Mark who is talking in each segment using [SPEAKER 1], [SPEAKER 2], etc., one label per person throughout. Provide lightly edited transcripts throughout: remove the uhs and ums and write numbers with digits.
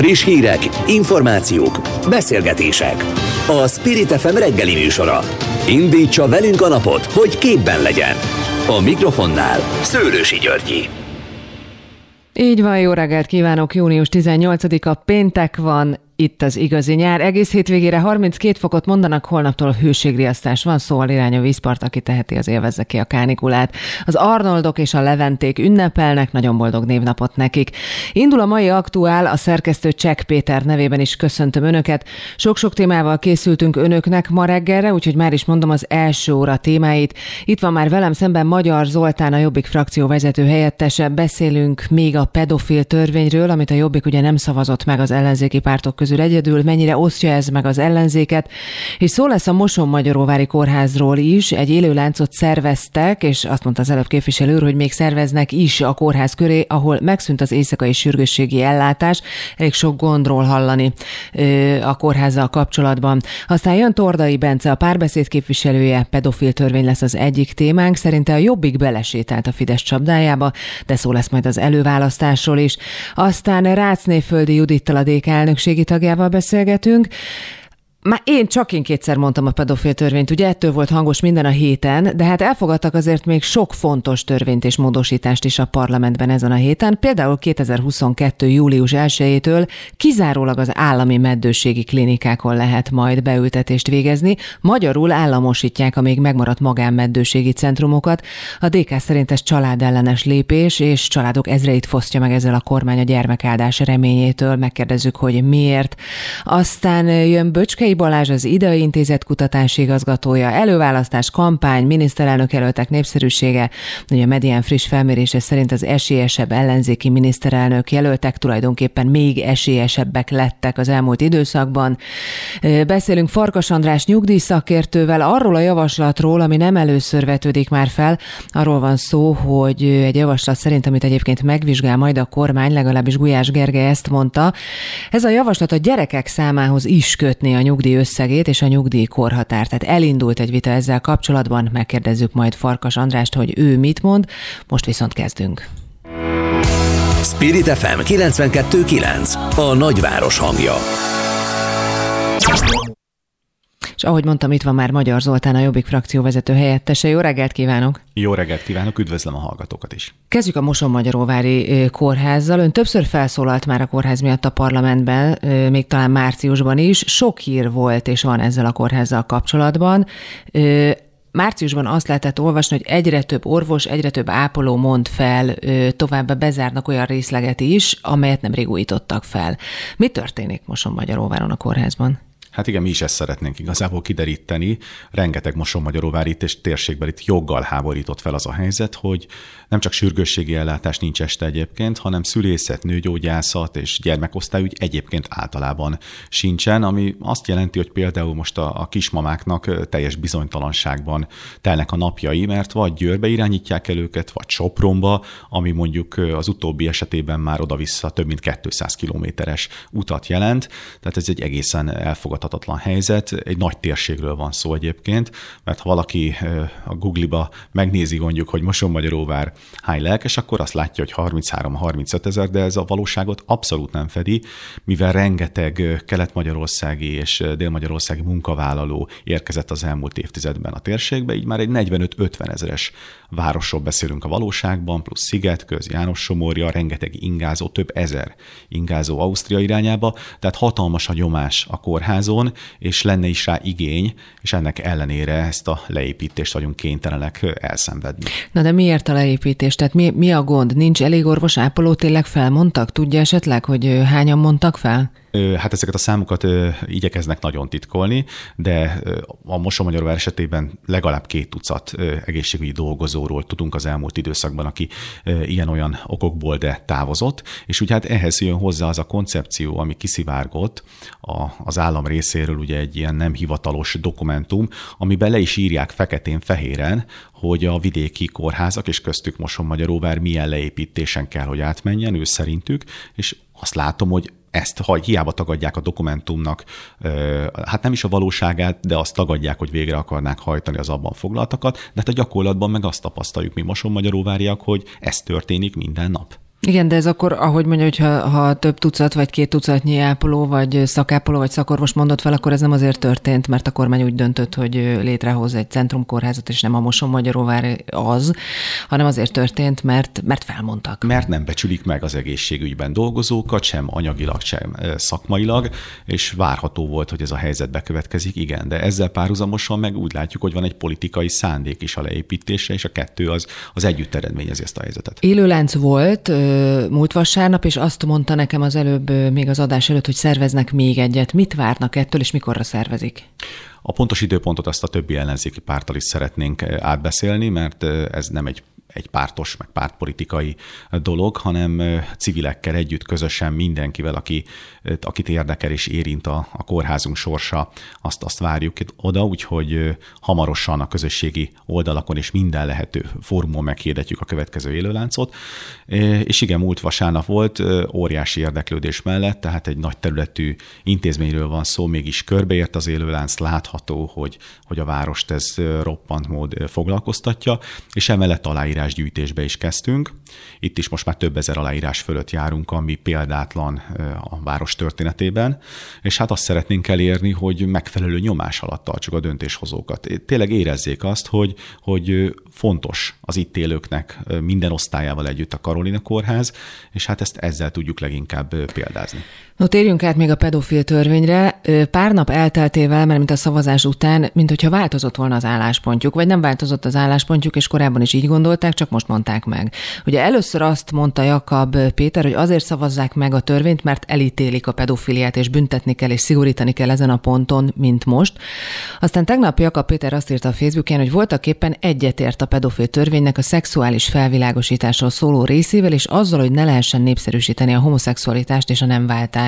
[SPEAKER 1] Friss hírek, információk, beszélgetések. A Spirit FM reggeli műsora. Indítsa velünk a napot, hogy képben legyen. A mikrofonnál Szőlősi Györgyi.
[SPEAKER 2] Így van, jó reggelt kívánok, június 18-a péntek van, itt az igazi nyár. Egész hétvégére 32 fokot mondanak, holnaptól hőségriasztás van, szóval irány a vízpart, aki teheti, az élvezze ki a kánikulát. Az Arnoldok és a Leventék ünnepelnek, nagyon boldog névnapot nekik. Indul a mai aktuál, a szerkesztő Csek Péter nevében is köszöntöm Önöket. Sok-sok témával készültünk Önöknek ma reggelre, úgyhogy már is mondom az első óra témáit. Itt van már velem szemben Magyar Zoltán, a Jobbik frakció vezető helyettese. Beszélünk még a pedofil törvényről, amit a Jobbik ugye nem szavazott meg az ellenzéki pártok közül egyedül, mennyire osztja ez meg az ellenzéket, és szó lesz a Mosonmagyaróvári kórházról is. Egy élőláncot szerveztek, és azt mondta az előbb képviselő úr, hogy még szerveznek is a kórház köré, ahol megszűnt az éjszakai sürgősségi ellátás. Elég sok gondról hallani a kórházzal kapcsolatban. Aztán jön Tordai Bence, a Párbeszéd képviselője, pedofil törvény lesz az egyik témánk. Szerinte a Jobbik belesétált a Fidesz csapdájába, de szó lesz majd az előválasztásról is. Aztán Rácznéföldi Judittal, a DK elnökségi tagjával beszélgetünk. Már én kétszer mondtam a pedofil törvényt, ugye ettől volt hangos minden a héten, de hát elfogadtak azért még sok fontos törvényt és módosítást is a parlamentben ezen a héten. Például 2022. július 1-től kizárólag az állami meddőségi klinikákon lehet majd beültetést végezni. Magyarul államosítják a még megmaradt magánmeddőségi centrumokat. A DK szerint ez családellenes lépés, és családok ezreit fosztja meg ezzel a kormány a gyermekáldás reményétől. Megkérdezzük, hogy miért. Aztán jön Böcskei Balázs, az IDEA Intézet kutatási igazgatója, előválasztás, kampány, miniszterelnök jelöltek népszerűsége. Ugye a Medián friss felmérése szerint az esélyesebb ellenzéki miniszterelnök jelöltek tulajdonképpen még esélyesebbek lettek az elmúlt időszakban. Beszélünk Farkas András nyugdíjszakértővel arról a javaslatról, ami nem először vetődik már fel. Arról van szó, hogy egy javaslat szerint, amit egyébként megvizsgál majd a kormány, legalábbis Gulyás Gergely ezt mondta. Ez a javaslat a gyerekek számához is kötné a nyugdíj összegét és a nyugdíjkorhatárt. Tehát elindult egy vita ezzel kapcsolatban, megkérdezzük majd Farkas Andrást, hogy ő mit mond. Most viszont kezdünk.
[SPEAKER 1] Spirit FM 92.9, a nagyváros hangja.
[SPEAKER 2] És ahogy mondtam, itt van már Magyar Zoltán, a Jobbik frakció vezető helyettese. Jó reggelt kívánok!
[SPEAKER 3] Jó reggelt kívánok, üdvözlöm a hallgatókat is!
[SPEAKER 2] Kezdjük a Mosonmagyaróvári kórházzal. Ön többször felszólalt már a kórház miatt a parlamentben, még talán márciusban is. Sok hír volt és van ezzel a kórházzal kapcsolatban. Márciusban azt lehetett olvasni, hogy egyre több orvos, egyre több ápoló mond fel, továbbá bezárnak olyan részleget is, amelyet nemrég újítottak fel. Mi történik Mosonmagyaróváron a kórházban?
[SPEAKER 3] Hát igen, mi is ezt szeretnénk igazából kideríteni. Rengeteg Mosonmagyaróvári és térségben itt joggal háborított fel az a helyzet, hogy nem csak sürgősségi ellátás nincs este egyébként, hanem szülészet, nőgyógyászat és gyermekosztályügy egyébként általában sincsen, ami azt jelenti, hogy például most a kismamáknak teljes bizonytalanságban telnek a napjai, mert vagy Győrbe irányítják el őket, vagy Sopronba, ami mondjuk az utóbbi esetében már oda-vissza több mint 200 kilométeres utat jelent. Tehát ez egy egészen elfogadhatatlan helyzet. Egy nagy térségről van szó egyébként, mert ha valaki a Google-ba megnézi mondjuk, hogy Mosonmagyaróvár hány lelkes, akkor azt látja, hogy 33-35 ezer, de ez a valóságot abszolút nem fedi, mivel rengeteg kelet-magyarországi és dél-magyarországi munkavállaló érkezett az elmúlt évtizedben a térségbe, így már egy 45-50 ezeres városról beszélünk a valóságban, plusz Szigetköz, János-Somorja, rengeteg ingázó, több ezer ingázó Ausztria irányába, tehát hatalmas a nyomás a kórházon, és lenne is rá igény, és ennek ellenére ezt a leépítést vagyunk kénytelenek elszenvedni.
[SPEAKER 2] Na de miért a leépítés? Tehát mi a gond? Nincs elég orvos, ápoló, tényleg felmondtak? Tudja esetleg, hogy hányan mondtak fel?
[SPEAKER 3] Hát ezeket a számokat igyekeznek nagyon titkolni, de a Mosonmagyaróvár esetében legalább 2 tucat egészségügyi dolgozóról tudunk az elmúlt időszakban, aki ilyen-olyan okokból de távozott, és úgy hát ehhez jön hozzá az a koncepció, ami kiszivárgott az állam részéről, ugye egy ilyen nem hivatalos dokumentum, amiben le is írják feketén-fehéren, hogy a vidéki kórházak és köztük Mosonmagyaróvár milyen leépítésen kell, hogy átmenjen, ő szerintük, és azt látom, hogy ezt, ha hiába tagadják a dokumentumnak, hát nem is a valóságát, de azt tagadják, hogy végre akarnák hajtani az abban foglaltakat, de hát a gyakorlatban meg azt tapasztaljuk mi Mosonmagyaróváriak, hogy ez történik minden nap.
[SPEAKER 2] Igen, de ez akkor, ahogy mondja, hogy ha több tucat, vagy 2 tucatnyi ápoló, vagy szakápoló, vagy szakorvos mondott fel, akkor ez nem azért történt, mert a kormány úgy döntött, hogy létrehoz egy centrumkórházat, és nem a Mosonmagyaróvár az, hanem azért történt, mert felmondtak.
[SPEAKER 3] Mert nem becsülik meg az egészségügyben dolgozókat, sem anyagilag, sem szakmailag, és várható volt, hogy ez a helyzet bekövetkezik, igen, de ezzel párhuzamosan meg úgy látjuk, hogy van egy politikai szándék is a leépítésre, és a kettő az együtt eredményezi ezt a helyzetet.
[SPEAKER 2] Élőlánc volt múlt vasárnap, és azt mondta nekem az előbb, még az adás előtt, hogy szerveznek még egyet. Mit várnak ettől, és mikorra szervezik?
[SPEAKER 3] A pontos időpontot azt a többi ellenzéki párttal is szeretnénk átbeszélni, mert ez nem egy pártos, meg pártpolitikai dolog, hanem civilekkel együtt, közösen mindenkivel, akit érdekel és érint a kórházunk sorsa, azt várjuk oda, úgyhogy hamarosan a közösségi oldalakon és minden lehető fórumon meghirdetjük a következő élőláncot. És igen, múlt vasárnap volt, óriási érdeklődés mellett, tehát egy nagy területű intézményről van szó, mégis körbeért az élőlánc, látható, hogy a várost ez roppant mód foglalkoztatja, és emellett aláírásgyűjtésbe is kezdtünk. Itt is most már több ezer aláírás fölött járunk, ami példátlan a város történetében, és hát azt szeretnénk elérni, hogy megfelelő nyomás alatt tartsuk a döntéshozókat. Tényleg érezzék azt, hogy fontos az itt élőknek minden osztályával együtt a Karolina Kórház, és hát ezt ezzel tudjuk leginkább példázni.
[SPEAKER 2] No, térjünk át még a pedofil törvényre. Pár nap elteltével, mert mint a szavazás után, mint hogyha változott volna az álláspontjuk, vagy nem változott az álláspontjuk, és korábban is így gondolták, csak most mondták meg. Ugye először azt mondta Jakab Péter, hogy azért szavazzák meg a törvényt, mert elítélik a pedofiliát, és büntetni kell, és szigorítani kell ezen a ponton, mint most. Aztán tegnap Jakab Péter azt írta a Facebookján, hogy voltaképpen egyetért a pedofil törvénynek a szexuális felvilágosításról szóló részével, és azzal, hogy ne lehessen népszerűsíteni a homoszexualitást és a nemváltást.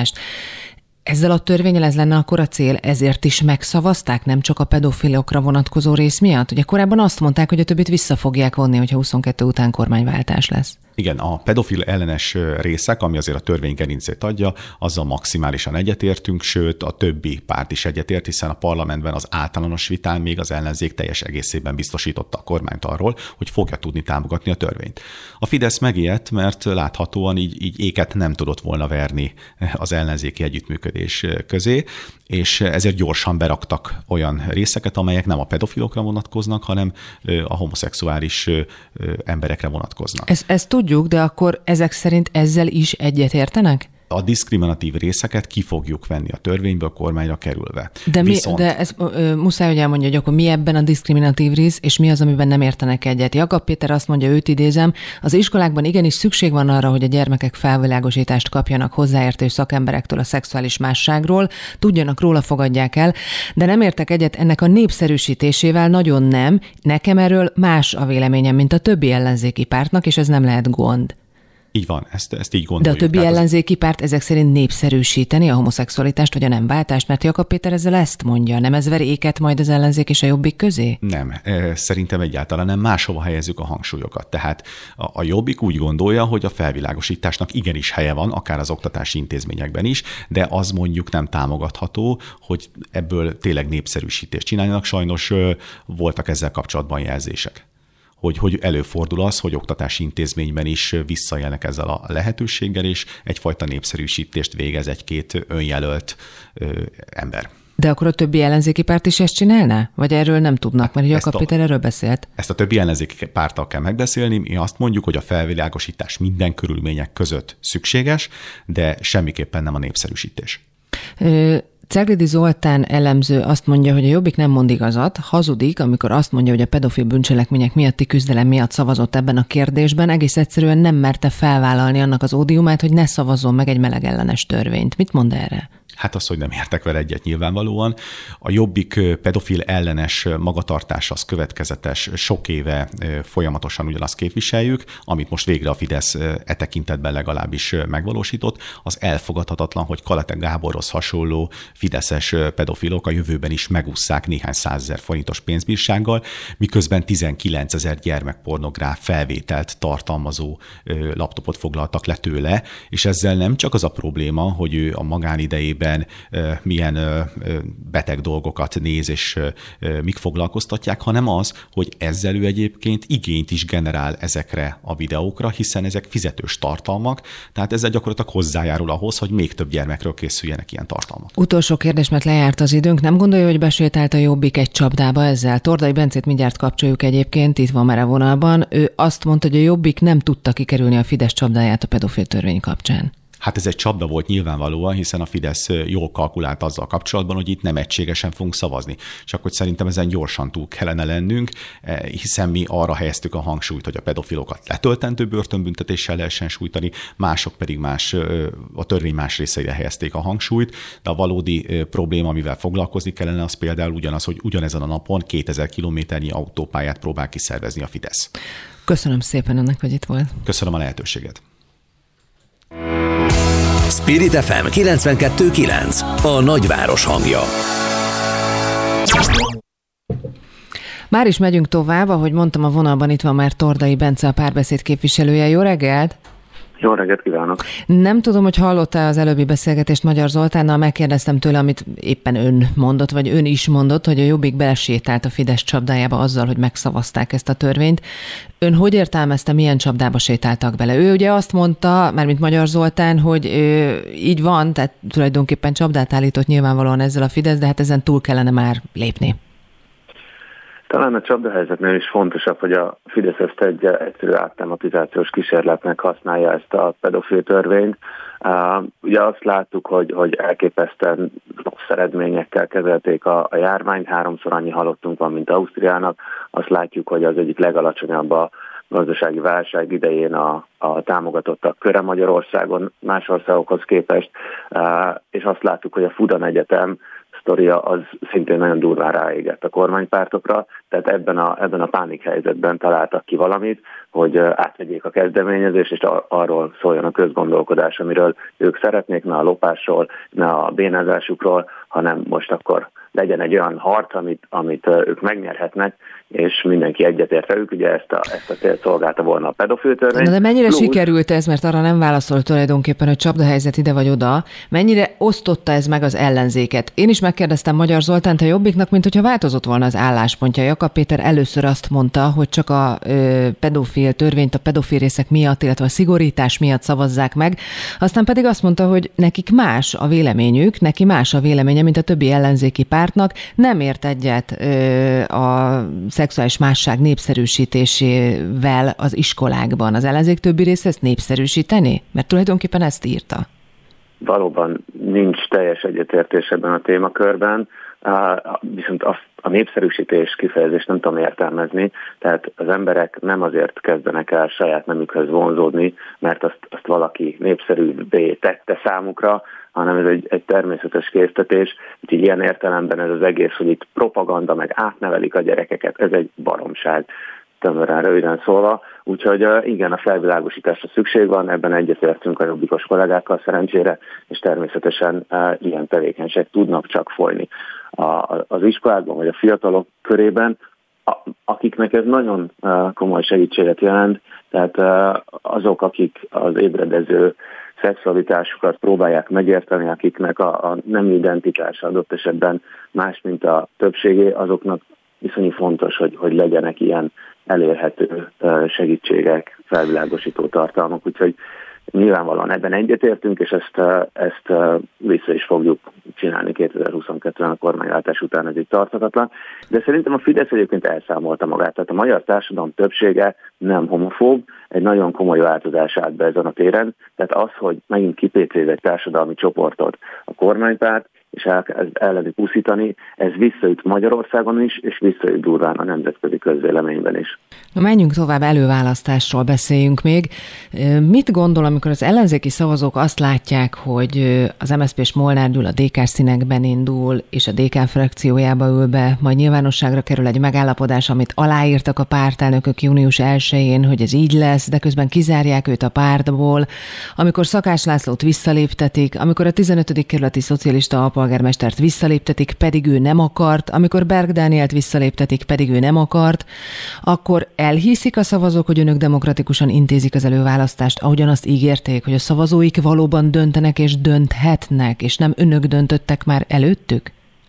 [SPEAKER 2] Ezzel a törvénnyel ez lenne akkor a cél, ezért is megszavazták, nem csak a pedofilokra vonatkozó rész miatt? Ugye korábban azt mondták, hogy a többit vissza fogják vonni, hogyha 22 után kormányváltás lesz.
[SPEAKER 3] Igen, a pedofil ellenes részek, ami azért a törvény gerincét adja, azzal maximálisan egyetértünk, sőt a többi párt is egyetért, hiszen a parlamentben az általános vitán még az ellenzék teljes egészében biztosította a kormányt arról, hogy fogja tudni támogatni a törvényt. A Fidesz megijedt, mert láthatóan így éket nem tudott volna verni az ellenzéki együttműködés közé, és ezért gyorsan beraktak olyan részeket, amelyek nem a pedofilokra vonatkoznak, hanem a homoszexuális emberekre vonatkoznak.
[SPEAKER 2] Ezt tudjuk, de akkor ezek szerint ezzel is egyetértenek?
[SPEAKER 3] A diszkriminatív részeket ki fogjuk venni a törvényből kormányra kerülve.
[SPEAKER 2] De ez muszáj, hogy elmondja, hogy akkor mi ebben a diszkriminatív rész, és mi az, amiben nem értenek egyet. Jakab Péter azt mondja, őt idézem, az iskolákban igenis szükség van arra, hogy a gyermekek felvilágosítást kapjanak hozzáértő szakemberektől a szexuális másságról, tudjanak róla, fogadják el, de nem értek egyet ennek a népszerűsítésével, nagyon nem. Nekem erről más a véleményem, mint a többi ellenzéki pártnak, és ez nem lehet gond.
[SPEAKER 3] Így van, ezt így gondoljuk.
[SPEAKER 2] De a többi ellenzéki párt ezek szerint népszerűsíteni a homoszexualitást vagy a nemváltást, mert Jakab Péter ezzel ezt mondja. Nem ez ver éket majd az ellenzék és a Jobbik közé?
[SPEAKER 3] Nem, szerintem egyáltalán nem. Máshova helyezzük a hangsúlyokat. Tehát a Jobbik úgy gondolja, hogy a felvilágosításnak igenis helye van, akár az oktatási intézményekben is, de az mondjuk nem támogatható, hogy ebből tényleg népszerűsítést csináljanak. Sajnos voltak ezzel kapcsolatban jelzések. Hogy előfordul az, hogy oktatási intézményben is visszaélnek ezzel a lehetőséggel, és egyfajta népszerűsítést végez egy-két önjelölt ember.
[SPEAKER 2] De akkor a többi ellenzéki párt is ezt csinálná? Vagy erről nem tudnak, mert Jakab Péter erről beszélt?
[SPEAKER 3] Ezt a többi ellenzéki párttal kell megbeszélni. Mi azt mondjuk, hogy a felvilágosítás minden körülmények között szükséges, de semmiképpen nem a népszerűsítés.
[SPEAKER 2] Ceglidi Zoltán elemző azt mondja, hogy a Jobbik nem mond igazat, hazudik, amikor azt mondja, hogy a pedofil bűncselekmények miatti küzdelem miatt szavazott ebben a kérdésben, egész egyszerűen nem merte felvállalni annak az ódiumát, hogy ne szavazzon meg egy melegellenes törvényt. Mit mond erre?
[SPEAKER 3] Hát az, hogy nem értek vele egyet nyilvánvalóan. A Jobbik pedofil ellenes magatartása az következetes, sok éve folyamatosan ugyanazt képviseljük, amit most végre a Fidesz tekintetben legalábbis megvalósított. Az elfogadhatatlan, hogy Kalete Gáborhoz hasonló fideszes pedofilok a jövőben is megússzák néhány 100 000 forintos pénzbírsággal, miközben 19 000 gyermekpornográf felvételt tartalmazó laptopot foglaltak le tőle, és ezzel nem csak az a probléma, hogy ő a magánidejében milyen beteg dolgokat néz, és mik foglalkoztatják, hanem az, hogy ezzel ő egyébként igényt is generál ezekre a videókra, hiszen ezek fizetős tartalmak, tehát ezzel gyakorlatilag hozzájárul ahhoz, hogy még több gyermekről készüljenek ilyen tartalmak.
[SPEAKER 2] Utolsó kérdés, mert lejárt az időnk. Nem gondolja, hogy besétált a Jobbik egy csapdába ezzel? Tordai Bencét mindjárt kapcsoljuk egyébként, itt van már a vonalban. Ő azt mondta, hogy a Jobbik nem tudta kikerülni a Fidesz csapdáját a pedofil törvény kapcsán.
[SPEAKER 3] Hát ez egy csapda volt nyilvánvalóan, hiszen a Fidesz jól kalkulált azzal kapcsolatban, hogy itt nem egységesen fogunk szavazni. Csak hogy szerintem ezen gyorsan túl kellene lennünk, hiszen mi arra helyeztük a hangsúlyt, hogy a pedofilokat letöltendő börtönbüntetéssel lehessen sújtani, mások pedig a törvény más részeire helyezték a hangsúlyt, de a valódi probléma, amivel foglalkozni kellene, az például ugyanaz, hogy ugyanezen a napon 2000 kilométernyi autópályát próbál kiszervezni a Fidesz.
[SPEAKER 2] Köszönöm szépen ennek, hogy itt volt.
[SPEAKER 3] Köszönöm a lehetőséget.
[SPEAKER 1] Spirit FM 92.9, a nagyváros hangja.
[SPEAKER 2] Már is megyünk tovább, ahogy mondtam, a vonalban itt van már Tordai Bence, a Párbeszéd képviselője. Jó reggelt!
[SPEAKER 4] Jó reggelt kívánok!
[SPEAKER 2] Nem tudom, hogy hallotta az előbbi beszélgetést Magyar Zoltánnal, megkérdeztem tőle, amit éppen ön mondott, vagy ön is mondott, hogy a Jobbik belesétált a Fidesz csapdájába azzal, hogy megszavazták ezt a törvényt. Ön hogy értelmezte, milyen csapdába sétáltak bele? Ő ugye azt mondta, mármint Magyar Zoltán, hogy így van, tehát tulajdonképpen csapdát állított nyilvánvalóan ezzel a Fidesz, de hát ezen túl kellene már lépni.
[SPEAKER 4] Talán a csapdahelyzetnél is fontosabb, hogy a Fidesz ezt egy egyszerű áttematizációs kísérletnek használja ezt a pedofil törvényt. Ugye azt láttuk, hogy elképesztően rossz eredményekkel kezelték a járványt, 3-szor annyi halottunk van, mint Ausztriának. Azt látjuk, hogy az egyik legalacsonyabb a gazdasági válság idején a támogatottak köre Magyarországon más országokhoz képest, és azt láttuk, hogy a Fudan Egyetem sztoria az szintén nagyon durván ráégett a kormánypártokra, tehát ebben a pánikhelyzetben találtak ki valamit, hogy átvegyék a kezdeményezést, és arról szóljon a közgondolkodás, amiről ők szeretnék, ne a lopásról, ne a bénázásukról, hanem most akkor legyen egy olyan harc, amit ők megnyerhetnek, és mindenki egyetért velük, ugye ezt a célt szolgálta volna a pedofil törvény.
[SPEAKER 2] De mennyire sikerült ez, mert arra nem válaszolt tulajdonképpen, hogy csapdahelyzet ide vagy oda, mennyire osztotta ez meg az ellenzéket? Én is megkérdeztem Magyar Zoltánt a Jobbiknak, mint hogyha változott volna az álláspontja. Jakab Péter először azt mondta, hogy csak a pedofil törvényt a pedofil részek miatt, illetve a szigorítás miatt szavazzák meg, aztán pedig azt mondta, hogy nekik más a véleményük, neki más a véleménye, mint a többi ellenzéki pártnak, nem ért egyet a szexuális másság népszerűsítésével az iskolákban. Az ellenzék többi része ezt népszerűsíteni? Mert tulajdonképpen ezt írta.
[SPEAKER 4] Valóban nincs teljes egyetértés ebben a témakörben, viszont a népszerűsítés kifejezést nem tudom értelmezni, tehát az emberek nem azért kezdenek el saját nemükhöz vonzódni, mert azt valaki népszerűbbé tette számukra, hanem ez egy természetes késztetés. Úgyhogy ilyen értelemben ez az egész, hogy itt propaganda, meg átnevelik a gyerekeket, ez egy baromság, tömören röviden szólva. Úgyhogy igen, a felvilágosításra szükség van, ebben egyetértünk a jobbikos kollégákkal szerencsére, és természetesen ilyen tevékenységek tudnak csak folyni az iskolákban, vagy a fiatalok körében, akiknek ez nagyon komoly segítséget jelent, tehát azok, akik az ébredező szexualitásukat próbálják megérteni, akiknek a nem identitása adott esetben más, mint a többségé, azoknak iszonyú fontos, hogy legyenek ilyen elérhető segítségek, felvilágosító tartalmak, úgyhogy nyilvánvalóan ebben egyetértünk, és ezt vissza is fogjuk csinálni 2022-ben a kormányváltás után, ez így tarthatatlan. De szerintem a Fidesz egyébként elszámolta magát, tehát a magyar társadalom többsége nem homofób, egy nagyon komoly változás állt be ezen a téren, tehát az, hogy megint kipécéz egy társadalmi csoportot a kormánypárt, és elkezd ellenük úszítani, ez visszaüt Magyarországon is, és visszaüt durván a nemzetközi közvéleményben is.
[SPEAKER 2] Na, menjünk tovább, előválasztásról beszéljünk még. Mit gondol, amikor az ellenzéki szavazók azt látják, hogy az MSZP-s Molnár Gyula a DK-s színekben indul, és a DK frakciójába ül be, majd nyilvánosságra kerül egy megállapodás, amit aláírtak a pártelnökök június 1-én, hogy ez így lesz, de közben kizárják őt a pártból, amikor Szakás Lászlót visszaléptetik, amikor a 15. kerületi szocialista polgármestert visszaléptetik, pedig ő nem akart, amikor Berg Dánielt visszaléptetik, pedig ő nem akart, akkor elhiszik a szavazók, hogy önök demokratikusan intézik az előválasztást, ahogyan azt ígérték, hogy a szavazóik valóban döntenek és dönthetnek, és nem önök döntöttek már előttük?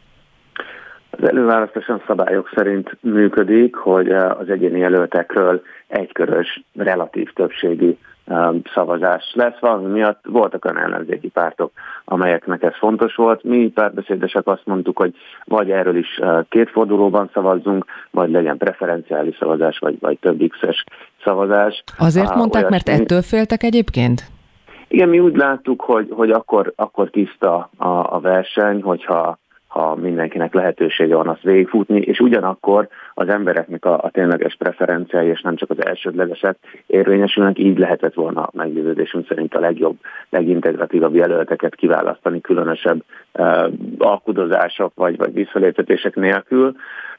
[SPEAKER 4] Az előválasztáson szabályok szerint működik, hogy az egyéni jelöltekről egykörös relatív többségi szavazás lesz. Valami miatt voltak olyan ellenzéki pártok, amelyeknek ez fontos volt. Mi párbeszédesek azt mondtuk, hogy vagy erről is két fordulóban szavazzunk, vagy legyen preferenciális szavazás, vagy több X-es szavazás.
[SPEAKER 2] Azért mondták, mert ettől féltek egyébként?
[SPEAKER 4] Igen, mi úgy láttuk, hogy akkor tiszta a verseny, hogyha mindenkinek lehetősége van azt végigfutni, és ugyanakkor az embereknek a tényleges preferenciái, és nem csak az elsődlegesek érvényesülnek, így lehetett volna meggyőződésünk szerint a legjobb, legintegratívabb jelölteket kiválasztani, különösebb alkudozások vagy visszaléptetések nélkül.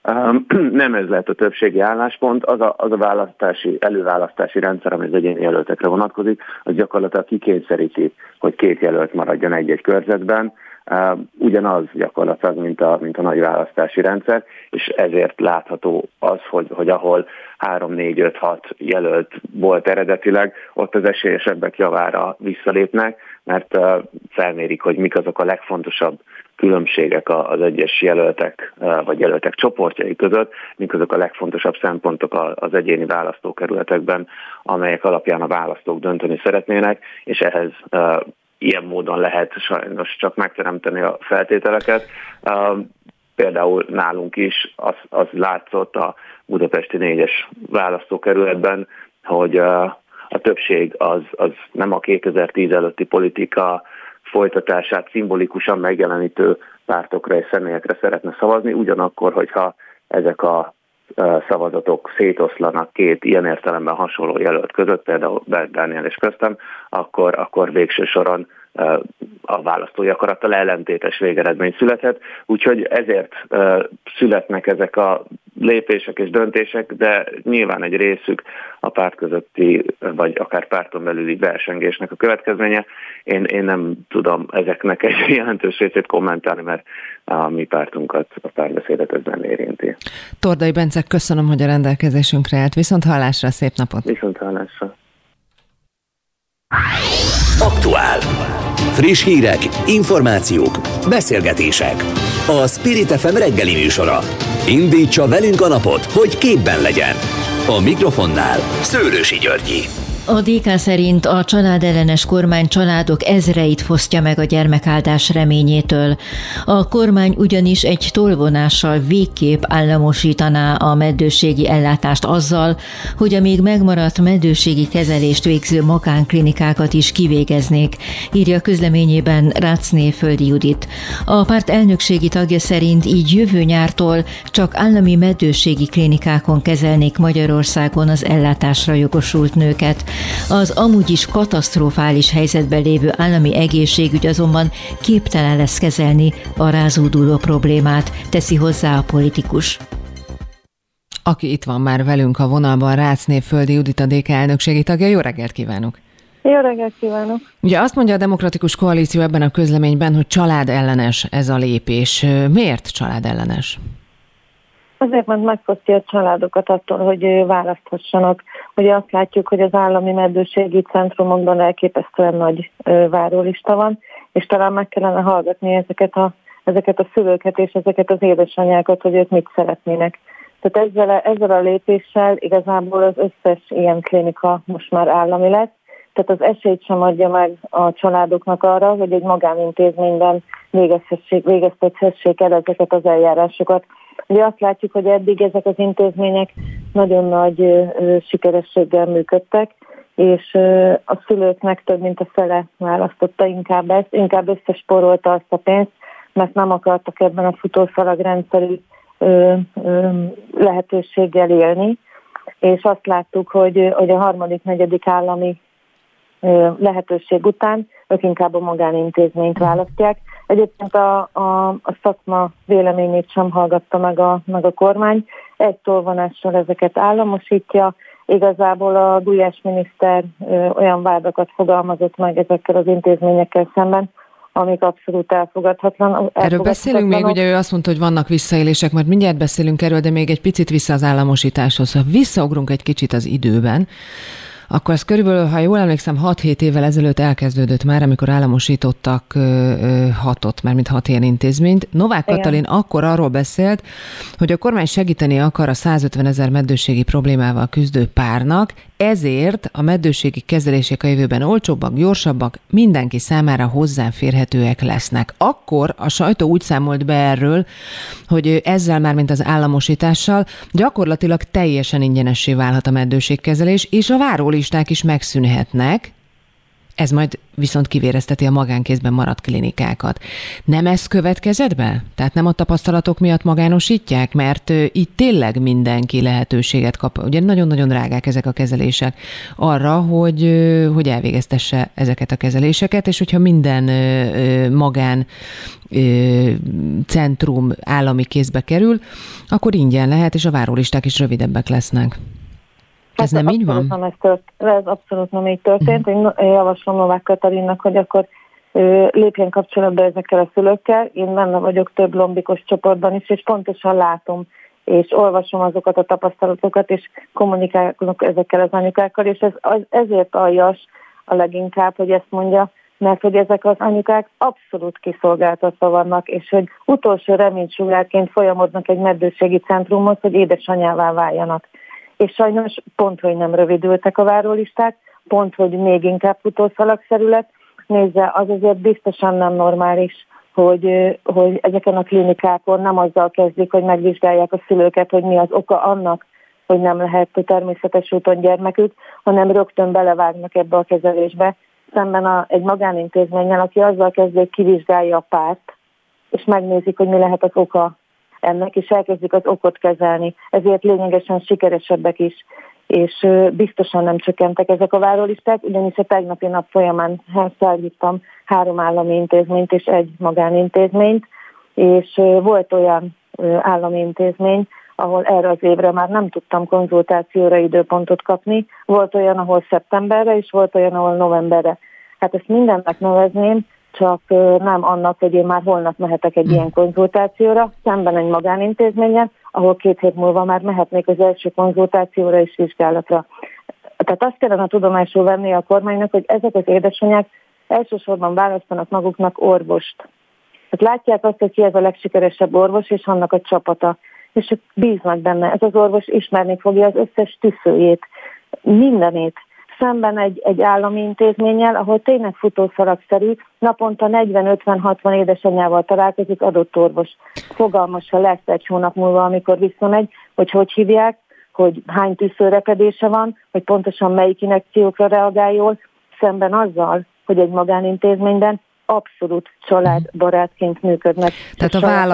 [SPEAKER 4] Nem ez lett a többségi álláspont, az a előválasztási rendszer, ami az egyéni jelöltekre vonatkozik, az gyakorlatilag kikényszeríti, hogy két jelölt maradjon egy-egy körzetben, ugyanaz gyakorlatilag, mint a nagy választási rendszer, és ezért látható az, hogy ahol 3, 4, 5, 6 jelölt volt eredetileg, ott az esélyesebbek javára visszalépnek, mert felmérik, hogy mik azok a legfontosabb különbségek az egyes jelöltek, vagy jelöltek csoportjai között, mik azok a legfontosabb szempontok az egyéni választókerületekben, amelyek alapján a választók dönteni szeretnének, és ehhez ilyen módon lehet sajnos csak megteremteni a feltételeket. Például nálunk is az látszott a budapesti 4-es választókerületben, hogy a többség az nem a 2010 előtti politika folytatását szimbolikusan megjelenítő pártokra és személyekre szeretne szavazni, ugyanakkor, hogyha ezek a szavazatok szétoszlanak két ilyen értelemben hasonló jelölt között, például Berg Dániel és köztem, akkor végső soron a választói akarattal ellentétes végeredmény születhet. Úgyhogy ezért születnek ezek a lépések és döntések, de nyilván egy részük a párt közötti, vagy akár párton belüli versengésnek a következménye. Én nem tudom ezeknek egy jelentős részét kommentálni, mert a mi pártunkat, a párbeszédet ez nem érinti.
[SPEAKER 2] Tordai Bence, köszönöm, hogy a rendelkezésünkre állt. Viszont hallásra, szép napot!
[SPEAKER 4] Viszont hallásra!
[SPEAKER 1] Aktuál. Friss hírek, információk, beszélgetések. A Spirit FM reggeli műsora. Indítsa velünk a napot, hogy képben legyen. A mikrofonnál Szőlősi Györgyi.
[SPEAKER 5] A DK szerint a családellenes kormány családok ezreit fosztja meg a gyermekáldás reményétől. A kormány ugyanis egy tolvonással végképp államosítaná a meddőségi ellátást azzal, hogy a még megmaradt meddőségi kezelést végző magánklinikákat is kivégeznék, írja közleményében Ráczné Földi Judit. A párt elnökségi tagja szerint így jövő nyártól csak állami meddőségi klinikákon kezelnék Magyarországon az ellátásra jogosult nőket. Az amúgy is katasztrofális helyzetben lévő állami egészségügy azonban képtelen lesz kezelni a rázóduló problémát, teszi hozzá a politikus.
[SPEAKER 2] Aki itt van már velünk a vonalban, Ráczné Földi Judit, a DK elnökségi tagja. Jó reggelt kívánok!
[SPEAKER 6] Jó reggelt kívánok!
[SPEAKER 2] Ugye azt mondja a Demokratikus Koalíció ebben a közleményben, hogy családellenes ez a lépés. Miért családellenes?
[SPEAKER 6] Azért, mert megfosztja a családokat attól, hogy választhassanak. Ugye azt látjuk, hogy az állami meddőségi centrumokban elképesztően nagy várólista van, és talán meg kellene hallgatni ezeket a szülőket és ezeket az édesanyákat, hogy ők mit szeretnének. Tehát ezzel a lépéssel igazából az összes ilyen klinika most már állami lesz, tehát az esélyt sem adja meg a családoknak arra, hogy egy magánintézményben végeztethessék el ezeket az eljárásokat. Ugye azt látjuk, hogy eddig ezek az intézmények nagyon nagy sikerességgel működtek, és a szülőknek több mint a fele választotta inkább összesporolta azt a pénzt, mert nem akartak ebben a futószalagrendszerű lehetőséggel élni, és azt láttuk, hogy a harmadik, negyedik állami lehetőség után ők inkább a magánintézményt választják. Egyébként a szakma véleményét sem hallgatta meg a kormány. Egy tolvonással ezeket államosítja. Igazából a Gulyás miniszter olyan vádakat fogalmazott meg ezekkel az intézményekkel szemben, amik abszolút elfogadhatatlanok.
[SPEAKER 2] Erről beszélünk még, ugye ő azt mondta, hogy vannak visszaélések, majd mindjárt beszélünk erről, de még egy picit vissza az államosításhoz. Ha visszaugrunk egy kicsit az időben, akkor ez körülbelül, ha jól emlékszem, 6-7 évvel ezelőtt elkezdődött már, amikor államosítottak 6-ot, mármint 6 ilyen intézményt. Novák Katalin akkor arról beszélt, hogy a kormány segíteni akar a 150 000 meddőségi problémával küzdő párnak, ezért a meddőségi kezelések a jövőben olcsóbbak, gyorsabbak, mindenki számára hozzáférhetőek lesznek. Akkor a sajtó úgy számolt be erről, hogy ezzel már, mint az államosítással, gyakorlatilag teljesen ingyenessé válhat a meddőségkezelés, és a várólisták is megszűnhetnek. Ez majd viszont kivérezteti a magánkézben maradt klinikákat. Nem ez következett be? Tehát nem a tapasztalatok miatt magánosítják? Mert itt tényleg mindenki lehetőséget kap. Ugye nagyon-nagyon drágák ezek a kezelések arra, hogy elvégeztesse ezeket a kezeléseket, és hogyha minden magán centrum állami kézbe kerül, akkor ingyen lehet, és a várólisták is rövidebbek lesznek. Ez nem így van?
[SPEAKER 6] Ez abszolút nem így történt. Én javaslom Novák Katalinnak, hogy akkor lépjen kapcsolatba ezekkel a szülőkkel. Én benne vagyok több lombikos csoportban is, és pontosan látom, és olvasom azokat a tapasztalatokat, és kommunikálok ezekkel az anyukákkal, és ezért aljas a leginkább, hogy ezt mondja, mert hogy ezek az anyukák abszolút kiszolgáltatva vannak, és hogy utolsó reménysugárként folyamodnak egy meddőségi centrumhoz, hogy édesanyává váljanak. És sajnos pont, hogy nem rövidültek a várólisták, pont, hogy még inkább futószalagszerű lett. Nézze, az azért biztosan nem normális, hogy ezeken a klinikákon nem azzal kezdik, hogy megvizsgálják a szülőket, hogy mi az oka annak, hogy nem lehet természetes úton gyermekük, hanem rögtön belevágnak ebbe a kezelésbe. Szemben egy magánintézménnyel, aki azzal kezdi, hogy kivizsgálja a párt, és megnézik, hogy mi lehet az oka ennek, és elkezdik az okot kezelni. Ezért lényegesen sikeresebbek is, és biztosan nem csökkentek ezek a várólisták, ugyanis a tegnapi nap folyamán felhívtam 3 állami intézményt és 1 magánintézményt, és volt olyan állami intézmény, ahol erre az évre már nem tudtam konzultációra időpontot kapni, volt olyan, ahol szeptemberre, és volt olyan, ahol novemberre. Hát ezt mindennek nevezném, csak nem annak, hogy én már holnap mehetek egy ilyen konzultációra, szemben egy magánintézményen, ahol 2 hét múlva már mehetnék az első konzultációra és vizsgálatra. Tehát azt kellene tudomásul venni a kormánynak, hogy ezek az édesanyák elsősorban választanak maguknak orvost. Tehát látják azt, hogy ki ez a legsikeresebb orvos, és annak a csapata. És bíznak benne. Ez az orvos ismerni fogja az összes tüszőjét, mindenét. Szemben egy állami intézménnyel, ahol tényleg futószalagszerű, naponta 40-50-60 édesanyjával találkozik adott orvos. Fogalmasa lesz egy hónap múlva, amikor visszamegy, hogy hívják, hogy hány tűzőrepedése van, hogy pontosan melyik injekciókra reagáljon, szemben azzal, hogy egy magánintézményben abszolút családbarátként működnek.
[SPEAKER 2] Tehát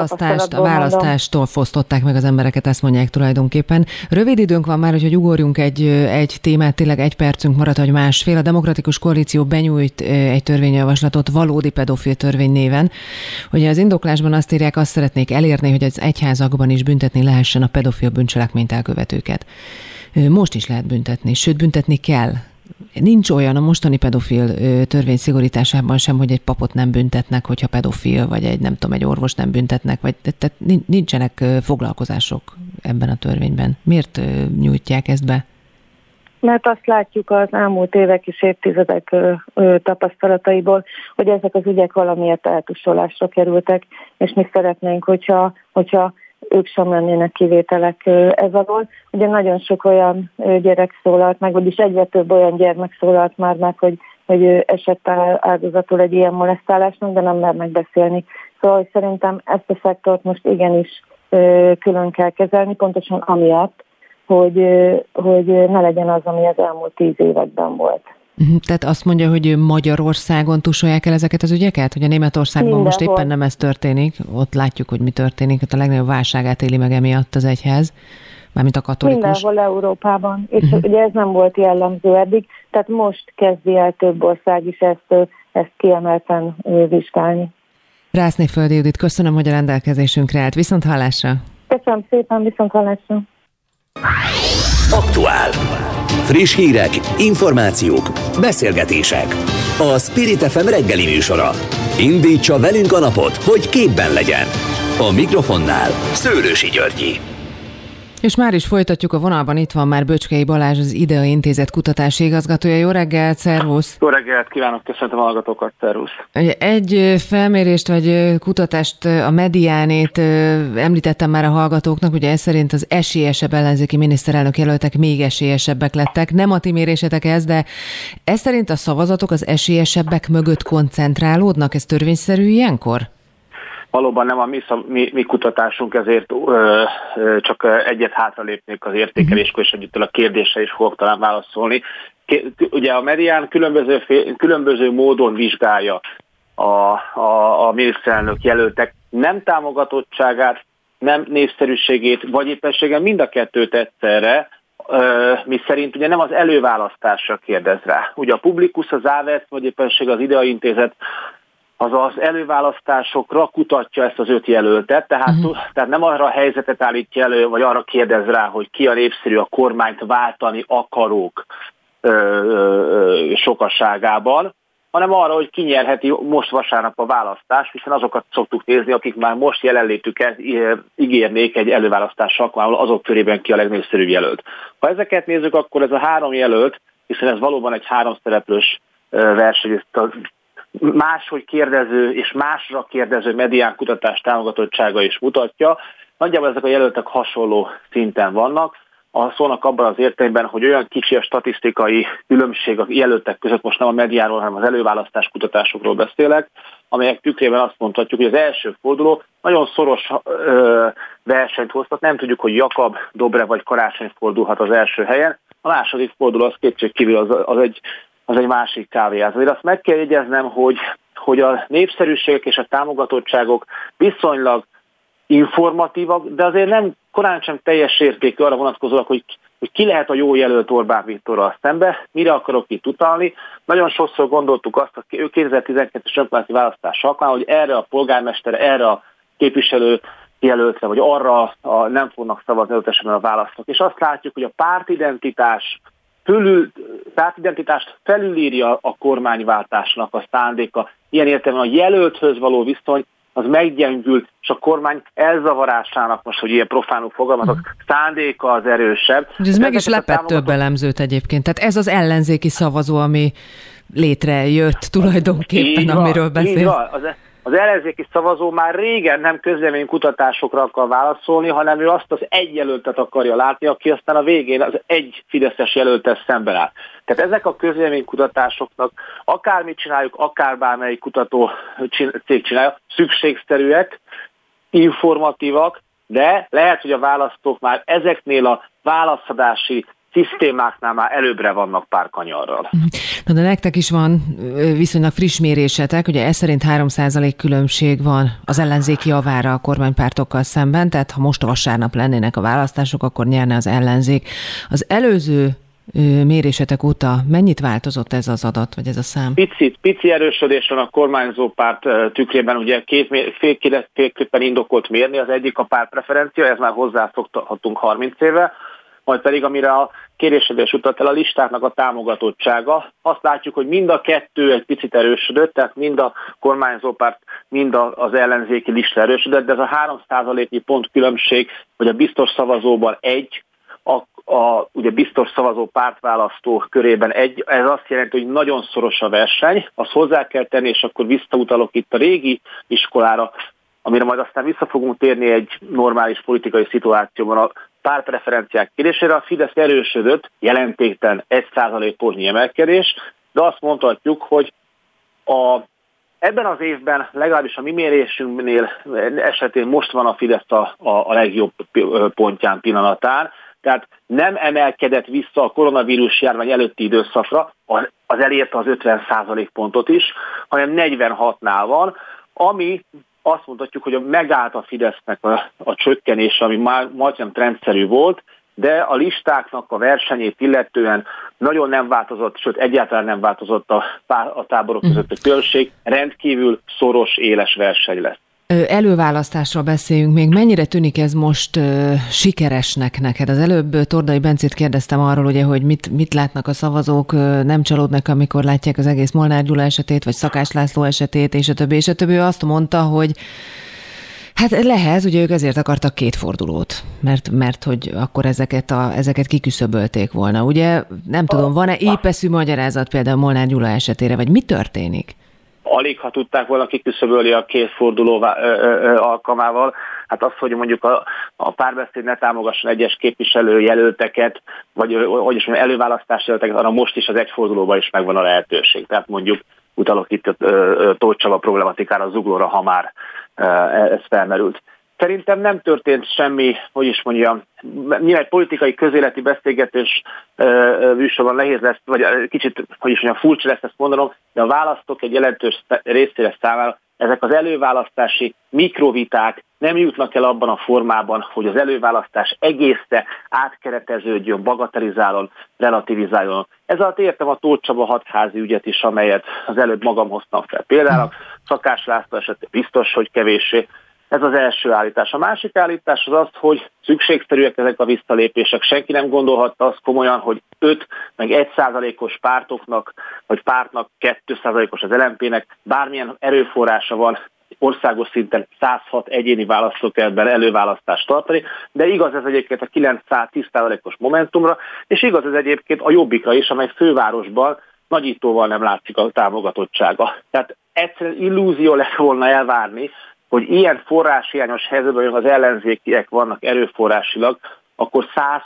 [SPEAKER 2] a választástól fosztották meg az embereket, ezt mondják tulajdonképpen. Rövid időnk van már, hogy ugorjunk egy témát, tényleg 1 percünk maradt, vagy másfél. A Demokratikus Koalíció benyújt egy törvényjavaslatot valódi pedofil törvény néven. Ugye az indoklásban azt írják, azt szeretnék elérni, hogy az egyházakban is büntetni lehessen a pedofil bűncselekményt elkövetőket. Most is lehet büntetni, sőt büntetni kell. Nincs olyan a mostani pedofil törvény szigorításában sem, hogy egy papot nem büntetnek, hogyha pedofil, vagy egy orvos nem büntetnek, vagy tehát nincsenek foglalkozások ebben a törvényben. Miért nyújtják ezt be?
[SPEAKER 6] Mert azt látjuk az elmúlt évek és évtizedek tapasztalataiból, hogy ezek az ügyek valamiért eltusolásra kerültek, és mi szeretnénk, hogyha ők sem lennének kivételek ez alól. Ugye nagyon sok olyan gyerek szólalt meg, vagyis egyre több olyan gyermek szólalt már meg, hogy esett áldozatul egy ilyen molesztálásnak, de nem mernek beszélni. Szóval szerintem ezt a szektort most igenis külön kell kezelni, pontosan amiatt, hogy ne legyen az, ami az elmúlt 10 években volt.
[SPEAKER 2] Tehát azt mondja, hogy Magyarországon tusolják el ezeket az ügyeket? Hogy a Németországban mindenhol. Most éppen nem ez történik, ott látjuk, hogy mi történik, ott a legnagyobb válságát éli meg emiatt az egyház, mármint a katolikus.
[SPEAKER 6] Mindenhol Európában, és ugye ez nem volt jellemző eddig, tehát most kezdi el több ország is ezt kiemelten vizsgálni.
[SPEAKER 2] Rászné-Földi Judit, köszönöm, hogy a rendelkezésünkre állt. Viszont hallásra!
[SPEAKER 6] Köszönöm szépen, viszont hallásra!
[SPEAKER 1] Aktuál. Friss hírek, információk, beszélgetések. A Spirit FM reggeli műsora. Indítsa velünk a napot, hogy képben legyen. A mikrofonnál Szőlősi Györgyi.
[SPEAKER 2] És már is folytatjuk a vonalban, itt van már Böcskei Balázs, az IDEA Intézet kutatási igazgatója. Jó reggelt, szervusz!
[SPEAKER 7] Jó reggelt kívánok, köszöntöm a hallgatókat, szervusz!
[SPEAKER 2] Egy felmérést vagy kutatást, a Mediánét említettem már a hallgatóknak, ugye ez szerint az esélyesebb ellenzéki miniszterelnök jelöltek még esélyesebbek lettek. Nem a ti mérésetek ez, de ez szerint a szavazatok az esélyesebbek mögött koncentrálódnak? Ez törvényszerű ilyenkor?
[SPEAKER 7] Valóban nem a mi kutatásunk, ezért csak egyet hátralépnék az értékeléskor, és együttől a kérdésre is fogok talán válaszolni. Ugye a Medián különböző módon vizsgálja a miniszterelnök jelöltek nem támogatottságát, nem népszerűségét, vagy éppenséggel mind a kettőt egyszerre, mi szerint ugye nem az előválasztásra kérdez rá. Ugye a Publikus, az AVESZ, vagy éppenséggel az IDEA Intézet az előválasztásokra kutatja ezt az 5 jelöltet, tehát nem arra a helyzetet állítja elő, vagy arra kérdez rá, hogy ki a népszerű a kormányt váltani akarók sokasságában, hanem arra, hogy ki nyerheti most vasárnap a választást, hiszen azokat szoktuk nézni, akik már most jelenlétüket ígérnék egy előválasztás alkalmával, azok körében ki a legnépszerűbb jelölt. Ha ezeket nézzük, akkor ez a 3 jelölt, hiszen ez valóban egy 3 szereplős verseny, máshogy kérdező és másra kérdező Medián kutatás támogatottsága is mutatja. Nagyjából ezek a jelöltek hasonló szinten vannak. Szólnak abban az értelemben, hogy olyan kicsi a statisztikai különbség a jelöltek között, most nem a Mediánról, hanem az előválasztás kutatásokról beszélek, amelyek tükrében azt mondhatjuk, hogy az első forduló nagyon szoros versenyt hoztat. Nem tudjuk, hogy Jakab, Dobrev vagy Karácsony fordulhat az első helyen. A második forduló az kétségkívül az egy másik kávéház. Azért azt meg kell jegyeznem, hogy a népszerűségek és a támogatottságok viszonylag informatívak, de azért nem korán sem teljes értékű arra vonatkozóak, hogy ki lehet a jó jelölt Orbán Viktorral szembe, mire akarok itt utalni. Nagyon sokszor gondoltuk azt, a 2012-es önkormányzati választás alkalmával, hogy erre a polgármester, erre a képviselő jelöltre, vagy arra nem fognak szavazni adott esetben a választók. És azt látjuk, hogy a pártidentitást felülírja a kormányváltásnak a szándéka. Ilyen értelemben a jelölthöz való viszony az meggyengül, és a kormány elzavarásának, most, hogy ilyen profánul fogalmazok, szándéka az erősebb.
[SPEAKER 2] Ez meg is lepett több elemzőt egyébként. Tehát ez az ellenzéki szavazó, ami létrejött tulajdonképpen, amiről beszélsz.
[SPEAKER 7] Az ellenzéki szavazó már régen nem közleménykutatásokra akar válaszolni, hanem ő azt az egy jelöltet akarja látni, aki aztán a végén az egy fideszes jelölttel szemben áll. Tehát ezek a közleménykutatásoknak akármit csináljuk, akár bármelyik kutató cég csinálja, szükségszerűek, informatívak, de lehet, hogy a választók már ezeknél a válaszadási szisztémáknál már előbbre vannak pár kanyarral.
[SPEAKER 2] Na, de nektek is van viszonylag friss mérésetek, ugye ez szerint 3% különbség van az ellenzék javára a kormánypártokkal szemben, tehát ha most vasárnap lennének a választások, akkor nyerne az ellenzék. Az előző mérésetek óta mennyit változott ez az adat, vagy ez a szám?
[SPEAKER 7] Pici erősödés van a kormányzó párt tükrében, ugye féléppen indokolt mérni, az egyik a pártpreferencia, ez már hozzászokhatunk 30 éve, majd pedig amire a kérésedés utat el a listáknak a támogatottsága. Azt látjuk, hogy mind a kettő egy picit erősödött, tehát mind a kormányzópárt, mind az ellenzéki lista erősödött, de ez a 3%-nyi pont különbség, hogy a biztos szavazóban ugye biztos szavazó pártválasztó körében ez azt jelenti, hogy nagyon szoros a verseny, azt hozzá kell tenni, és akkor visszautalok itt a régi iskolára, amire majd aztán vissza fogunk térni egy normális politikai szituációban a pártpreferenciák kérésére. A Fidesz erősödött, jelentékten 1%-pontnyi emelkedés, de azt mondhatjuk, hogy ebben az évben, legalábbis a mi mérésünknél esetén most van a Fidesz a legjobb pontján, pillanatán, tehát nem emelkedett vissza a koronavírus járvány előtti időszakra, az elérte az 50% pontot is, hanem 46-nál van, ami azt mondhatjuk, hogy megállt a Fidesznek a csökkenése, ami már majdnem trendszerű volt, de a listáknak a versenyét illetően nagyon nem változott, sőt egyáltalán nem változott a táborok között a különbség, rendkívül szoros, éles verseny lesz.
[SPEAKER 2] Előválasztásról beszéljünk még. Mennyire tűnik ez most sikeresnek neked? Az előbb Tordai Bencét kérdeztem arról, ugye, hogy mit látnak a szavazók, nem csalódnak, amikor látják az egész Molnár Gyula esetét, vagy Szakás László esetét, és a többi, és a többi. Ő azt mondta, hogy hát lehet, ugye ők ezért akartak 2 fordulót, mert hogy akkor ezeket kiküszöbölték volna. Ugye nem tudom, van-e épeszű magyarázat például Molnár Gyula esetére, vagy mi történik?
[SPEAKER 7] Alig, ha tudták volna kiküszöbölni a 2 forduló alkalmával. Hát az, hogy mondjuk a párbeszéd ne támogasson egyes képviselőjelölteket, vagy előválasztás jelölteket, arra most is az egyfordulóban is megvan a lehetőség. Tehát mondjuk utalok itt a Tóth Csaba problematikára, Zuglóra, ha már ez felmerült. Szerintem nem történt semmi, nyilván egy politikai közéleti beszélgetés műsorban nehéz lesz, vagy kicsit, furcsa lesz ezt mondanom, de a választók egy jelentős részére számára ezek az előválasztási mikroviták nem jutnak el abban a formában, hogy az előválasztás egésze átkereteződjön, bagatelizálon, relativizáljon. Ez alatt értem a Tóth Csaba hatházi ügyet is, amelyet az előbb magam hoztam fel. Például Szakás László esetén biztos, hogy kevéssé. Ez az első állítás. A másik állítás az, hogy szükségszerűek ezek a visszalépések. Senki nem gondolhatta azt komolyan, hogy 5 meg 1%-os pártoknak, vagy pártnak 2%-os az LMP-nek bármilyen erőforrása van országos szinten 106 egyéni választókerületben előválasztást tartani, de igaz ez egyébként a 9-10%-os Momentumra, és igaz ez egyébként a Jobbikra is, amely fővárosban nagyítóval nem látszik a támogatottsága. Tehát egyszerűen illúzió lett volna elvárni, hogy ilyen forráshiányos helyzetben az ellenzékiek vannak erőforrásilag, akkor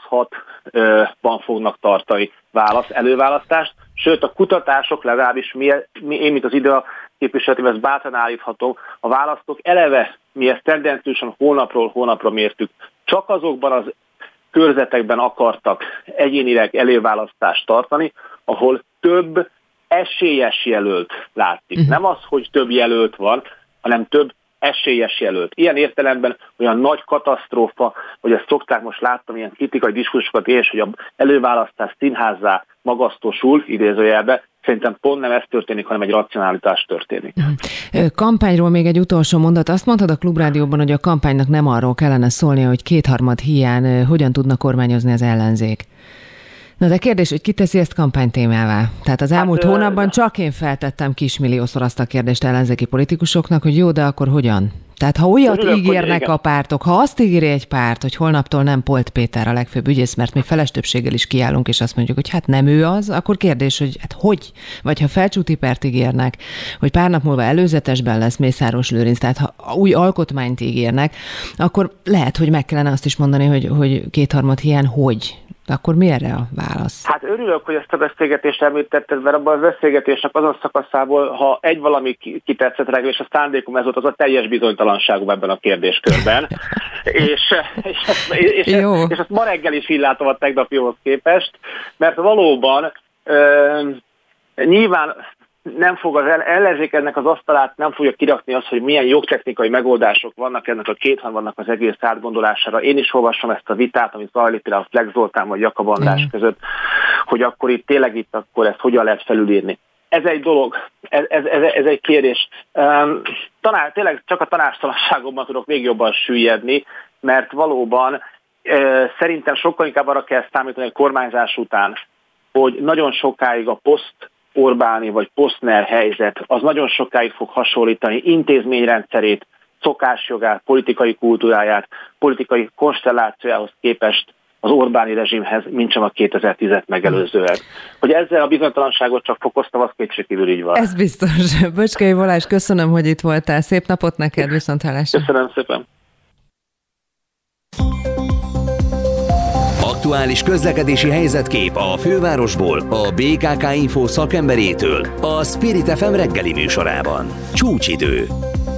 [SPEAKER 7] 106-ban fognak tartani előválasztást. Sőt, a kutatások legalábbis, én, mint az IDEA képviseletem, ezt bátran állíthatom, a választók eleve, mi ezt tendenciálisan hónapról hónapra mértük, csak azokban az körzetekben akartak egyénileg előválasztást tartani, ahol több esélyes jelölt látszik. Nem az, hogy több jelölt van, hanem több esélyes jelölt. Ilyen értelemben olyan nagy katasztrófa, hogy ezt szokták, most láttam ilyen kritikai diskurzusokat és hogy az előválasztás színházzá magasztosul, idézőjelbe, szerintem pont nem ez történik, hanem egy racionalitás történik.
[SPEAKER 2] Kampányról még egy utolsó mondat. Azt mondtad a Klubrádióban, hogy a kampánynak nem arról kellene szólnia, hogy 2/3 hiány hogyan tudna kormányozni az ellenzék. Na de kérdés, hogy ki teszi ezt kampánytémává? Tehát az elmúlt hónapban csak én feltettem kismilliószor azt a kérdést ellenzéki politikusoknak, hogy jó, de akkor hogyan? Tehát ha olyat ígérnek a pártok, ha azt ígéri egy párt, hogy holnaptól nem Polt Péter a legfőbb ügyész, mert mi feles többséggel is kiállunk, és azt mondjuk, hogy hát nem ő az, akkor kérdés, hogy hát hogy? Vagy ha Felcsúti Pert ígérnek, hogy pár nap múlva előzetesben lesz Mészáros Lőrinc, tehát ha új alkotmányt ígérnek, akkor lehet, hogy meg kellene azt is mondani, hogy 2/3 hiány hogy? Akkor mi erre a válasz?
[SPEAKER 7] Hát örülök, hogy ezt a beszélgetést említetted, mert abban a beszélgetésnek azon szakaszából, ha egy valami kitetszett reggel, és a szándékom ez volt, az a teljes bizonytalanságom ebben a kérdéskörben. és ezt ma reggel is így látom a tegnapihoz képest, mert valóban nyilván nem fog az ellenzék ennek az asztalát nem fogja kirakni azt, hogy milyen jogtechnikai megoldások vannak ennek a 2/3 az egész átgondolására. Én is olvasom ezt a vitát, amit zajlik például Flex Zoltán vagy Jakab András között, hogy akkor itt tényleg akkor ezt hogyan lehet felülírni. Ez egy dolog, ez egy kérdés. Tényleg csak a tanácstalanságomban tudok még jobban süllyedni, mert valóban szerintem sokkal inkább arra kell számítani a kormányzás után, hogy nagyon sokáig a Orbáni vagy Poszner helyzet, az nagyon sokáig fog hasonlítani intézményrendszerét, szokásjogát, politikai kultúráját, politikai konstellációjához képest az Orbáni rezsimhez, mintsem a 2010-et megelőzően. Hogy ezzel a bizonytalanságot csak fokoztam, az kétségkívül így van.
[SPEAKER 2] Ez biztos. Böcskei Balázs, köszönöm, hogy itt voltál. Szép napot neked, viszonthallásra.
[SPEAKER 7] Köszönöm szépen.
[SPEAKER 1] Aktuális közlekedési helyzetkép a fővárosból, a BKK Info szakemberétől, a Spirit FM reggeli műsorában. Csúcsidő.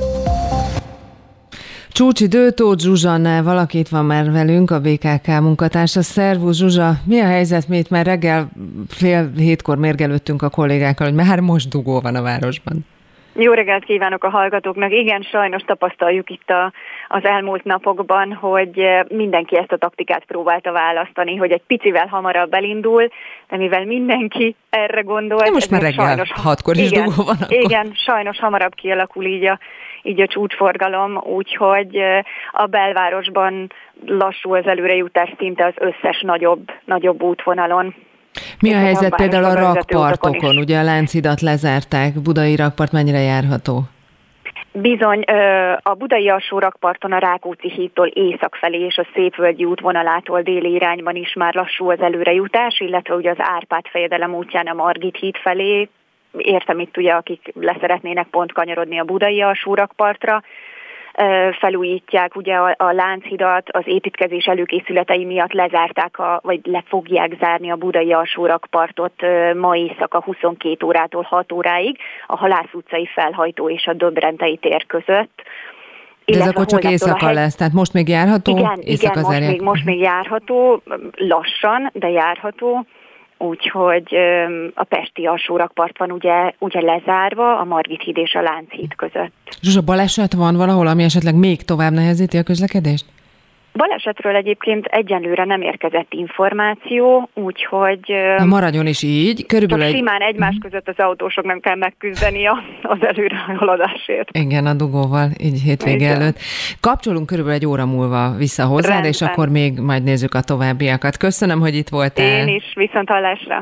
[SPEAKER 2] Csúcsidő, Tóth Zsuzsannál valaki itt van már velünk, a BKK munkatársa. Szervusz Zsuzsa, mi a helyzet? Mi itt már reggel 6:30 mérgelődtünk a kollégákkal, hogy már most dugó van a városban.
[SPEAKER 8] Jó reggelt kívánok a hallgatóknak. Igen, sajnos tapasztaljuk itt az elmúlt napokban, hogy mindenki ezt a taktikát próbálta választani, hogy egy picivel hamarabb elindul, de mivel mindenki erre gondol...
[SPEAKER 2] Most már reggel 6-kor is dugó van akkor.
[SPEAKER 8] Igen, sajnos hamarabb kialakul így a csúcsforgalom, úgyhogy a belvárosban lassú az előrejutás szinte az összes nagyobb útvonalon.
[SPEAKER 2] Mi a helyzet például a rakpartokon? Ugye a Lánchidat lezárták, Budai rakpart mennyire járható?
[SPEAKER 8] Bizony, a budai alsó rakparton a Rákóczi hídtól észak felé és a Szépvölgyi útvonalától déli irányban is már lassú az előrejutás, illetve ugye az Árpád-fejedelem útján a Margit híd felé, értem itt ugye, akik leszeretnének pont kanyarodni a budai alsó rakpartra, felújítják ugye a Lánchidat, az építkezés előkészületei miatt lezárták, vagy le fogják zárni a budai alsó rakpartot ma éjszaka 22 órától 6 óráig, a Halász utcai felhajtó és a Döbrentei tér között.
[SPEAKER 2] De ez akkor csak éjszaka lesz, tehát most még járható?
[SPEAKER 8] Igen, most még járható, lassan, de járható. Úgyhogy a pesti alsó rakpart van ugye lezárva, a Margit híd és a Lánchíd között.
[SPEAKER 2] Zsuzsa, baleset van valahol, ami esetleg még tovább nehezíti a közlekedést?
[SPEAKER 8] Balesetről egyébként egyenlőre nem érkezett információ, úgyhogy...
[SPEAKER 2] Na maradjon is így.
[SPEAKER 8] Körülbelül simán egymás között az autósok nem kell megküzdeni az előrehaladásért.
[SPEAKER 2] Igen, a dugóval, így hétvége előtt. Kapcsolunk körülbelül egy óra múlva vissza hozzád, rendben. És akkor még majd nézzük a továbbiakat. Köszönöm, hogy itt voltál.
[SPEAKER 8] Én is, viszonthallásra.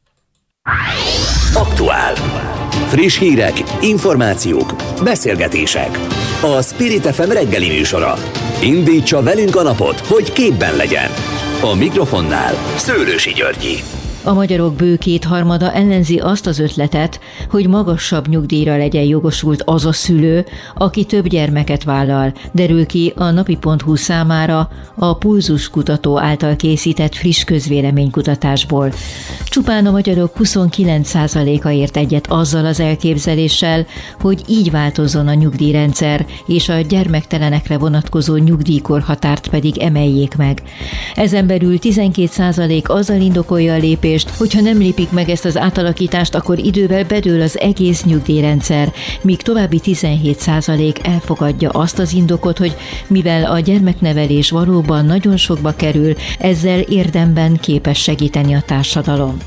[SPEAKER 1] Aktuál. Friss hírek, információk, beszélgetések. A Spirit FM reggeli műsora. Indítsa velünk a napot, hogy képben legyen. A mikrofonnál Szőlősi Györgyi.
[SPEAKER 5] A magyarok bő kétharmada ellenzi azt az ötletet, hogy magasabb nyugdíjra legyen jogosult az a szülő, aki több gyermeket vállal, derül ki a napi.hu számára a Pulzus kutató által készített friss közvéleménykutatásból. Csupán a magyarok 29%-a ért egyet azzal az elképzeléssel, hogy így változzon a nyugdíjrendszer, és a gyermektelenekre vonatkozó nyugdíjkorhatárt pedig emeljék meg. Ezen belül 12% azzal indokolja a lépést, hogyha nem lépik meg ezt az átalakítást, akkor idővel bedől az egész nyugdíjrendszer, míg további 17% elfogadja azt az indokot, hogy mivel a gyermeknevelés valóban nagyon sokba kerül, ezzel érdemben képes segíteni a társadalom.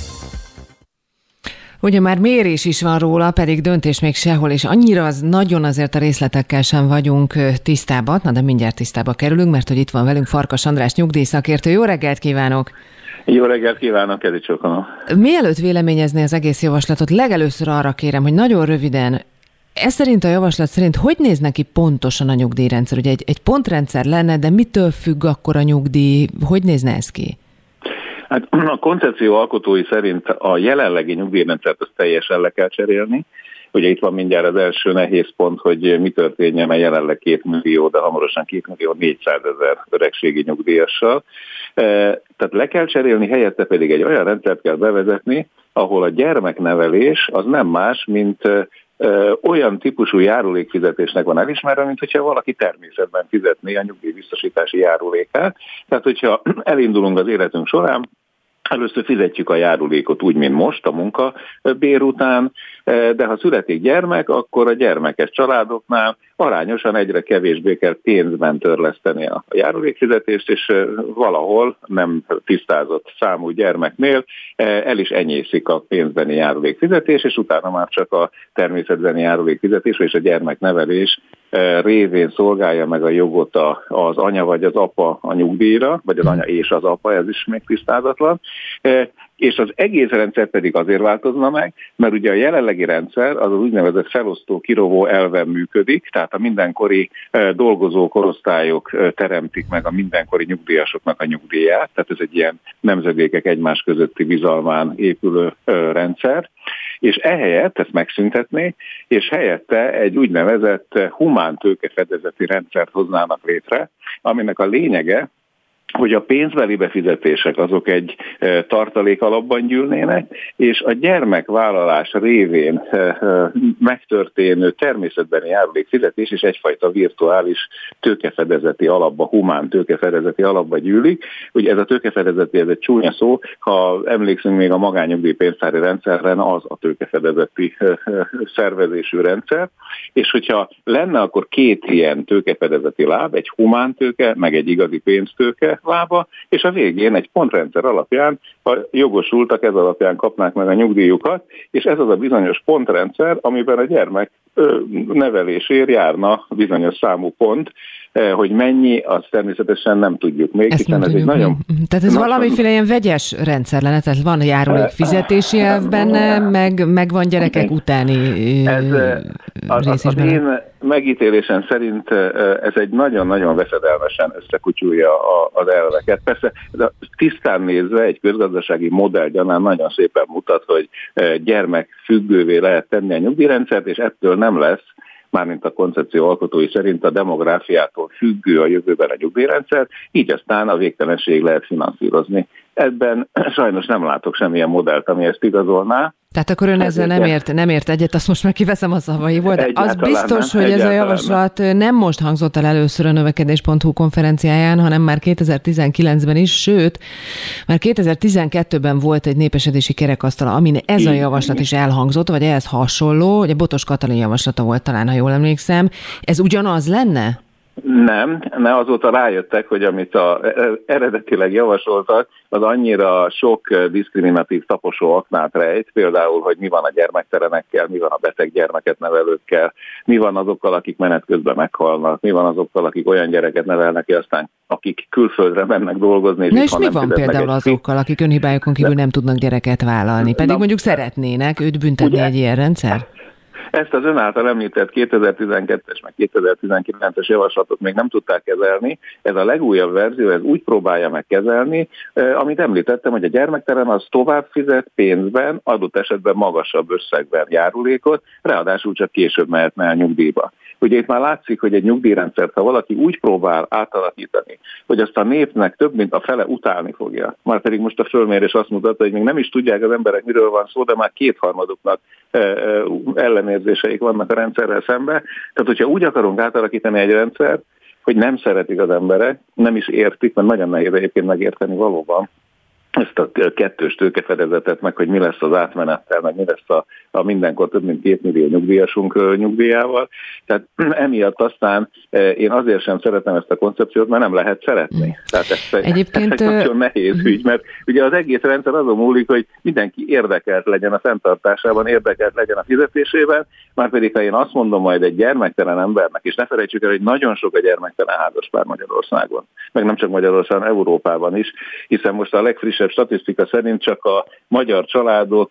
[SPEAKER 2] Ugye már mérés is van róla, pedig döntés még sehol, és annyira nagyon azért a részletekkel sem vagyunk tisztában, de mindjárt tisztába kerülünk, mert hogy itt van velünk Farkas András nyugdíjszakértő. Jó reggelt kívánok!
[SPEAKER 9] Jó reggelt kívánok, Kedi Csokonom!
[SPEAKER 2] Mielőtt véleményezni az egész javaslatot, legelőször arra kérem, hogy nagyon röviden, ez szerint a javaslat szerint hogy néz neki pontosan a nyugdíjrendszer? Ugye egy pontrendszer lenne, de mitől függ akkor a nyugdíj? Hogy nézne ez ki?
[SPEAKER 9] Hát a koncepció alkotói szerint a jelenlegi nyugdíjrendszert azt teljesen le kell cserélni. Ugye itt van mindjárt az első nehéz pont, hogy mi történjen, mert jelenleg 2 millió, de hamarosan 2.400.000 öregségi nyugdíjassal. Tehát le kell cserélni, helyette pedig egy olyan rendszert kell bevezetni, ahol a gyermeknevelés az nem más, mint olyan típusú járulékfizetésnek van elismerve, mint hogyha valaki természetben fizetné a nyugdíjbiztosítási járulékát. Tehát, hogyha elindulunk az életünk során, először fizetjük a járulékot úgy, mint most a munkabér után, de ha születik gyermek, akkor a gyermekes családoknál arányosan egyre kevésbé kell pénzben törleszteni a járulékfizetést, és valahol nem tisztázott számú gyermeknél el is enyészik a pénzbeni járulékfizetés, és utána már csak a természetbeni járulékfizetés és a gyermeknevelés révén szolgálja meg a jogot az anya vagy az apa a nyugdíjra, vagy az anya és az apa, ez is még tisztázatlan. És az egész rendszer pedig azért változna meg, mert ugye a jelenlegi rendszer az úgynevezett felosztó-kirovó elven működik, tehát a mindenkori dolgozó korosztályok teremtik meg a mindenkori nyugdíjasoknak a nyugdíját, tehát ez egy ilyen nemzedékek egymás közötti bizalmán épülő rendszer, és ehelyett ezt megszüntetné, és helyette egy úgynevezett humántőke fedezeti rendszert hoznának létre, aminek a lényege hogy a pénzbeli befizetések azok egy tartalék alapban gyűlnének, és a gyermekvállalás révén megtörténő természetbeni járulékfizetés is egyfajta virtuális tőkefedezeti alapba, humán tőkefedezeti alapba gyűlik. Ugye ez a tőkefedezeti, ez egy csúnya szó, ha emlékszünk még a magánnyugdíjpénztári rendszerren, az a tőkefedezeti szervezésű rendszer, és hogyha lenne akkor két ilyen tőkefedezeti láb, egy humán tőke, meg egy igazi pénztőke lába, és a végén egy pontrendszer alapján a jogosultak ez alapján kapnák meg a nyugdíjukat, és ez az a bizonyos pontrendszer, amiben a gyermek nevelésért járna bizonyos számú pont, hogy mennyi, azt természetesen nem tudjuk még,
[SPEAKER 2] ezt
[SPEAKER 9] hiszen ez egy nagyon...
[SPEAKER 2] Tehát ez valamiféle ilyen vegyes rendszer lenne, tehát van járulék fizetési elv benne, meg van gyerekek utáni rész is benne.
[SPEAKER 9] Én megítélésem szerint ez egy nagyon-nagyon veszedelmesen összekutyulja az elveket. Persze tisztán nézve egy közgazdasági modell gyanán nagyon szépen mutat, hogy gyermek függővé lehet tenni a nyugdíjrendszert, és ettől nem lesz, mármint a koncepció alkotói szerint a demográfiától függő a jövőben a nyugdíjrendszer, így aztán a végtelenség lehet finanszírozni. Ebben sajnos nem látok semmilyen modellt, ami ezt igazolná.
[SPEAKER 2] Tehát akkor ön ezzel nem ért egyet, azt most megkiveszem a szavaiból, de az biztos, hogy ez a javaslat nem most hangzott el először a növekedés.hu konferenciáján, hanem már 2019-ben is, sőt, már 2012-ben volt egy népesedési kerekasztal, amin ez a javaslat is elhangzott, vagy ehhez hasonló, ugye Botos Katalin javaslata volt talán, ha jól emlékszem. Ez ugyanaz lenne?
[SPEAKER 9] Nem, azóta rájöttek, hogy amit eredetileg javasoltak, az annyira sok diszkriminatív taposó aknát rejt, például, hogy mi van a gyermektelenekkel, mi van a beteg gyermeket nevelőkkel, mi van azokkal, akik menet közben meghalnak, mi van azokkal, akik olyan gyereket nevelnek ki, aztán akik külföldre mennek dolgozni.
[SPEAKER 2] És mi van például azokkal, akik önhibájukon kívül nem tudnak gyereket vállalni, pedig mondjuk szeretnének őt büntetni egy ilyen rendszer?
[SPEAKER 9] Ezt az ön által említett 2012-es meg 2019-es javaslatot még nem tudták kezelni. Ez a legújabb verzió, ez úgy próbálja meg kezelni, amit említettem, hogy a gyermektelen az tovább fizet pénzben, adott esetben magasabb összegben járulékot, ráadásul csak később mehetne a nyugdíjba. Ugye itt már látszik, hogy egy nyugdíjrendszert, ha valaki úgy próbál átalakítani, hogy azt a népnek több mint a fele utálni fogja. Már pedig most a fölmérés azt mutatta, hogy még nem is tudják az emberek, miről van szó, de már kétharmaduknak ellenérzéseik vannak a rendszerrel szembe. Tehát, hogyha úgy akarunk átalakítani egy rendszert, hogy nem szeretik az emberek, nem is értik, mert nagyon nehéz egyébként megérteni valóban ezt a kettős tőkefedezetet, meg hogy mi lesz az átmenettel, meg mi lesz a mindenkor több mint 2 millió nyugdíjasunk nyugdíjával. Tehát emiatt aztán én azért sem szeretem ezt a koncepciót, mert nem lehet szeretni. Tehát ez egy nagyon nehéz ügy, mert ugye az egész rendszer azon múlik, hogy mindenki érdekelt legyen a fenntartásában, érdekelt legyen a fizetésében, már pedig ha én azt mondom majd egy gyermektelen embernek, és ne felejtsük el, hogy nagyon sok a gyermektelen házaspár Magyarországon, meg nem csak Magyarországon, Európában is, hiszen most a legfrissebb statisztika szerint csak a magyar családok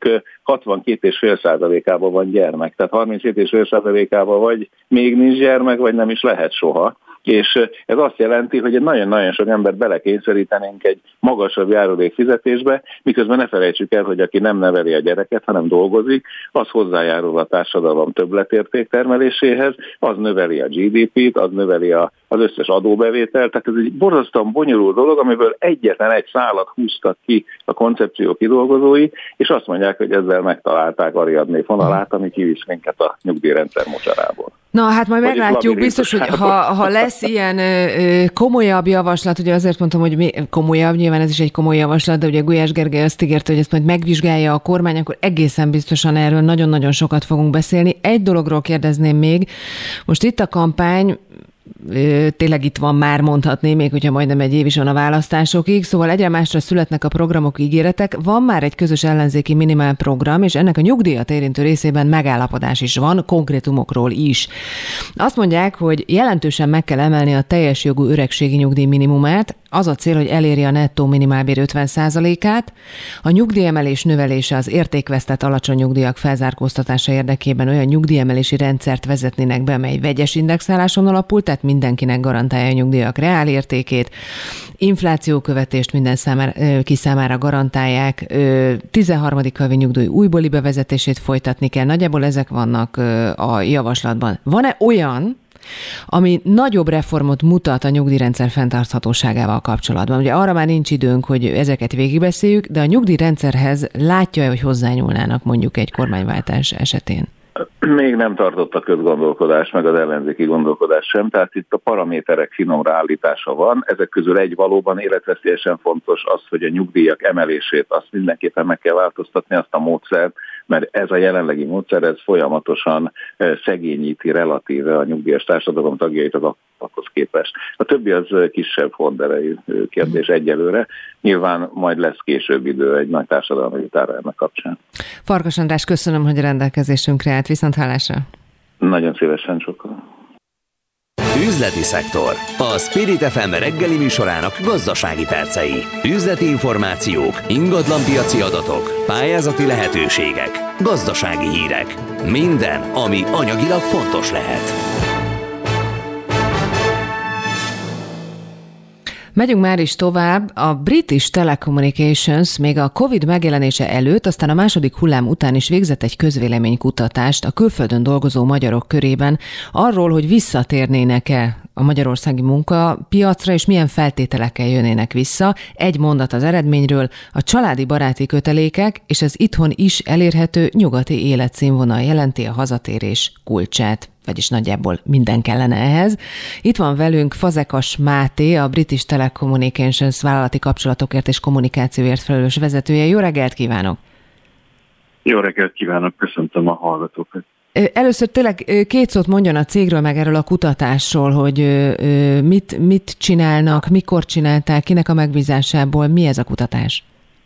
[SPEAKER 9] 62,5%-ában van gyermek. Tehát 37,5%-ában vagy még nincs gyermek, vagy nem is lehet soha. És ez azt jelenti, hogy egy nagyon-nagyon sok embert belekényszerítenénk egy magasabb járulékfizetésbe, miközben ne felejtsük el, hogy aki nem neveli a gyereket, hanem dolgozik, az hozzájárul a társadalom többletérték termeléséhez, az növeli a GDP-t, az növeli az összes adóbevételt. Tehát ez egy borzasztóan bonyolult dolog, amiből egyetlen egy szálat húztak ki a koncepció kidolgozói, és azt mondják, hogy ezzel megtalálták Ariadné fonalát, ami kivisz minket a nyugdíjrendszer mocsarából.
[SPEAKER 2] Na, hát majd meglátjuk, biztos, hogy ha lesz ilyen komolyabb javaslat, ugye azért mondtam, hogy komolyabb, nyilván ez is egy komoly javaslat, de ugye Gulyás Gergely azt ígérte, hogy ezt majd megvizsgálja a kormány, akkor egészen biztosan erről nagyon-nagyon sokat fogunk beszélni. Egy dologról kérdezném még, most itt a kampány, tényleg itt van már, mondhatni, még hogyha majdnem egy év is van a választásokig, szóval egyre másra születnek a programok, ígéretek, van már egy közös ellenzéki minimálprogram, és ennek a nyugdíjat érintő részében megállapodás is van, konkrétumokról is. Azt mondják, hogy jelentősen meg kell emelni a teljes jogú öregségi nyugdíj minimumát, az a cél, hogy eléri a nettó minimálbér 50%-át, a nyugdíjemelés növelése az értékvesztett alacsony nyugdíjak felzárkóztatása érdekében olyan nyugdíjemelési rendszert vezetnének be, mely vegyes indexáláson alapul, tehát mindenkinek garantálja a nyugdíjak reálértékét, inflációkövetést mindenki számára garantálják, 13. havi nyugdíj újbóli bevezetését folytatni kell, nagyjából ezek vannak a javaslatban. Van-e olyan, ami nagyobb reformot mutat a nyugdíjrendszer fenntarthatóságával kapcsolatban. Ugye arra már nincs időnk, hogy ezeket végigbeszéljük, de a nyugdíjrendszerhez látja, hogy hozzányúlnának mondjuk egy kormányváltás esetén?
[SPEAKER 9] Még nem tartott a közgondolkodás, meg az ellenzéki gondolkodás sem, tehát itt a paraméterek finomra állítása van. Ezek közül egy valóban életveszélyesen fontos az, hogy a nyugdíjak emelését azt mindenképpen meg kell változtatni, azt a módszert, mert ez a jelenlegi módszer, ez folyamatosan szegényíti relatíve a nyugdíjas társadalom tagjait az ahhoz képest. A többi az kisebb horderejű kérdés egyelőre. Nyilván majd lesz később idő egy nagy társadalmi vitára ennek kapcsán.
[SPEAKER 2] Farkas András, köszönöm, hogy a rendelkezésünkre állt. Viszonthallásra.
[SPEAKER 9] Nagyon szívesen, sokkal.
[SPEAKER 1] Üzleti szektor. A Spirit FM reggeli műsorának gazdasági percei. Üzleti információk, ingatlanpiaci adatok, pályázati lehetőségek, gazdasági hírek. Minden, ami anyagilag fontos lehet.
[SPEAKER 2] Megyünk már is tovább. A British Telecommunications még a Covid megjelenése előtt, aztán a második hullám után is végzett egy közvéleménykutatást a külföldön dolgozó magyarok körében arról, hogy visszatérnének-e a magyarországi munkapiacra, és milyen feltételekkel jönnének vissza. Egy mondat az eredményről: a családi baráti kötelékek és az itthon is elérhető nyugati életszínvonal jelenti a hazatérés kulcsát. Vagyis nagyjából minden kellene ehhez. Itt van velünk Fazekas Máté, a British Telecommunications vállalati kapcsolatokért és kommunikációért felelős vezetője. Jó reggelt kívánok!
[SPEAKER 10] Jó reggelt kívánok, köszöntöm a hallgatókat.
[SPEAKER 2] Először tényleg két szót mondjon a cégről, meg erről a kutatásról, hogy mit csinálnak, mikor csinálták, kinek a megbízásából, mi ez a kutatás?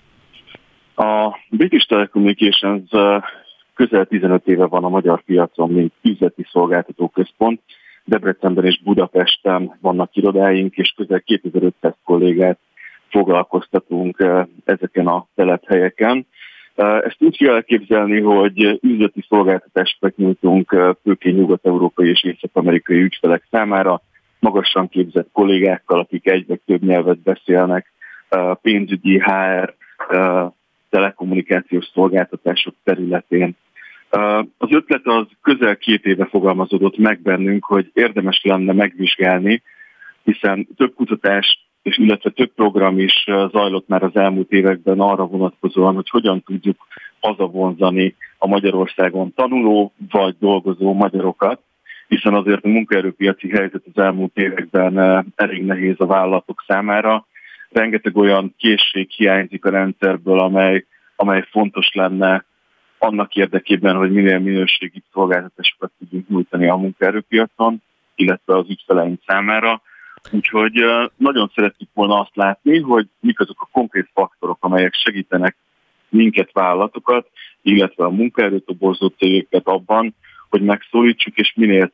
[SPEAKER 10] A British Telecommunications közel 15 éve van a magyar piacon, mint üzleti szolgáltató központ. Debrecenben és Budapesten vannak irodáink, és közel 2500 kollégát foglalkoztatunk ezeken a telephelyeken. Ezt úgy kell elképzelni, hogy üzleti szolgáltatásokat nyújtunk főként nyugat-európai és észak-amerikai ügyfelek számára, magasan képzett kollégákkal, akik egy vagy több nyelvet beszélnek, pénzügyi, HR, telekommunikációs szolgáltatások területén. Az ötlet az közel 2 éve fogalmazódott meg bennünk, hogy érdemes lenne megvizsgálni, hiszen több kutatás és illetve több program is zajlott már az elmúlt években arra vonatkozóan, hogy hogyan tudjuk hazavonzani a Magyarországon tanuló vagy dolgozó magyarokat, hiszen azért a munkaerőpiaci helyzet az elmúlt években elég nehéz a vállalatok számára. Rengeteg olyan készség hiányzik a rendszerből, amely fontos lenne annak érdekében, hogy minél minőségibb szolgáltatásokat tudjunk nyújtani a munkaerőpiacon, illetve az ügyfeleink számára. Úgyhogy nagyon szeretjük volna azt látni, hogy mik azok a konkrét faktorok, amelyek segítenek minket, vállalatokat, illetve a munkaerőtoborzó cégeket abban, hogy megszólítsuk, és minél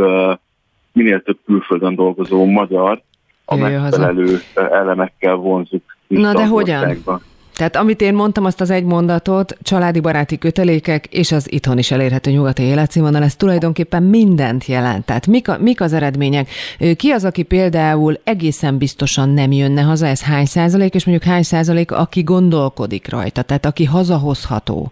[SPEAKER 10] több külföldön dolgozó magyar a megfelelő elemekkel vonzuk.
[SPEAKER 2] Na de hogyan? Tehát amit én mondtam, azt az egy mondatot, családi baráti kötelékek és az itthon is elérhető nyugati életszínvonal, ez tulajdonképpen mindent jelent. Tehát mik az eredmények? Ki az, aki például egészen biztosan nem jönne haza, ez hány százalék, és mondjuk hány százalék, aki gondolkodik rajta, tehát aki hazahozható?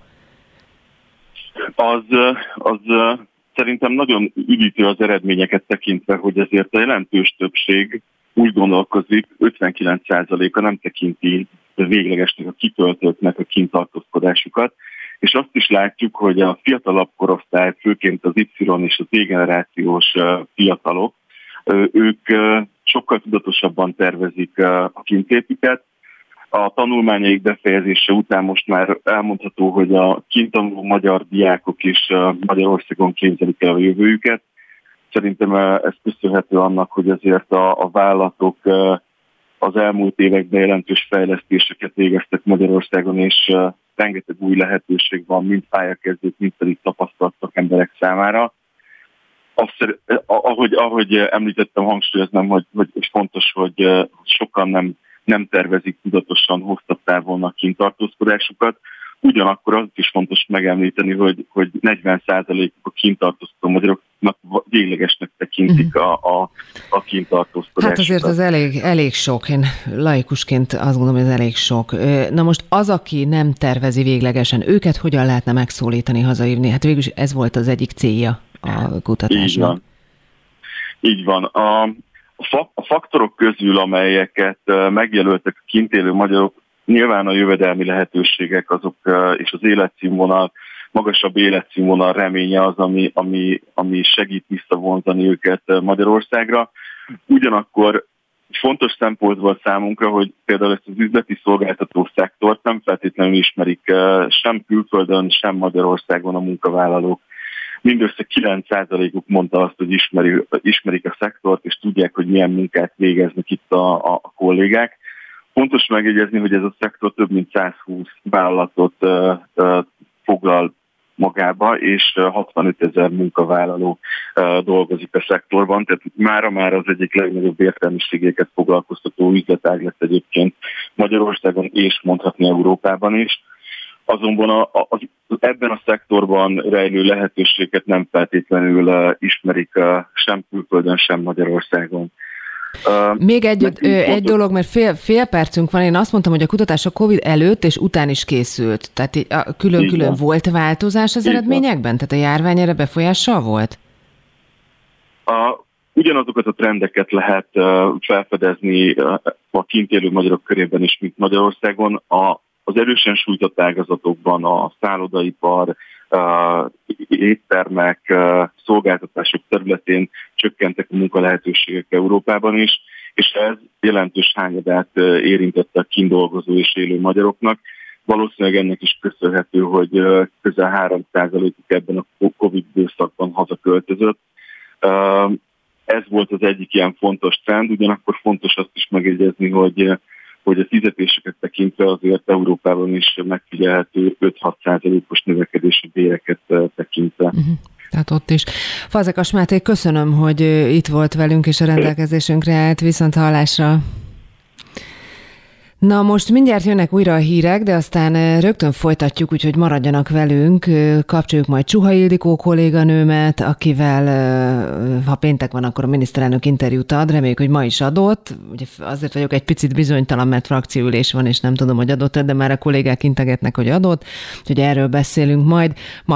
[SPEAKER 10] Az szerintem nagyon üdítő az eredményeket tekintve, hogy ezért a jelentős többség úgy gondolkozik, 59%-a nem tekinti véglegesnek, a kitöltöttnek a kintartózkodásukat, és azt is látjuk, hogy a fiatalabb korosztály, főként az Y és az Z-generációs fiatalok, ők sokkal tudatosabban tervezik a kintétüket. A tanulmányaik befejezése után most már elmondható, hogy a kintanuló magyar diákok is Magyarországon képzelik el a jövőjüket. Szerintem ez köszönhető annak, hogy azért a vállalatok az elmúlt években jelentős fejlesztéseket végeztek Magyarországon, és rengeteg új lehetőség van, mind pályakezdők, mind pedig tapasztalt szakemberek számára. Ahogy említettem, hangsúlyoznám, hogy fontos, hogy sokan nem tervezik tudatosan hosszabb távon a kintartózkodásukat. Ugyanakkor az is fontos megemlíteni, hogy 40% a kintartózkodó magyaroknak véglegesnek tekintik a kintartózkodásukat.
[SPEAKER 2] Hát azért az elég sok. Én laikusként azt gondolom, hogy ez elég sok. Na most az, aki nem tervezi véglegesen, őket hogyan lehetne megszólítani, hazahívni? Hát végülis ez volt az egyik célja a kutatásnak.
[SPEAKER 10] Így van. A faktorok közül, amelyeket megjelöltek a kint élő magyarok, nyilván a jövedelmi lehetőségek azok, és az életszínvonal, magasabb életszínvonal reménye az, ami segít visszavonzani őket Magyarországra. Ugyanakkor fontos szempont volt számunkra, hogy például ezt az üzleti szolgáltató szektort nem feltétlenül ismerik sem külföldön, sem Magyarországon a munkavállalók. Mindössze 9%-uk mondta azt, hogy ismerik a szektort, és tudják, hogy milyen munkát végeznek itt a kollégák. Fontos megjegyezni, hogy ez a szektor több mint 120 vállalatot foglal magába, és 65 000 munkavállaló dolgozik a szektorban, tehát már az egyik legnagyobb értelmiségeket foglalkoztató üzletág lett egyébként Magyarországon, és mondhatni Európában is. Azonban ebben a szektorban rejlő lehetőséget nem feltétlenül ismerik sem külföldön, sem Magyarországon.
[SPEAKER 2] Még egy dolog, mert fél percünk van. Én azt mondtam, hogy a kutatás a Covid előtt és után is készült. Tehát külön-külön volt változás az eredményekben? Tehát a járvány erre befolyással volt?
[SPEAKER 10] Ugyanazokat a trendeket lehet felfedezni a kint élő magyarok körében is, mint Magyarországon. Az erősen sújtott ágazatokban a szállodaipar, éttermek, szolgáltatások területén csökkentek a munkalehetőségek Európában is, és ez jelentős hányadát érintette a kint dolgozó és élő magyaroknak. Valószínűleg ennek is köszönhető, hogy közel 3%-uk ebben a Covid időszakban hazaköltözött. Ez volt az egyik ilyen fontos trend, ugyanakkor fontos azt is megjegyezni, hogy a fizetéseket tekintve azért Európában is megfigyelhető 5-6%-os növekedés a béreket tekintve.
[SPEAKER 2] Tehát ott is. Fazekas Máté, köszönöm, hogy itt volt velünk és a rendelkezésünkre állt. Viszont hallásra. Na most mindjárt jönnek újra a hírek, de aztán rögtön folytatjuk, úgyhogy maradjanak velünk. Kapcsoljuk majd Csuha Ildikó kolléganőmet, akivel, ha péntek van, akkor a miniszterelnök interjút ad. Reméljük, hogy ma is adott. Ugye azért vagyok egy picit bizonytalan, mert frakcióülés van, és nem tudom, hogy adott, de már a kollégák integetnek, hogy adott. Úgyhogy erről beszélünk majd.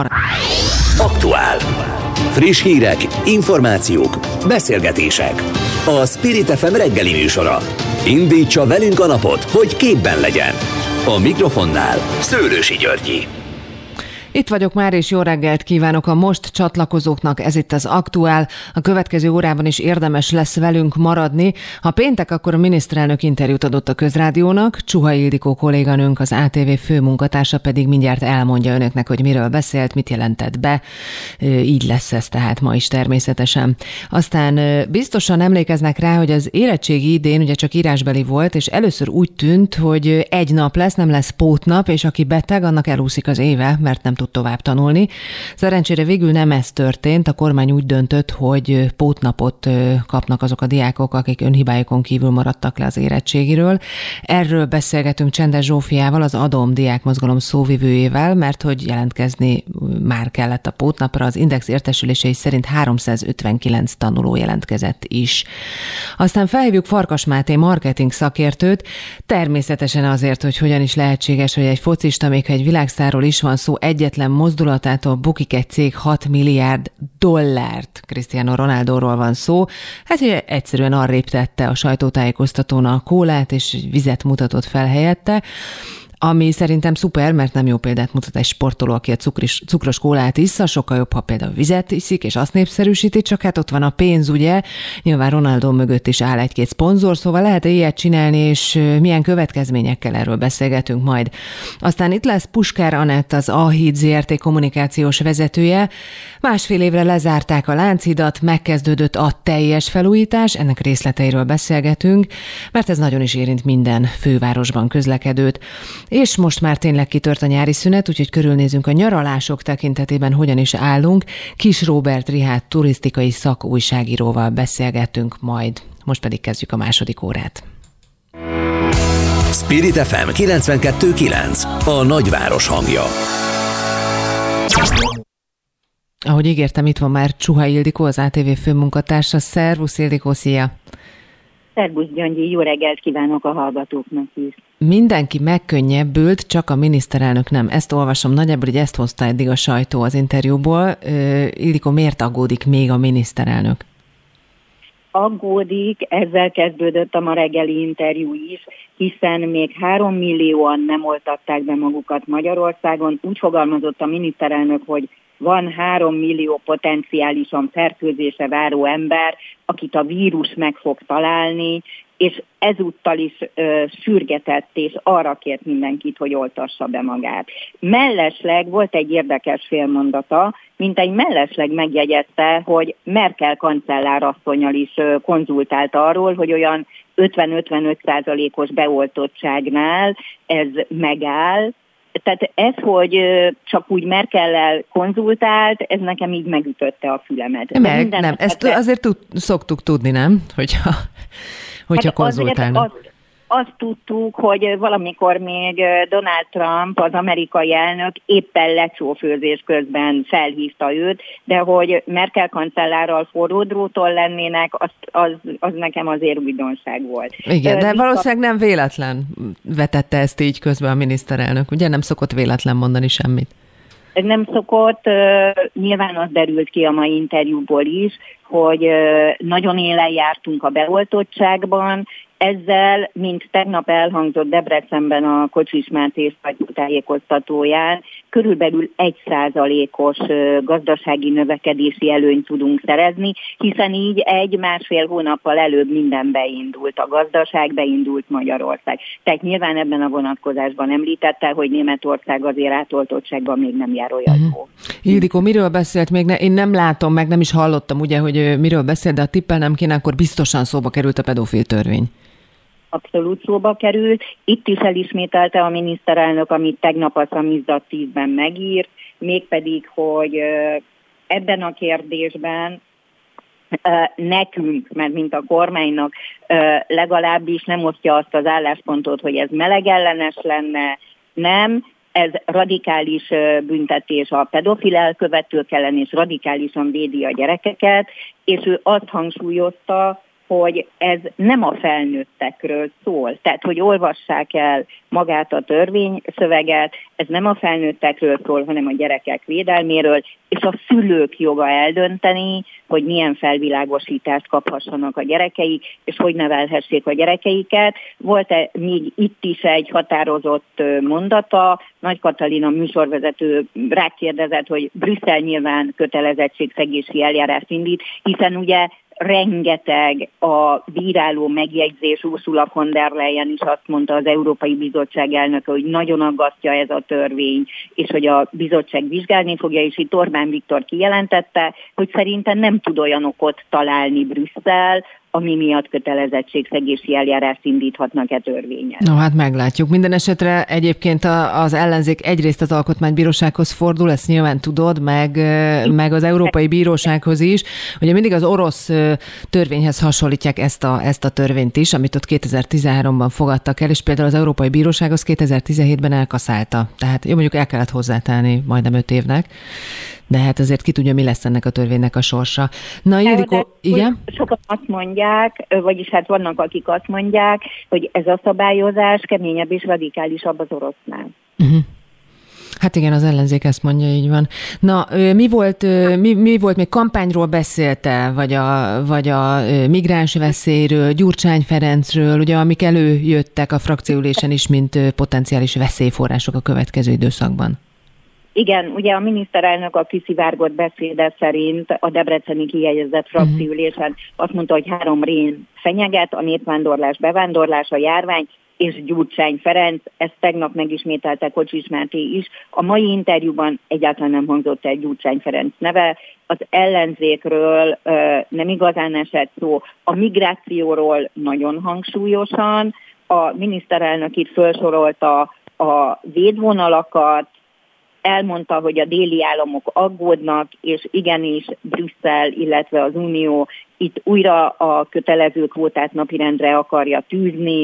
[SPEAKER 1] Aktuál. Friss hírek, információk, beszélgetések. A Spirit FM reggeli műsora. Indítsa velünk a napot, hogy képben legyen. A mikrofonnál Szőlősi Györgyi.
[SPEAKER 2] Itt vagyok már, és jó reggelt kívánok a most csatlakozóknak, ez itt az Aktuál. A következő órában is érdemes lesz velünk maradni. Ha péntek, akkor a miniszterelnök interjút adott a Közrádiónak, Csuha Ildikó kolléganőnk, az ATV főmunkatársa pedig mindjárt elmondja önöknek, hogy miről beszélt, mit jelentett be. Így lesz ez tehát ma is természetesen. Aztán biztosan emlékeznek rá, hogy az érettségi idén ugye csak írásbeli volt, és először úgy tűnt, hogy egy nap lesz, nem lesz pótnap, és aki beteg, annak elúszik az éve, mert nem tud tovább tanulni. Szerencsére végül nem ez történt, a kormány úgy döntött, hogy pótnapot kapnak azok a diákok, akik önhibájukon kívül maradtak le az érettségiről. Erről beszélgetünk Csendes Zsófiával, az ADOM diákmozgalom szóvivőjével, mert hogy jelentkezni már kellett a pótnapra, az Index értesülései szerint 359 tanuló jelentkezett is. Aztán felhívjuk Farkas Máté marketing szakértőt, természetesen azért, hogy hogyan is lehetséges, hogy egy focista, még ha egy világsztárról is van szó, egyetlen mozdulatától bukik egy cég $6 milliárd. Cristiano Ronaldóról van szó. Hát ugye egyszerűen arrébb tette a sajtótájékoztatón a kólát, és vizet mutatott fel helyette, ami szerintem szuper, mert nem jó példát mutat egy sportoló, aki a cukros kólát issza, sokkal jobb, ha például vizet iszik, és azt népszerűsíti, csak hát ott van a pénz, ugye? Nyilván Ronaldo mögött is áll egy-két szponzor, szóval lehet ilyet csinálni, és milyen következményekkel, erről beszélgetünk majd. Aztán itt lesz Puskár Anett, az A-Híd Zrt. Kommunikációs vezetője. Másfél évre lezárták a Lánchidat, megkezdődött a teljes felújítás, ennek részleteiről beszélgetünk, mert ez nagyon is érint minden fővárosban közlekedőt. És most már tényleg kitört a nyári szünet, úgyhogy körülnézünk a nyaralások tekintetében, hogyan is állunk. Kis Róbert Rihárd turisztikai szakújságíróval beszélgettünk majd. Most pedig kezdjük a második órát.
[SPEAKER 1] Spirit FM 92.9, a nagyváros hangja.
[SPEAKER 2] Ahogy ígértem, itt van már Csuha Ildikó, az ATV főmunkatársa. Szervusz Ildikó, szia!
[SPEAKER 11] Szervusz Gyöngyi, jó reggelt kívánok a hallgatóknak is.
[SPEAKER 2] Mindenki megkönnyebbült, csak a miniszterelnök nem. Ezt olvasom nagyjából, hogy ezt hozta eddig a sajtó az interjúból. Ildikó, miért aggódik még a miniszterelnök?
[SPEAKER 11] aggódik, ezzel kezdődött a ma reggeli interjú is, hiszen még 3 millióan nem oltatták be magukat Magyarországon. Úgy fogalmazott a miniszterelnök, hogy van 3 millió potenciálisan fertőzésre váró ember, akit a vírus meg fog találni, és ezúttal is sürgetett, és arra kért mindenkit, hogy oltassa be magát. Mellesleg volt egy érdekes félmondata, mint egy mellesleg megjegyezte, hogy Merkel kancellárasszonnyal is konzultált arról, hogy olyan 50-55%-os beoltottságnál ez megáll. Tehát ez, hogy csak úgy Merkellel konzultált, ez nekem így megütötte a fülemet.
[SPEAKER 2] Nem, ezt azért szoktuk tudni, nem? Hogyha konzultálnak.
[SPEAKER 11] Azt tudtuk, hogy valamikor még Donald Trump, az amerikai elnök éppen lecsófőzés közben felhívta őt, de hogy Merkel kancellárral forró dróton lennének, az nekem azért újdonság volt.
[SPEAKER 2] Igen, de valószínűleg nem véletlen vetette ezt így közben a miniszterelnök. Ugye nem szokott véletlen mondani semmit.
[SPEAKER 11] Nem szokott, nyilván az derült ki a mai interjúból is, hogy nagyon élen jártunk a beoltottságban. Ezzel, mint tegnap elhangzott Debrecenben a Kocsis Máté sajtótájékoztatóján, körülbelül 1%-os gazdasági növekedési előnyt tudunk szerezni, hiszen így 1-1,5 hónappal előbb minden beindult, a gazdaság beindult Magyarország. Tehát nyilván ebben a vonatkozásban említette, hogy Németország azért átoltottságban még nem jár olyan jó.
[SPEAKER 2] Ildikó, miről beszélt még? Én nem látom, meg nem is hallottam, ugye, hogy miről beszélt, de ha tippelnem kéne, akkor biztosan szóba került a pedofil törvény.
[SPEAKER 11] Abszolút szóba került. Itt is elismételte a miniszterelnök, amit tegnap a Szamizdat 10-ben megírt, mégpedig, hogy ebben a kérdésben nekünk, mert mint a kormánynak legalábbis nem osztja azt az álláspontot, hogy ez melegellenes lenne, nem. Ez radikális büntetés a pedofil elkövetők ellen, és radikálisan védi a gyerekeket, és ő azt hangsúlyozta, hogy ez nem a felnőttekről szól. Tehát, hogy olvassák el magát a törvényszöveget, ez nem a felnőttekről szól, hanem a gyerekek védelméről, és a szülők joga eldönteni, hogy milyen felvilágosítást kaphassanak a gyerekeik, és hogy nevelhessék a gyerekeiket. Volt még itt is egy határozott mondata, Nagy Katalin, a műsorvezető rákérdezett, hogy Brüsszel nyilván kötelezettségszegési eljárást indít, hiszen ugye rengeteg a bíráló megjegyzés, Ursula von der Leyen is azt mondta, az Európai Bizottság elnöke, hogy nagyon aggasztja ez a törvény, és hogy a bizottság vizsgálni fogja, és itt Orbán Viktor kijelentette, hogy szerintem nem tud olyan okot találni Brüsszel, ami miatt kötelezettségszegési eljárást indíthatnak törvényen.
[SPEAKER 2] No, hát meglátjuk. Minden esetre egyébként az ellenzék egyrészt az Alkotmánybírósághoz fordul, ezt nyilván tudod, meg az Európai Bírósághoz is. Ugye mindig az orosz törvényhez hasonlítják ezt a törvényt is, amit ott 2013-ban fogadtak el, és például az Európai Bíróság az 2017-ben elkaszálta. Tehát jó, mondjuk el kellett hozzátenni majdnem 5 évnek. De hát azért ki tudja, mi lesz ennek a törvénynek a sorsa. Na, Ildikó, igen?
[SPEAKER 11] Sokan azt mondják, vagyis hát vannak, akik azt mondják, hogy ez a szabályozás keményebb és radikálisabb az orosznál.
[SPEAKER 2] Uh-huh. Hát igen, az ellenzék ezt mondja, így van. Na, mi volt még kampányról beszélte, vagy a migráns veszélyről, Gyurcsány Ferencről, ugye, amik előjöttek a frakcióülésen is, mint potenciális veszélyforrások a következő időszakban?
[SPEAKER 11] Igen, ugye a miniszterelnök a kiszivárgott beszéde szerint a debreceni kijegyezett frakcióülésen azt mondta, hogy 3 rém fenyeget, a népvándorlás, bevándorlás, a járvány és Gyurcsány Ferenc, ezt tegnap megismételte Kocsis Máté is. A mai interjúban egyáltalán nem hangzott el Gyurcsány Ferenc neve, az ellenzékről nem igazán esett szó, a migrációról nagyon hangsúlyosan, a miniszterelnök itt felsorolta a védvonalakat, elmondta, hogy a déli államok aggódnak, és igenis Brüsszel, illetve az Unió itt újra a kötelező kvótát napirendre akarja tűzni.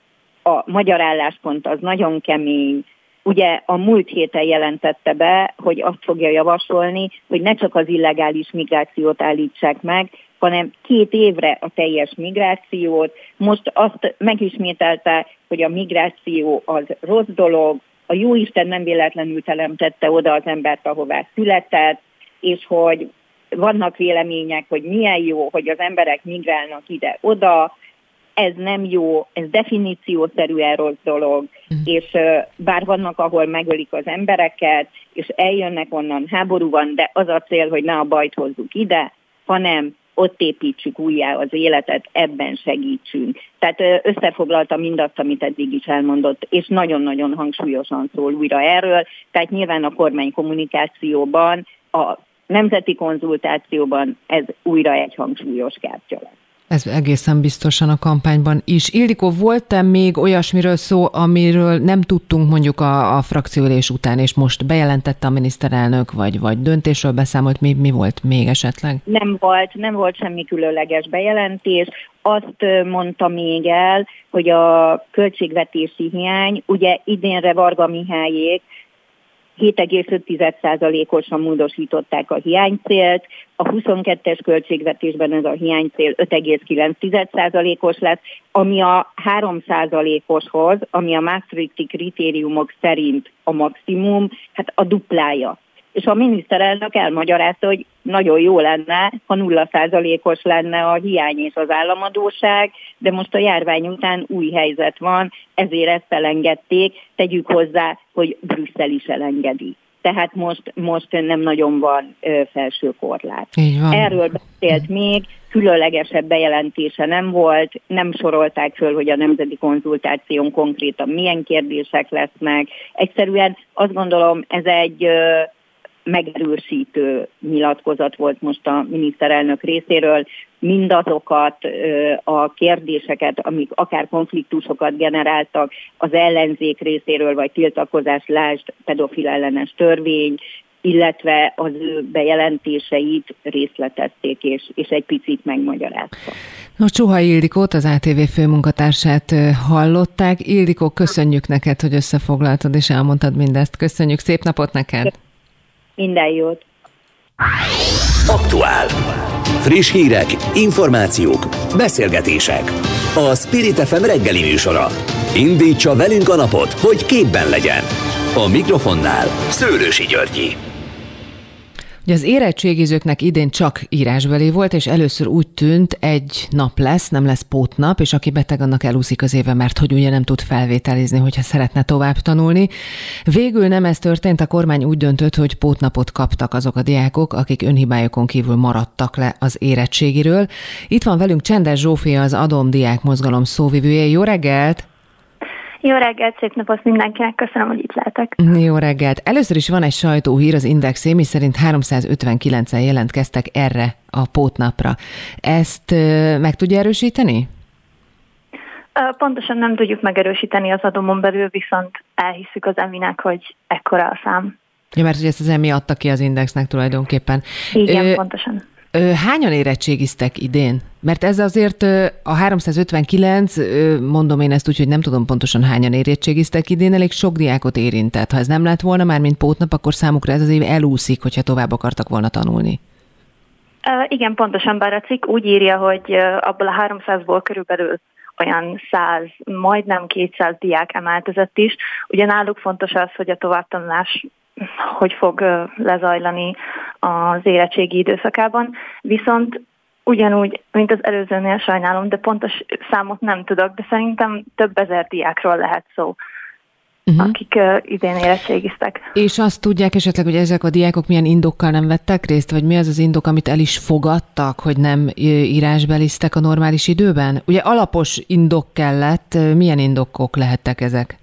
[SPEAKER 11] A magyar álláspont az nagyon kemény. Ugye a múlt héten jelentette be, hogy azt fogja javasolni, hogy ne csak az illegális migrációt állítsák meg, hanem 2 évre a teljes migrációt. Most azt megismételte, hogy a migráció az rossz dolog, a jóisten nem véletlenül teremtette oda az embert, ahová született, és hogy vannak vélemények, hogy milyen jó, hogy az emberek migrálnak ide-oda, ez nem jó, ez definíciószerűen rossz dolog, és bár vannak, ahol megölik az embereket, és eljönnek onnan, háború van, de az a cél, hogy ne a bajt hozzuk ide, hanem ott építsük újjá az életet, ebben segítsünk. Tehát összefoglalta mindazt, amit eddig is elmondott, és nagyon-nagyon hangsúlyosan szól újra erről. Tehát nyilván a kormány kommunikációban, a nemzeti konzultációban ez újra egy hangsúlyos kártya lesz.
[SPEAKER 2] Ez egészen biztosan a kampányban is. Ildikó, volt-e még olyasmiről szó, amiről nem tudtunk mondjuk a frakcióülés után, és most bejelentette a miniszterelnök, vagy döntésről beszámolt, mi volt még esetleg?
[SPEAKER 11] Nem volt semmi különleges bejelentés. Azt mondta még el, hogy a költségvetési hiány, ugye idénre Varga Mihályék 7,5%-osan módosították a hiánycélt, a 22-es költségvetésben ez a hiánycél 5,9%-os lesz, ami a 3%-oshoz, ami a Maastrichti kritériumok szerint a maximum, hát a duplája. És a miniszterelnök elmagyarázta, hogy nagyon jó lenne, ha 0%-os lenne a hiány és az államadósság, de most a járvány után új helyzet van, ezért ezt elengedték, tegyük hozzá, hogy Brüsszel is elengedi. Tehát most nem nagyon van felső korlát. Erről beszélt még, különlegesebb bejelentése nem volt, nem sorolták föl, hogy a nemzeti konzultáción konkrétan milyen kérdések lesznek. Egyszerűen azt gondolom, ez egy megerősítő nyilatkozat volt most a miniszterelnök részéről. Mindazokat a kérdéseket, amik akár konfliktusokat generáltak az ellenzék részéről, vagy tiltakozás, lásd pedofil ellenes törvény, illetve az ő bejelentéseit részletezték, és egy picit megmagyaráztak.
[SPEAKER 2] No, Csuhai Ildikót, az ATV főmunkatársát hallották. Ildikó, köszönjük neked, hogy összefoglaltad és elmondtad mindezt. Köszönjük, szép napot neked!
[SPEAKER 11] Minden jót!
[SPEAKER 1] Aktuál. Friss hírek, információk, beszélgetések. A Spirit FM reggeli műsora. Indítsa velünk a napot, hogy képben legyen. A mikrofonnál Szőlősi Györgyi.
[SPEAKER 2] Ugye az érettségizőknek idén csak írásbeli volt, és először úgy tűnt, egy nap lesz, nem lesz pótnap, és aki beteg, annak elúszik az éve, mert hogy ugye nem tud felvételizni, hogyha szeretne tovább tanulni. Végül nem ez történt, a kormány úgy döntött, hogy pótnapot kaptak azok a diákok, akik önhibájukon kívül maradtak le az érettségiről. Itt van velünk Csendes Zsófia, az Adom Diák Mozgalom szóvivője. Jó reggelt!
[SPEAKER 12] Jó reggelt, szép napot mindenkinek, köszönöm, hogy itt lehetek.
[SPEAKER 2] Jó reggelt. Először is van egy sajtóhír az Indexé, mi szerint 359-en jelentkeztek erre a pótnapra. Ezt meg tudja erősíteni?
[SPEAKER 12] Pontosan nem tudjuk megerősíteni az Adomon belül, viszont elhisszük az EMI-nek, hogy ekkora a szám.
[SPEAKER 2] Ja, mert hogy ezt az EMI adta ki az Indexnek tulajdonképpen.
[SPEAKER 12] Igen, pontosan.
[SPEAKER 2] Hányan érettségiztek idén? Mert ez azért a 359, mondom én ezt úgy, hogy nem tudom pontosan hányan érettségiztek idén, elég sok diákot érintett. Ha ez nem lett volna már, mint pótnap, akkor számukra ez az év elúszik, hogyha tovább akartak volna tanulni.
[SPEAKER 12] Igen, pontosan, bár a cikk úgy írja, hogy abból a 300-ból körülbelül olyan 100, majdnem 200 diák emelkedett is. Ugye náluk fontos az, hogy a továbbtanulás hogy fog lezajlani az érettségi időszakában. Viszont ugyanúgy, mint az előzőnél, sajnálom, de pontos számot nem tudok, de szerintem több ezer diákról lehet szó, akik idén érettségiztek.
[SPEAKER 2] És azt tudják esetleg, hogy ezek a diákok milyen indokkal nem vettek részt, vagy mi az az indok, amit el is fogadtak, hogy nem írásbeliztek a normális időben? Ugye alapos indok kellett, milyen indokok lehettek ezek?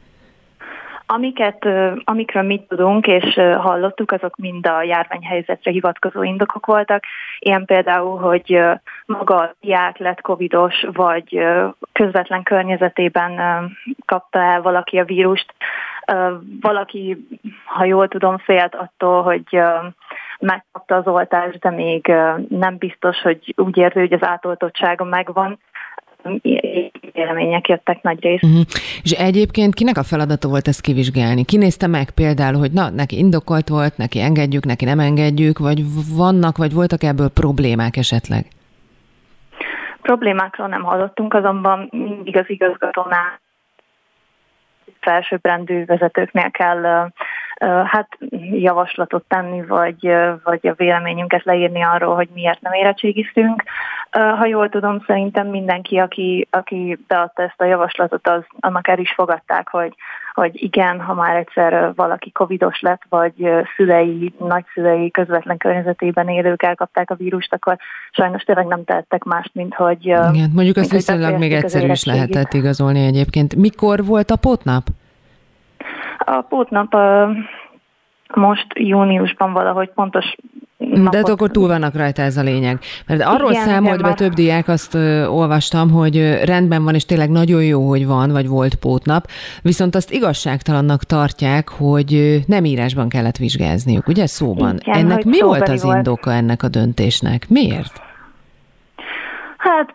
[SPEAKER 12] Amikről mit tudunk és hallottuk, azok mind a járványhelyzetre hivatkozó indokok voltak. Ilyen például, hogy maga a diák lett covidos, vagy közvetlen környezetében kapta el valaki a vírust. Valaki, ha jól tudom, félt attól, hogy megkapta az oltást, de még nem biztos, hogy úgy érzi, hogy az átoltottsága megvan. Vélemények jöttek nagy részt.
[SPEAKER 2] És egyébként kinek a feladata volt ezt kivizsgálni? Ki nézte meg például, hogy neki indokolt volt, neki engedjük, neki nem engedjük, vagy voltak ebből problémák esetleg?
[SPEAKER 12] Problémákról nem hallottunk, azonban mindig az igazgatónál felsőbbrendű vezetőknél kell javaslatot tenni, vagy a véleményünket leírni arról, hogy miért nem érettségiztünk. Ha jól tudom, szerintem mindenki, aki beadta ezt a javaslatot, annak el is fogadták, hogy igen, ha már egyszer valaki covidos lett, vagy szülei, nagyszülei közvetlen környezetében élők elkapták a vírust, akkor sajnos tényleg nem tehettek mást, mint hogy...
[SPEAKER 2] Igen, mondjuk azt viszonylag még egyszerű is lehetett igazolni egyébként. Mikor volt a pótnap?
[SPEAKER 12] A pótnap most júniusban valahogy pontos napot...
[SPEAKER 2] De akkor túl vannak rajta, ez a lényeg. Mert arról számolt be több diák, azt olvastam, hogy rendben van, és tényleg nagyon jó, hogy van, vagy volt pótnap, viszont azt igazságtalannak tartják, hogy nem írásban kellett vizsgázniuk, ugye szóban?
[SPEAKER 12] Igen,
[SPEAKER 2] ennek mi volt az indoka ennek a döntésnek? Miért?
[SPEAKER 12] Hát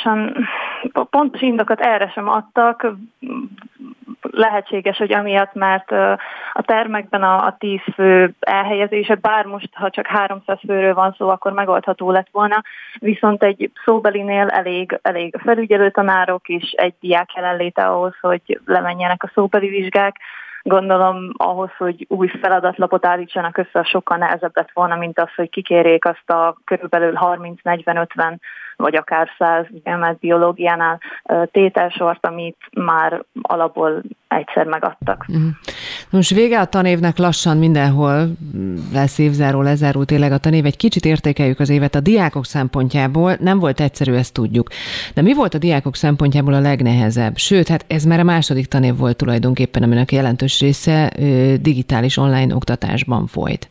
[SPEAKER 12] pontos indokat erre sem adtak. Lehetséges, hogy amiatt, mert a termekben a 10 fő elhelyezése, bár most, ha csak 300 főről van szó, akkor megoldható lett volna, viszont egy szóbelinél elég a felügyelő tanárok és egy diák jelenléte ahhoz, hogy lemenjenek a szóbeli vizsgák. Gondolom ahhoz, hogy új feladatlapot állítsanak össze, sokkal nehezebb lett volna, mint az, hogy kikérjék azt a körülbelül 30-40-50 vagy akár 100 emelt biológiánál tételsort, amit már alapból egyszer megadtak.
[SPEAKER 2] Most vége a tanévnek, lassan mindenhol lesz évzáró, lezárult tényleg a tanév. Egy kicsit értékeljük az évet a diákok szempontjából. Nem volt egyszerű, ezt tudjuk. De mi volt a diákok szempontjából a legnehezebb? Sőt, hát ez már a második tanév volt tulajdonképpen, aminek jelentős része digitális online oktatásban folyt.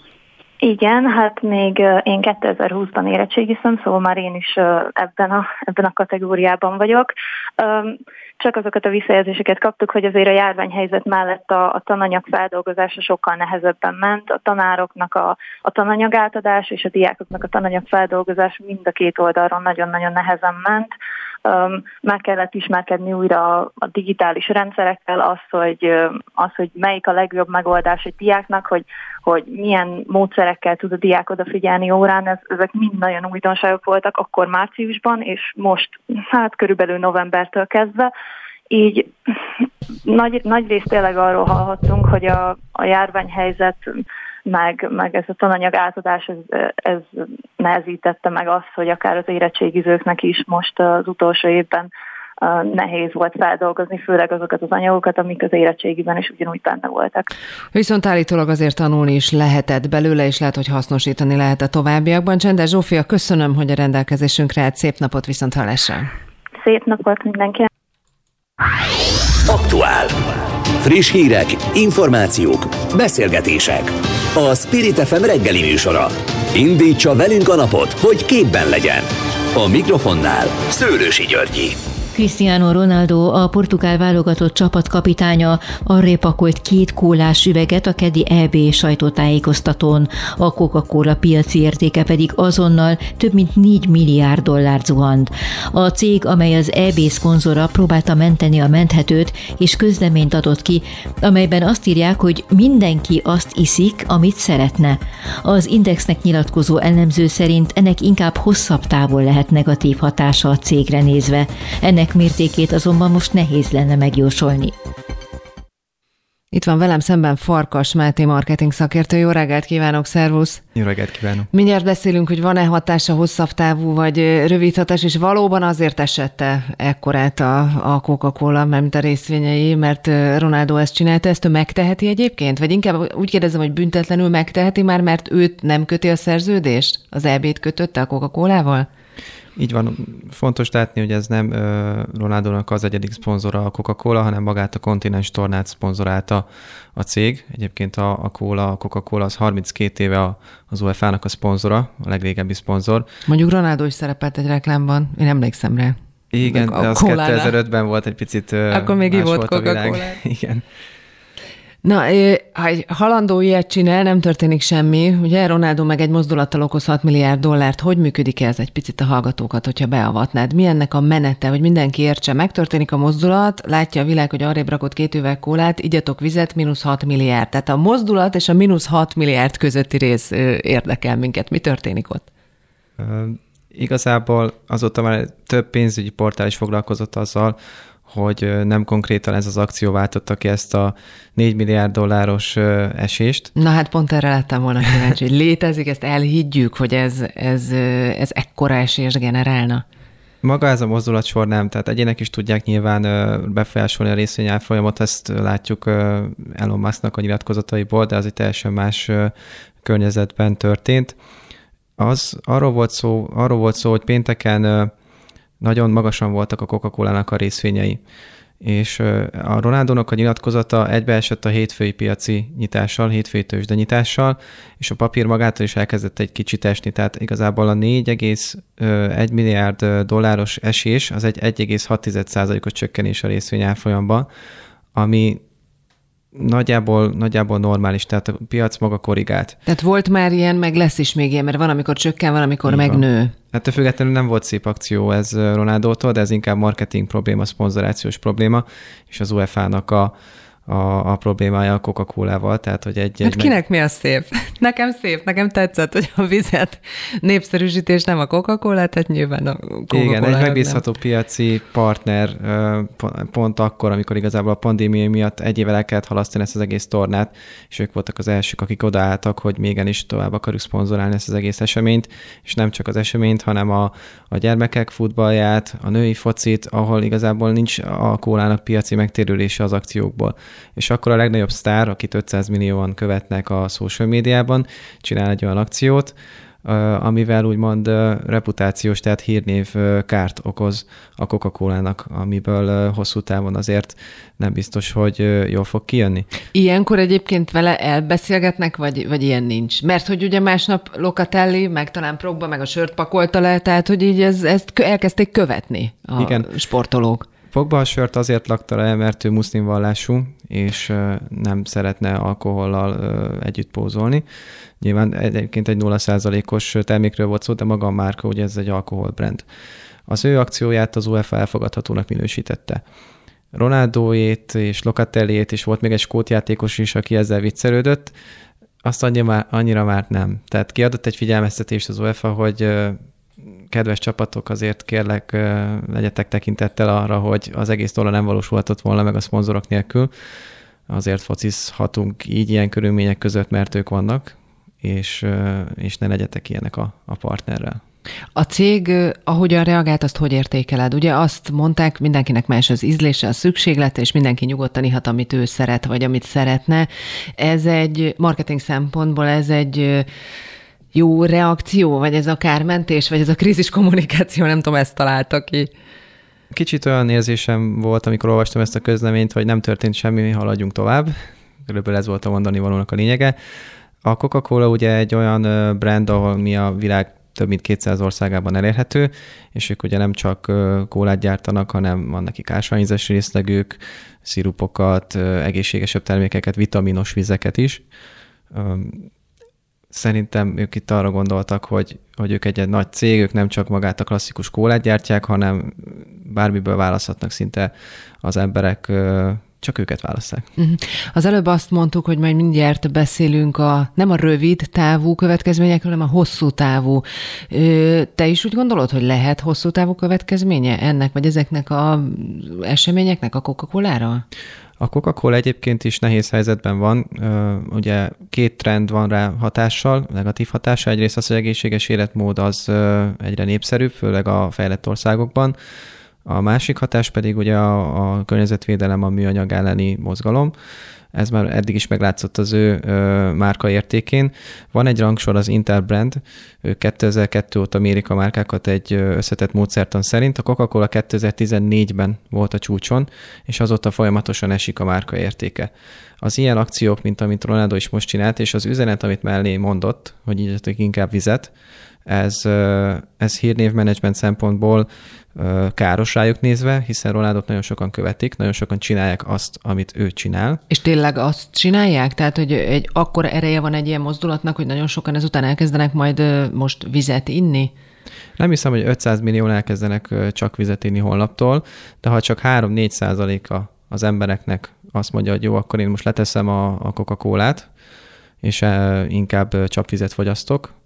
[SPEAKER 12] Igen, hát még én 2020-ban érettségiztem, szóval már én is ebben a kategóriában vagyok. Csak azokat a visszajelzéseket kaptuk, hogy azért a járványhelyzet mellett a tananyag feldolgozása sokkal nehezebben ment. A tanároknak a tananyag átadás és a diákoknak a tananyag feldolgozás mind a két oldalról nagyon-nagyon nehezen ment. Meg kellett ismerkedni újra a digitális rendszerekkel, az, hogy melyik a legjobb megoldás egy diáknak, hogy milyen módszerekkel tud a diák odafigyelni órán, ezek mind nagyon újdonságok voltak akkor márciusban, és most körülbelül novembertől kezdve. Így nagy részt tényleg arról hallhattunk, hogy a járványhelyzet meg ez a tananyag átadás, ez nehezítette meg azt, hogy akár az érettségizőknek is most az utolsó évben nehéz volt feldolgozni, főleg azokat az anyagokat, amik az érettségiben is ugyanúgy benne voltak.
[SPEAKER 2] Viszont állítólag azért tanulni is lehetett belőle, és lehet, hogy hasznosítani lehet a továbbiakban. Csendes Zsófia, köszönöm, hogy a rendelkezésünkre állt. Szép napot, viszont hallásra!
[SPEAKER 12] Szép napot mindenki!
[SPEAKER 1] Aktuál. Friss hírek, információk, beszélgetések. A Spirit FM reggeli műsora. Indítsa velünk a napot, hogy képben legyen. A mikrofonnál Szőrősi Györgyi.
[SPEAKER 5] Cristiano Ronaldo, a portugál válogatott csapatkapitánya arrébb pakolt 2 kólás üveget a keddi EB sajtótájékoztatón. A Coca-Cola piaci értéke pedig azonnal több mint $4 milliárd zuhant. A cég, amely az EB szponzora, próbálta menteni a menthetőt, és közleményt adott ki, amelyben azt írják, hogy mindenki azt iszik, amit szeretne. Az Indexnek nyilatkozó elemző szerint ennek inkább hosszabb távon lehet negatív hatása a cégre nézve. Ennek mértékét azonban most nehéz lenne megjósolni.
[SPEAKER 2] Itt van velem szemben Farkas Máté marketing szakértő. Jó reggelt kívánok, szervusz!
[SPEAKER 13] Jó reggelt kívánok! Mindjárt
[SPEAKER 2] beszélünk, hogy van-e hatása hosszabb távú vagy rövid hatás, és valóban azért esette ekkorát a Coca-Cola, mint a részvényei, mert Ronaldo ezt csinálta. Ezt ő megteheti egyébként? Vagy inkább úgy kérdezem, hogy büntetlenül megteheti már, mert őt nem köti a szerződést? Az EB-t kötötte a Coca-Colával?
[SPEAKER 13] Így van, fontos látni, hogy ez nem Ronaldónak az egyedik szponzora a Coca-Cola, hanem magát a kontinens tornát szponzorálta a cég. Egyébként a Coca-Cola az 32 éve az UEFA-nak a szponzora, a legrégebbi szponzor.
[SPEAKER 2] Mondjuk Ronaldo is szerepelt egy reklámban, én emlékszem rá.
[SPEAKER 13] Igen, de az 2005-ben volt egy picit
[SPEAKER 2] akkor még
[SPEAKER 13] más
[SPEAKER 2] volt
[SPEAKER 13] volt a világ.
[SPEAKER 2] Igen. Na, ha egy halandó ilyet csinál, nem történik semmi. Ugye Ronaldo meg egy mozdulattal okoz $6 milliárd. Hogy működik ez egy picit a hallgatókat, hogyha beavatnád? Mi ennek a menete, hogy mindenki értse? Megtörténik a mozdulat, látja a világ, hogy arrébb rakott 2 üveg kólát, igyatok vizet, -6 milliárd. Tehát a mozdulat és a -6 milliárd közötti rész érdekel minket. Mi történik ott?
[SPEAKER 13] Igazából azóta már több pénzügyi portál is foglalkozott azzal, hogy nem konkrétan ez az akció váltotta ki ezt a $4 milliárd esést.
[SPEAKER 2] Na hát pont erre lettem volna kíváncsi, hogy létezik, ezt elhiggyük, hogy ez ekkora esést generálna.
[SPEAKER 13] Maga ez a mozdulatsor nem, tehát egyének is tudják nyilván befolyásolni a részvényárfolyamot, ezt látjuk Elon Musknak a nyilatkozataiból, de az egy teljesen más környezetben történt. Arról volt szó, hogy pénteken nagyon magasan voltak a Coca-Colának a részvényei, és a Ronaldónak a nyilatkozata egybeesett a hétfői piaci nyitással, hétfői tőzsdenyitással, és a papír magától is elkezdett egy kicsit esni, tehát igazából a $4,1 milliárd esés az egy 1,6%-os csökkenés a részvényárfolyamban, ami nagyjából normális, tehát a piac maga korrigált.
[SPEAKER 2] Tehát volt már ilyen, meg lesz is még ilyen, mert van, amikor csökken, van, amikor megnő.
[SPEAKER 13] Hát függetlenül nem volt szép akció ez Ronaldótól, de ez inkább marketing probléma, szponzorációs probléma, és az UEFA-nak a problémája a Coca-Colával, tehát hogy
[SPEAKER 2] kinek mi a szép? Nekem tetszett, hogy a vizet népszerűsítés nem a Coca-Cola, tehát nyilván a Coca-Cola.
[SPEAKER 13] Igen, egy megbízható piaci partner pont akkor, amikor igazából a pandémia miatt egy évvel el kellett halasztani ezt az egész tornát, és ők voltak az elsők, akik odaálltak, hogy igenis tovább akarjuk szponzorálni ezt az egész eseményt, és nem csak az eseményt, hanem a gyermekek futballját, a női focit, ahol igazából nincs a kólának piaci megtérülése az akciókból. És akkor a legnagyobb sztár, akit 500 millióan követnek a social médiában, csinál egy olyan akciót, amivel úgymond reputációs, tehát hírnév kárt okoz a Coca-Colának, amiből hosszú távon azért nem biztos, hogy jól fog kijönni.
[SPEAKER 2] Ilyenkor egyébként vele elbeszélgetnek, vagy ilyen nincs? Mert hogy ugye másnap Locatelli, meg talán Progba, meg a sört pakolta le, tehát hogy így ezt elkezdték követni a sportolók.
[SPEAKER 13] Pogba a sört azért lakta le, mert ő muszlim vallású, és nem szeretne alkohollal együtt pózolni. Nyilván egyébként egy 0%-os termékről volt szó, de maga a márka, ugye ez egy alkoholbrand. Az ő akcióját az UEFA elfogadhatónak minősítette. Ronaldóét és Locatelliét, és volt még egy skót játékos is, aki ezzel viccelődött, azt annyira már nem. Tehát kiadott egy figyelmeztetést az UEFA, hogy kedves csapatok, azért kérlek, legyetek tekintettel arra, hogy az egész dolog nem valósulhatott volna meg a szponzorok nélkül. Azért focizhatunk így ilyen körülmények között, mert ők vannak, és ne legyetek ilyenek a partnerrel.
[SPEAKER 2] A cég ahogyan reagált, azt hogy értékeled? Ugye azt mondták, mindenkinek más az ízlése, a szükséglete, és mindenki nyugodtan ihat, amit ő szeret, vagy amit szeretne. Ez egy marketing szempontból, ez egy jó reakció, vagy ez a kármentés, vagy ez a krízis kommunikáció, nem tudom, ezt találta ki.
[SPEAKER 13] Kicsit olyan érzésem volt, amikor olvastam ezt a közleményt, hogy nem történt semmi, haladjunk tovább. Körülbelül ez volt a mondani valónak a lényege. A Coca-Cola ugye egy olyan brand, ahol mi a világ több mint 200 országában elérhető, és ők ugye nem csak kólát gyártanak, hanem van nekik ásványvizes részlegük, szirupokat, egészségesebb termékeket, vitaminos vizeket is. Szerintem ők itt arra gondoltak, hogy ők egy nagy cég, ők nem csak magát a klasszikus kólát gyártják, hanem bármiből választhatnak szinte az emberek, csak őket válasszák.
[SPEAKER 2] Az előbb azt mondtuk, hogy majd mindjárt beszélünk nem a rövid távú következményekről, hanem a hosszú távú. Te is úgy gondolod, hogy lehet hosszú távú következménye ennek, vagy ezeknek az eseményeknek a Coca-Colára?
[SPEAKER 13] A Coca-Cola egyébként is nehéz helyzetben van. Ugye két trend van rá hatással, negatív hatása. Egyrészt az, hogy egészséges életmód az egyre népszerűbb, főleg a fejlett országokban. A másik hatás pedig ugye a környezetvédelem, a műanyag elleni mozgalom. Ez már eddig is meglátszott az ő márka értékén. Van egy rangsor, az Interbrand, ők 2002 óta mérik a márkákat egy összetett módszertan szerint. A Coca-Cola 2014-ben volt a csúcson, és azóta folyamatosan esik a márka értéke. Az ilyen akciók, mint amit Ronaldo is most csinált, és az üzenet, amit mellé mondott, hogy igyatok inkább vizet, ez hírnévmenedzsment szempontból káros rájuk nézve, hiszen Ronaldot nagyon sokan követik, nagyon sokan csinálják azt, amit ő csinál.
[SPEAKER 2] És tényleg azt csinálják? Tehát, hogy egy akkora ereje van egy ilyen mozdulatnak, hogy nagyon sokan ezután elkezdenek majd most vizet inni?
[SPEAKER 13] Nem hiszem, hogy 500 millióan elkezdenek csak vizet inni holnaptól, de ha csak 3-4% az embereknek azt mondja, hogy jó, akkor én most leteszem a Coca-Colát, és inkább csapvizet fogyasztok,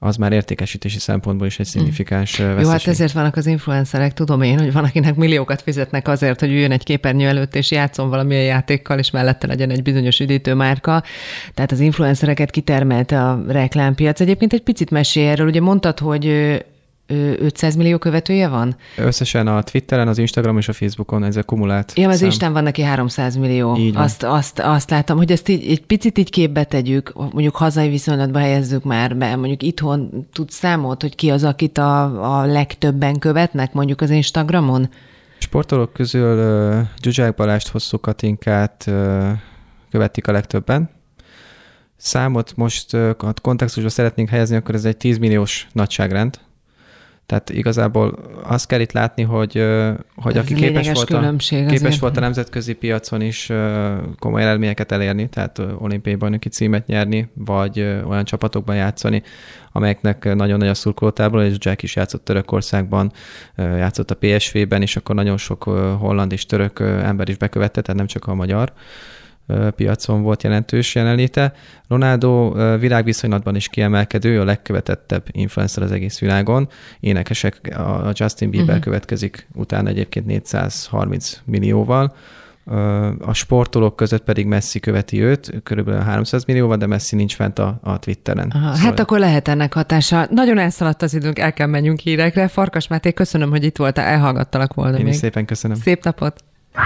[SPEAKER 13] az már értékesítési szempontból is egy szignifikáns veszteség.
[SPEAKER 2] Jó, hát ezért vannak az influencerek, tudom én, hogy van, akinek milliókat fizetnek azért, hogy üljön egy képernyő előtt, és játszon valamilyen játékkal, és mellette legyen egy bizonyos üdítőmárka. Tehát az influencereket kitermelte a reklámpiac. Egyébként egy picit mesélj erről, ugye mondtad, hogy 500 millió követője van?
[SPEAKER 13] Összesen a Twitteren, az Instagram és a Facebookon ez a kumulált
[SPEAKER 2] szám. Az Instán van neki 300 millió. Azt láttam, hogy ezt így, egy picit így képbe tegyük, mondjuk hazai viszonylatba helyezzük már be, mondjuk itthon tudsz számolt, hogy ki az, akit a legtöbben követnek, mondjuk az Instagramon?
[SPEAKER 13] Sportolók közül Zsuzsák Balást, Hosszú Katinkát követik a legtöbben. Számot most a kontextusba szeretnénk helyezni, akkor ez egy 10 milliós nagyságrend. Tehát igazából azt kell itt látni, hogy aki képes volt a nemzetközi piacon is komoly eredményeket elérni, tehát olimpiai bajnoki címet nyerni, vagy olyan csapatokban játszani, amelyeknek nagyon nagy a szurkolótábor, és Jack is játszott Törökországban, játszott a PSV-ben, és akkor nagyon sok holland és török ember is bekövette, tehát nem csak a magyar piacon volt jelentős jelenléte. Ronaldo világviszonylatban is kiemelkedő, a legkövetettebb influencer az egész világon. Énekesek, a Justin Bieber következik, utána egyébként 430 millióval. A sportolók között pedig Messi követi őt, körülbelül 300 millióval, de Messi nincs fent a Twitteren.
[SPEAKER 2] Szóval... Hát akkor lehet ennek hatása. Nagyon elszaladt az időnk, el kell menjünk hírekre. Farkas Máté, köszönöm, hogy itt voltál, elhallgattalak volna még.
[SPEAKER 13] Én is szépen köszönöm.
[SPEAKER 2] Szép napot!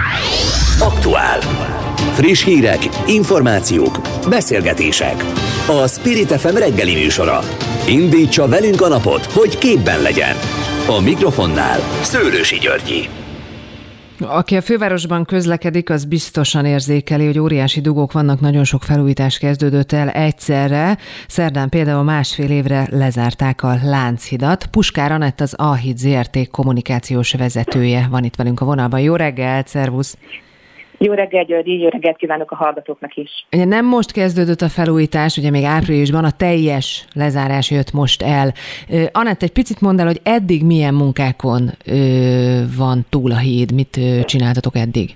[SPEAKER 1] Aktuál. Friss hírek, információk, beszélgetések. A Spirit FM reggeli műsora. Indítsa velünk a napot, hogy képben legyen. A mikrofonnál Szőlősi Györgyi.
[SPEAKER 2] Aki a fővárosban közlekedik, az biztosan érzékeli, hogy óriási dugók vannak, nagyon sok felújítás kezdődött el egyszerre. Szerdán például 1,5 évre lezárták a Lánchidat. Puskár Anett, az A-híd ZRT kommunikációs vezetője van itt velünk a vonalban. Jó reggelt, szervusz!
[SPEAKER 14] Jó reggel, Györgyi, jó reggelt kívánok a hallgatóknak is.
[SPEAKER 2] Ugye nem most kezdődött a felújítás, ugye még áprilisban a teljes lezárás jött most el. Anett, egy picit mondd el, hogy eddig milyen munkákon van túl a híd, mit csináltatok eddig?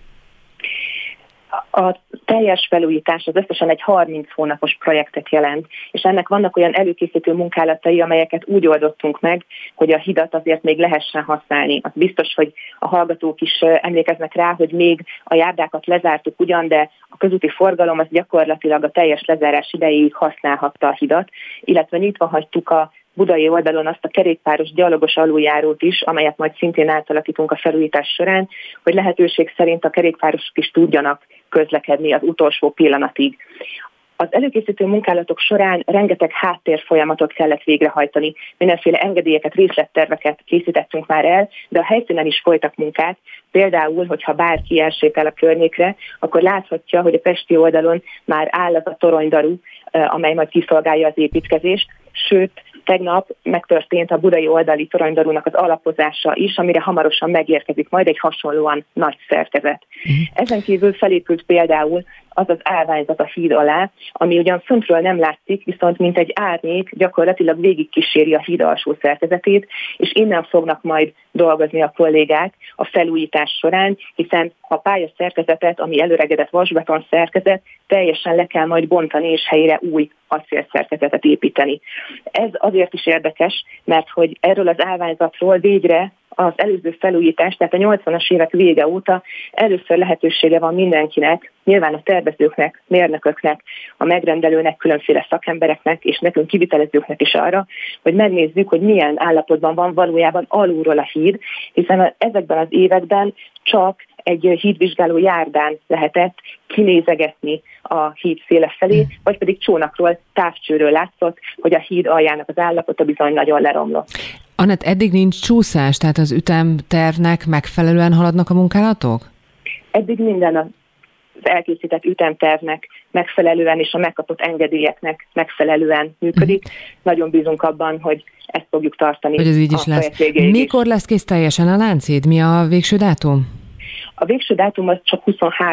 [SPEAKER 14] A teljes felújítás az összesen egy 30 hónapos projektet jelent, és ennek vannak olyan előkészítő munkálatai, amelyeket úgy oldottunk meg, hogy a hidat azért még lehessen használni. Az biztos, hogy a hallgatók is emlékeznek rá, hogy még a járdákat lezártuk ugyan, de a közúti forgalom az gyakorlatilag a teljes lezárás idejéig használhatta a hidat, illetve nyitva hagytuk a budai oldalon azt a kerékpáros gyalogos aluljárót is, amelyet majd szintén átalakítunk a felújítás során, hogy lehetőség szerint a kerékpárosok is tudjanak közlekedni az utolsó pillanatig. Az előkészítő munkálatok során rengeteg háttérfolyamatot kellett végrehajtani, mindenféle engedélyeket, részletterveket készítettünk már el, de a helyszínen is folytak munkák. Például, hogyha bárki elsétál a környékre, akkor láthatja, hogy a pesti oldalon már áll az a toronydaru, amely majd kiszolgálja az építkezést, sőt, tegnap megtörtént a budai oldali toronydarúnak az alapozása is, amire hamarosan megérkezik majd egy hasonlóan nagy szerkezet. Ezen kívül felépült például az az állványzat a híd alá, ami ugyan föntről nem látszik, viszont mint egy árnyék gyakorlatilag végigkíséri a híd alsó szerkezetét, és innen fognak majd dolgozni a kollégák a felújítás során, hiszen a pályaszerkezetet, ami előregedett vasbeton szerkezet, teljesen le kell majd bontani, és helyére új acélszerkezetet építeni. Ez azért is érdekes, mert hogy erről az állványzatról végre az előző felújítás, tehát a 80-as évek vége óta először lehetősége van mindenkinek, nyilván a tervezőknek, mérnököknek, a megrendelőnek, különféle szakembereknek és nekünk kivitelezőknek is arra, hogy megnézzük, hogy milyen állapotban van valójában alulról a híd, hiszen ezekben az években csak egy hídvizsgáló járdán lehetett kinézegetni a híd széle felé, vagy pedig csónakról, távcsőről látszott, hogy a híd aljának az állapota bizony nagyon leromlott.
[SPEAKER 2] Anett, eddig nincs csúszás, tehát az ütemtervnek megfelelően haladnak a munkálatok?
[SPEAKER 14] Eddig minden az elkészített ütemtervnek megfelelően és a megkapott engedélyeknek megfelelően működik. Nagyon bízunk abban, hogy ezt fogjuk tartani.
[SPEAKER 2] Hogy ez így is lesz. Mikor lesz kész teljesen a Lánchíd? Mi a végső dátum?
[SPEAKER 14] A végső dátum az csak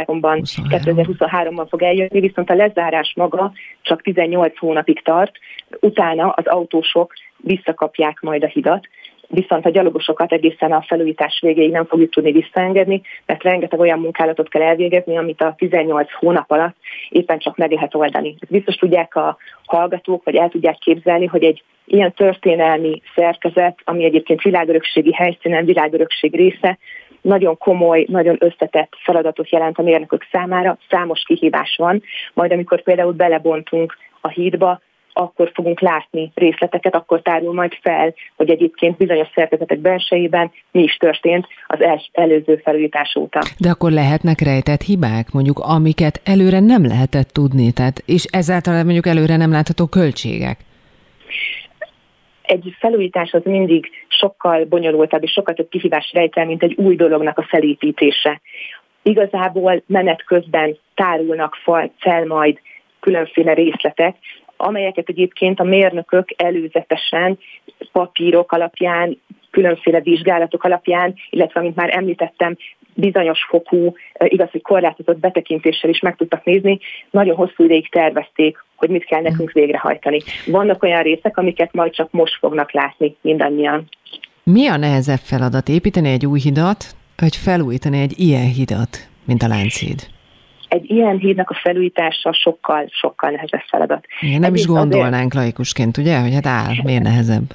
[SPEAKER 14] 2023-ban fog eljönni, viszont a lezárás maga csak 18 hónapig tart, utána az autósok visszakapják majd a hidat. viszont a gyalogosokat egészen a felújítás végéig nem fogjuk tudni visszaengedni, mert rengeteg olyan munkálatot kell elvégezni, amit a 18 hónap alatt éppen csak meg lehet oldani. Biztos tudják a hallgatók, vagy el tudják képzelni, hogy egy ilyen történelmi szerkezet, ami egyébként világörökségi helyszínen, világörökség része, nagyon komoly, nagyon összetett feladatot jelent a mérnökök számára, számos kihívás van, majd amikor például belebontunk a hídba, akkor fogunk látni részleteket, akkor tárul majd fel, hogy egyébként bizonyos szerkezetek belsejében mi is történt az előző felújítás óta.
[SPEAKER 2] De akkor lehetnek rejtett hibák, mondjuk, amiket előre nem lehetett tudni, tehát, és ezáltal mondjuk előre nem látható költségek?
[SPEAKER 14] Egy felújítás az mindig sokkal bonyolultabb és sokkal több kihívás rejt el, mint egy új dolognak a felépítése. Igazából menet közben tárulnak fel majd különféle részletek, amelyeket egyébként a mérnökök előzetesen papírok alapján, különféle vizsgálatok alapján, illetve, mint már említettem, bizonyos fokú, igaz, hogy korlátozott betekintéssel is meg tudtak nézni, nagyon hosszú ideig tervezték, hogy mit kell nekünk végrehajtani. Vannak olyan részek, amiket majd csak most fognak látni mindannyian.
[SPEAKER 2] Mi a nehezebb feladat? Építeni egy új hidat, vagy felújítani egy ilyen hidat, mint a Lánchíd?
[SPEAKER 14] Egy ilyen hídnak a felújítása sokkal nehezebb feladat.
[SPEAKER 2] Igen, nem is gondolnánk laikusként, ugye, hogy hát miért nehezebb?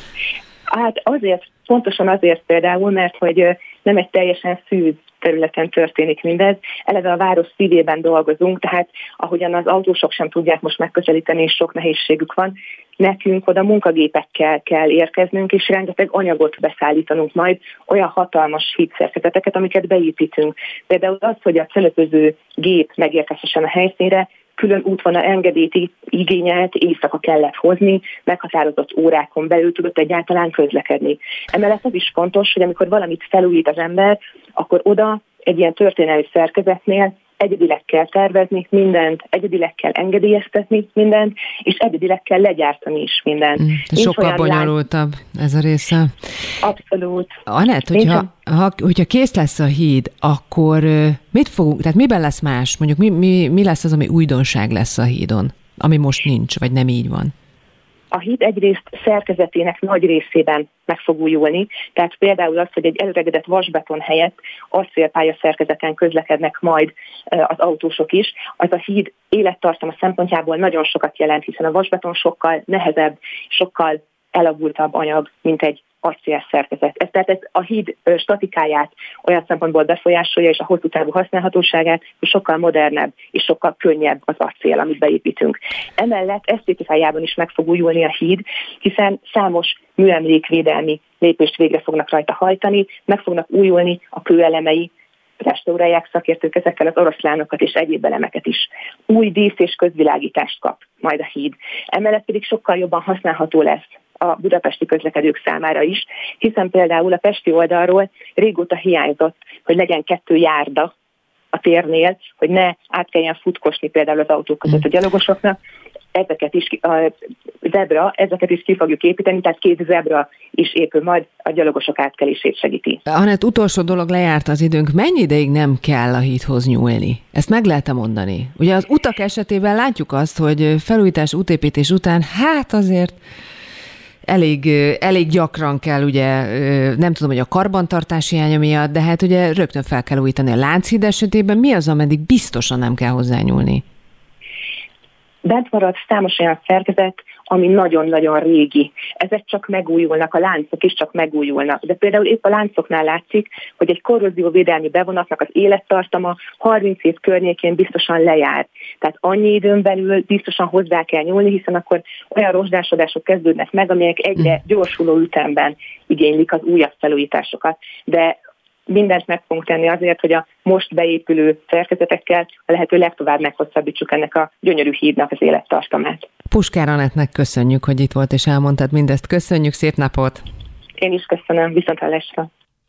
[SPEAKER 14] Hát pontosan azért például, mert hogy nem egy teljesen szűz területen történik mindez. Eleve a város szívében dolgozunk, tehát ahogyan az autósok sem tudják most megközelíteni, és sok nehézségük van, nekünk oda munkagépekkel kell érkeznünk, és rengeteg anyagot beszállítanunk majd, olyan hatalmas hídszerkezeteket, amiket beépítünk. Például az, hogy a celöpöző gép megérkezhessen a helyszínre, külön útvonal engedélyt igényelt, éjszaka kellett hozni, meghatározott órákon belül tudott egyáltalán közlekedni. Emellett az is fontos, hogy amikor valamit felújít az ember, akkor oda egy ilyen történelmi szerkezetnél egyedileg kell tervezni mindent, egyedileg kell engedélyeztetni mindent, és egyedileg kell legyártani is mindent.
[SPEAKER 2] Sokkal bonyolultabb ez a része.
[SPEAKER 14] Abszolút.
[SPEAKER 2] Anett, hogyha kész lesz a híd, akkor mit fogunk, tehát miben lesz más? Mondjuk mi lesz az, ami újdonság lesz a hídon, ami most nincs, vagy nem így van?
[SPEAKER 14] A híd egyrészt szerkezetének nagy részében meg fog újulni, tehát például az, hogy egy elöregedett vasbeton helyett acélpálya szerkezeten közlekednek majd az autósok is, az a híd élettartama szempontjából nagyon sokat jelent, hiszen a vasbeton sokkal nehezebb, sokkal elavultabb anyag, mint egy acél szerkezet. Tehát ez a híd statikáját olyan szempontból befolyásolja, és a hosszú távú használhatóságát, hogy sokkal modernebb és sokkal könnyebb az acél, amit beépítünk. Emellett esztétikájában is meg fog újulni a híd, hiszen számos műemlékvédelmi lépést végre fognak rajta hajtani, meg fognak újulni a kőelemei, restaurálják szakértők ezekkel az oroszlánokat és egyéb elemeket is. Új dísz és közvilágítást kap majd a híd. Emellett pedig sokkal jobban használható lesz a budapesti közlekedők számára is, hiszen például a pesti oldalról régóta hiányzott, hogy legyen 2 járda a térnél, hogy ne át kelljen futkosni például az autók között a gyalogosoknak. Ezeket is ki fogjuk építeni, tehát 2 zebra is épül majd, a gyalogosok átkelését segíti.
[SPEAKER 2] Anett, utolsó dolog, lejárt az időnk. Mennyi ideig nem kell a hídhoz nyúlni? Ezt meg lehet mondani? Ugye az utak esetében látjuk azt, hogy felújítás, útépítés után, hát azért elég gyakran kell, ugye, nem tudom, hogy a karbantartás hiánya miatt, de hát ugye rögtön fel kell újítani. A Lánchíd esetében mi az, ameddig biztosan nem kell hozzányúlni?
[SPEAKER 14] Bent marad számos olyan szerkezet, ami nagyon-nagyon régi. Ezek csak megújulnak, a láncok is csak megújulnak. De például épp a láncoknál látszik, hogy egy korrózióvédelmi bevonatnak az élettartama 30 év környékén biztosan lejár. Tehát annyi időn belül biztosan hozzá kell nyúlni, hiszen akkor olyan rozsdásodások kezdődnek meg, amelyek egyre gyorsuló ütemben igénylik az újabb felújításokat. De mindent meg fogunk tenni azért, hogy a most beépülő szerkezetekkel a lehető legtovább meghosszabbítsuk ennek a gyönyörű hídnak az élettartamát.
[SPEAKER 2] Puskár Anettnek köszönjük, hogy itt volt és elmondtad mindezt. Köszönjük, szép napot!
[SPEAKER 14] Én is köszönöm, viszonthallásra!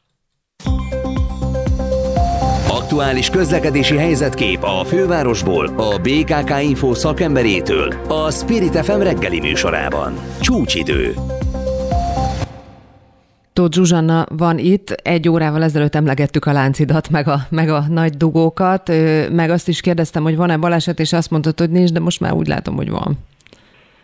[SPEAKER 1] Aktuális közlekedési helyzetkép a fővárosból, a BKK Info szakemberétől, a Spirit FM reggeli műsorában. Csúcsidő.
[SPEAKER 2] Tóth Zsuzsanna van itt, 1 órával ezelőtt emlegettük a Lánchidat, meg a nagy dugókat, meg azt is kérdeztem, hogy van-e baleset, és azt mondtad, hogy nincs, de most már úgy látom, hogy van.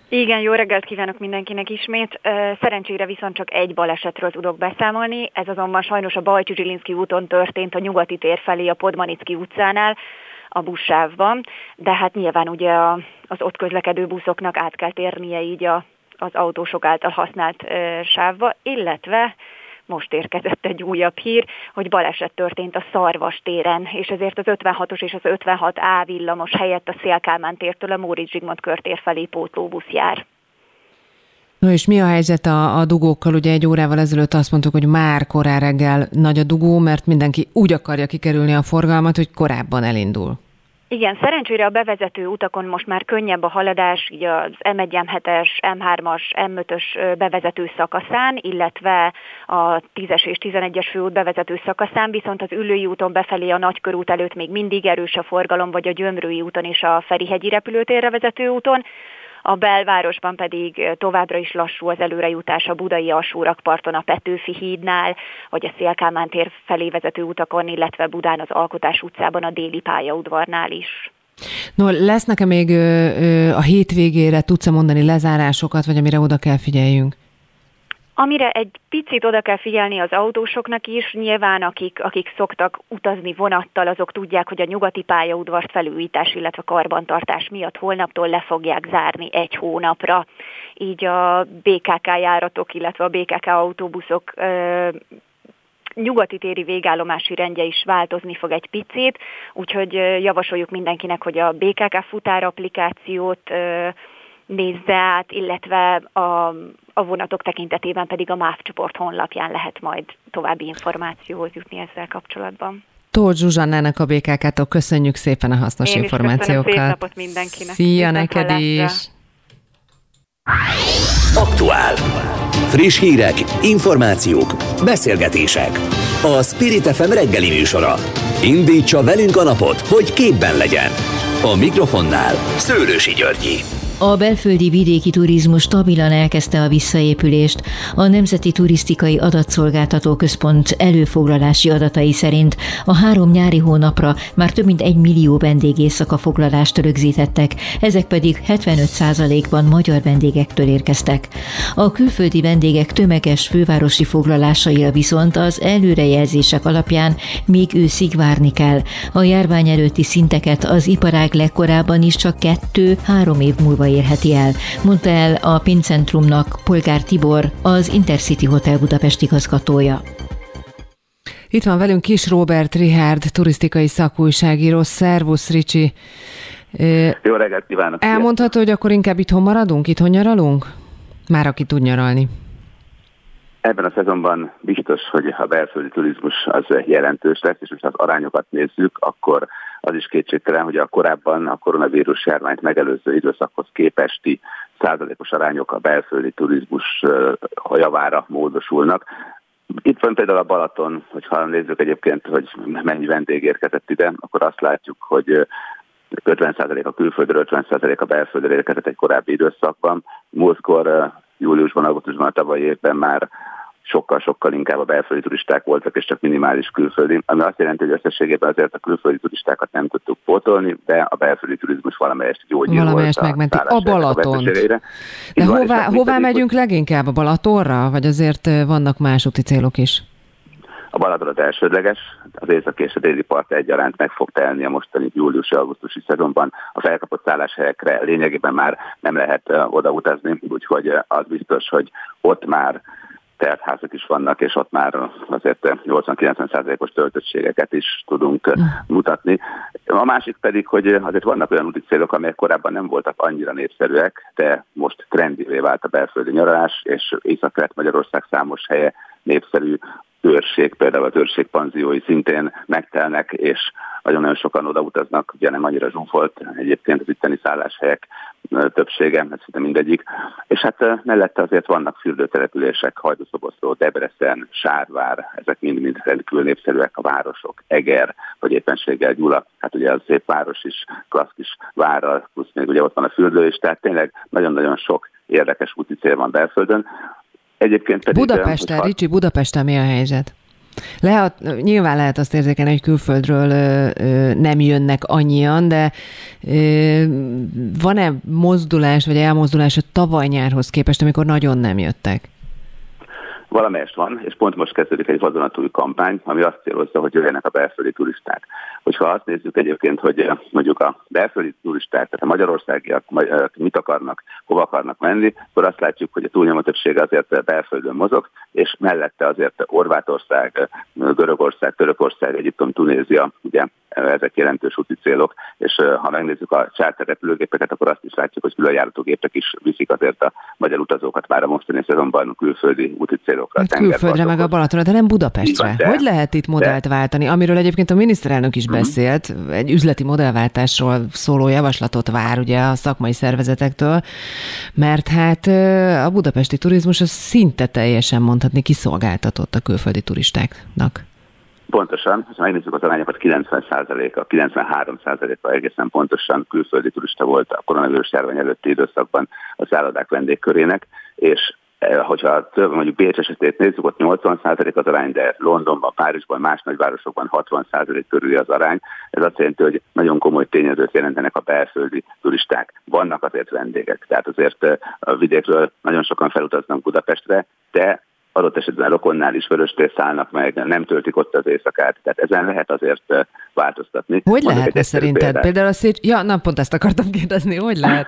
[SPEAKER 8] Igen, jó reggelt kívánok mindenkinek ismét. Szerencsére viszont csak egy balesetről tudok beszámolni, ez azonban sajnos a Bajcsy-Zsilinszky úton történt a nyugati tér felé a Podmanicki utcánál, a buszsávban, de hát nyilván ugye az ott közlekedő buszoknak át kell térnie így az autósok által használt sávba, illetve most érkezett egy újabb hír, hogy baleset történt a Szarvas téren, és ezért az 56-os és az 56A villamos helyett a Széll-Kálmán tértől a Móricz Zsigmond körtér felé pótlóbusz jár.
[SPEAKER 2] No és mi a helyzet a dugókkal? Ugye egy órával ezelőtt azt mondtuk, hogy már korán reggel nagy a dugó, mert mindenki úgy akarja kikerülni a forgalmat, hogy korábban elindul.
[SPEAKER 8] Igen, szerencsére a bevezető utakon most már könnyebb a haladás, így az M1, M7-es, M3-as, M5-ös bevezető szakaszán, illetve a 10-es és 11-es főút bevezető szakaszán, viszont az Üllői úton befelé a Nagykörút előtt még mindig erős a forgalom, vagy a Gyömrői úton és a Ferihegyi repülőtérre vezető úton. A belvárosban pedig továbbra is lassú az előrejutás a budai alsórakparton, a Petőfi hídnál, vagy a Széll-Kálmán tér felé vezető utakon, illetve Budán az Alkotás utcában a déli pályaudvarnál is.
[SPEAKER 2] No, lesz-e még a hétvégére, tudsz-e mondani lezárásokat, vagy amire oda kell figyeljünk?
[SPEAKER 8] Amire egy picit oda kell figyelni az autósoknak is, nyilván akik szoktak utazni vonattal, azok tudják, hogy a nyugati pályaudvart felújítás, illetve karbantartás miatt holnaptól le fogják zárni egy hónapra. Így a BKK járatok, illetve a BKK autóbuszok nyugati téri végállomási rendje is változni fog egy picit, úgyhogy javasoljuk mindenkinek, hogy a BKK futár applikációt nézze át, illetve a vonatok tekintetében pedig a MÁV csoport honlapján lehet majd további információhoz jutni ezzel kapcsolatban.
[SPEAKER 2] Tóth Zsuzsannának a BKK-tól köszönjük szépen a hasznos információkat.
[SPEAKER 8] Köszönöm, szép napot mindenkinek.
[SPEAKER 2] Szia neked is!
[SPEAKER 1] Aktuál. Friss hírek, információk, beszélgetések. A Spirit FM reggeli műsora. Indítsa velünk a napot, hogy képben legyen. A mikrofonnál Szőlősi Györgyi.
[SPEAKER 5] A belföldi vidéki turizmus stabilan elkezdte a visszaépülést. A Nemzeti Turisztikai Adatszolgáltató Központ előfoglalási adatai szerint a 3 nyári hónapra már több mint 1 millió vendégéjszaka-foglalást rögzítettek, ezek pedig 75%-ban magyar vendégektől érkeztek. A külföldi vendégek tömeges fővárosi foglalásaira viszont az előrejelzések alapján még őszig várni kell. A járvány előtti szinteket az iparág legkorábban is csak 2-3 év múlva érheti el, mondta el a Pénzcentrumnak Polgár Tibor, az Intercity Hotel Budapest igazgatója.
[SPEAKER 2] Itt van velünk Kis Róbert Richárd, turisztikai szakújságíró. Szervusz, Ricsi!
[SPEAKER 15] Jó reggelt kívánok!
[SPEAKER 2] Elmondható, hogy akkor inkább itthon maradunk? Itthon nyaralunk? Már aki tud nyaralni.
[SPEAKER 15] Ebben a szezonban biztos, hogy a belföldi turizmus az jelentős lesz, és most az arányokat nézzük, akkor az is kétségtelen, hogy a korábban a koronavírus járványt megelőző időszakhoz képesti százalékos arányok a belföldi turizmus javára módosulnak. Itt van például a Balaton, hogyha nézzük egyébként, hogy mennyi vendég érkezett ide, akkor azt látjuk, hogy 50% a külföldről, 50% a belföldről érkezett egy korábbi időszakban. Múltkor júliusban, augusztusban, a tavalyi évben már sokkal inkább a belföldi turisták voltak, és csak minimális külföldi, ami azt jelenti, hogy összességében azért a külföldi turistákat nem tudtuk pótolni, de a belföldi turizmus valamelyest gyógyír volt
[SPEAKER 2] megmenti. A Balaton. De hová megyünk leginkább? A Balatonra? Vagy azért vannak más úti célok is?
[SPEAKER 15] A Balaton az elsődleges, az északi és a déli part egyaránt meg fog telni a mostani júliusi-augusztusi szezonban. A felkapott szálláshelyekre lényegében már nem lehet oda utazni, úgyhogy az biztos, hogy ott már teltházak is vannak, és ott már azért 80-90%-os töltöttségeket is tudunk mutatni. A másik pedig, hogy azért vannak olyan úti célok, amelyek korábban nem voltak annyira népszerűek, de most trendivé vált a belföldi nyaralás, és Észak-Kelet-Magyarország számos helye népszerű. Őrség, például az őrség panziói szintén megtelnek, és nagyon sokan odautaznak, ugye nem annyira zsúfolt egyébként az itteni szálláshelyek többsége, ez szinte mindegyik. És hát mellette azért vannak fürdőtelepülések, Hajdúszoboszló, Debrecen, Sárvár, ezek mind rendkívül népszerűek a városok, Eger, vagy éppenséggel Gyula, hát ugye az szép város is, klassz kis várral, plusz még ugye ott van a fürdő is, tehát tényleg nagyon-nagyon sok érdekes úti cél van belföldön. Egyébként pedig,
[SPEAKER 2] Budapesten, Ricsi, Budapesten mi a helyzet? Nyilván lehet azt érzékelni, hogy külföldről nem jönnek annyian, de van-e mozdulás vagy elmozdulás a tavaly nyárhoz képest, amikor nagyon nem jöttek?
[SPEAKER 15] Valamelyest van, és pont most kezdődik egy vadonatúj kampány, ami azt célozza, hogy jöjjenek a belföldi turisták. Hogyha azt nézzük egyébként, hogy mondjuk a belföldi turisták, tehát a magyarországiak mit akarnak, hova akarnak menni, akkor azt látjuk, hogy a túlnyomó többsége azért belföldön mozog, és mellette azért Horvátország, Görögország, Törökország, Egyiptom, Tunézia, ugye ezek jelentős úti célok, és ha megnézzük a charter repülőgépeket, akkor azt is látjuk, hogy különjáratógépek is viszik azért a magyar utazókat már a mostani szezonban külföldi úti célokra.
[SPEAKER 2] Hát külföldre meg a Balatonra, de nem Budapestre. Hogy lehet itt modellt váltani? Amiről egyébként a miniszterelnök is beszélt, egy üzleti modellváltásról szóló javaslatot vár ugye a szakmai szervezetektől, mert hát a budapesti turizmus az szinte teljesen mondhatni kiszolgáltatott a külföldi turistáknak.
[SPEAKER 15] Pontosan, ha megnézzük az arányokat, 90%-a, 93%-a egészen pontosan külföldi turista volt a koronavírus járvány előtti időszakban a szállodák vendégkörének, és hogyha mondjuk Bécs esetét nézzük, ott 80% az arány, de Londonban, Párizsban, más nagyvárosokban 60% körüli az arány. Ez azt jelenti, hogy nagyon komoly tényezőt jelentenek a belföldi turisták. Vannak azért vendégek, tehát azért a vidékről nagyon sokan felutaznak Budapestre, de adott esetben rokonnál is Vöröstér szállnak meg, nem töltik ott az éjszakát, tehát ezen lehet azért változtatni.
[SPEAKER 2] Hogy lehetne szerinted? Például pont ezt akartam kérdezni, hogy lehet?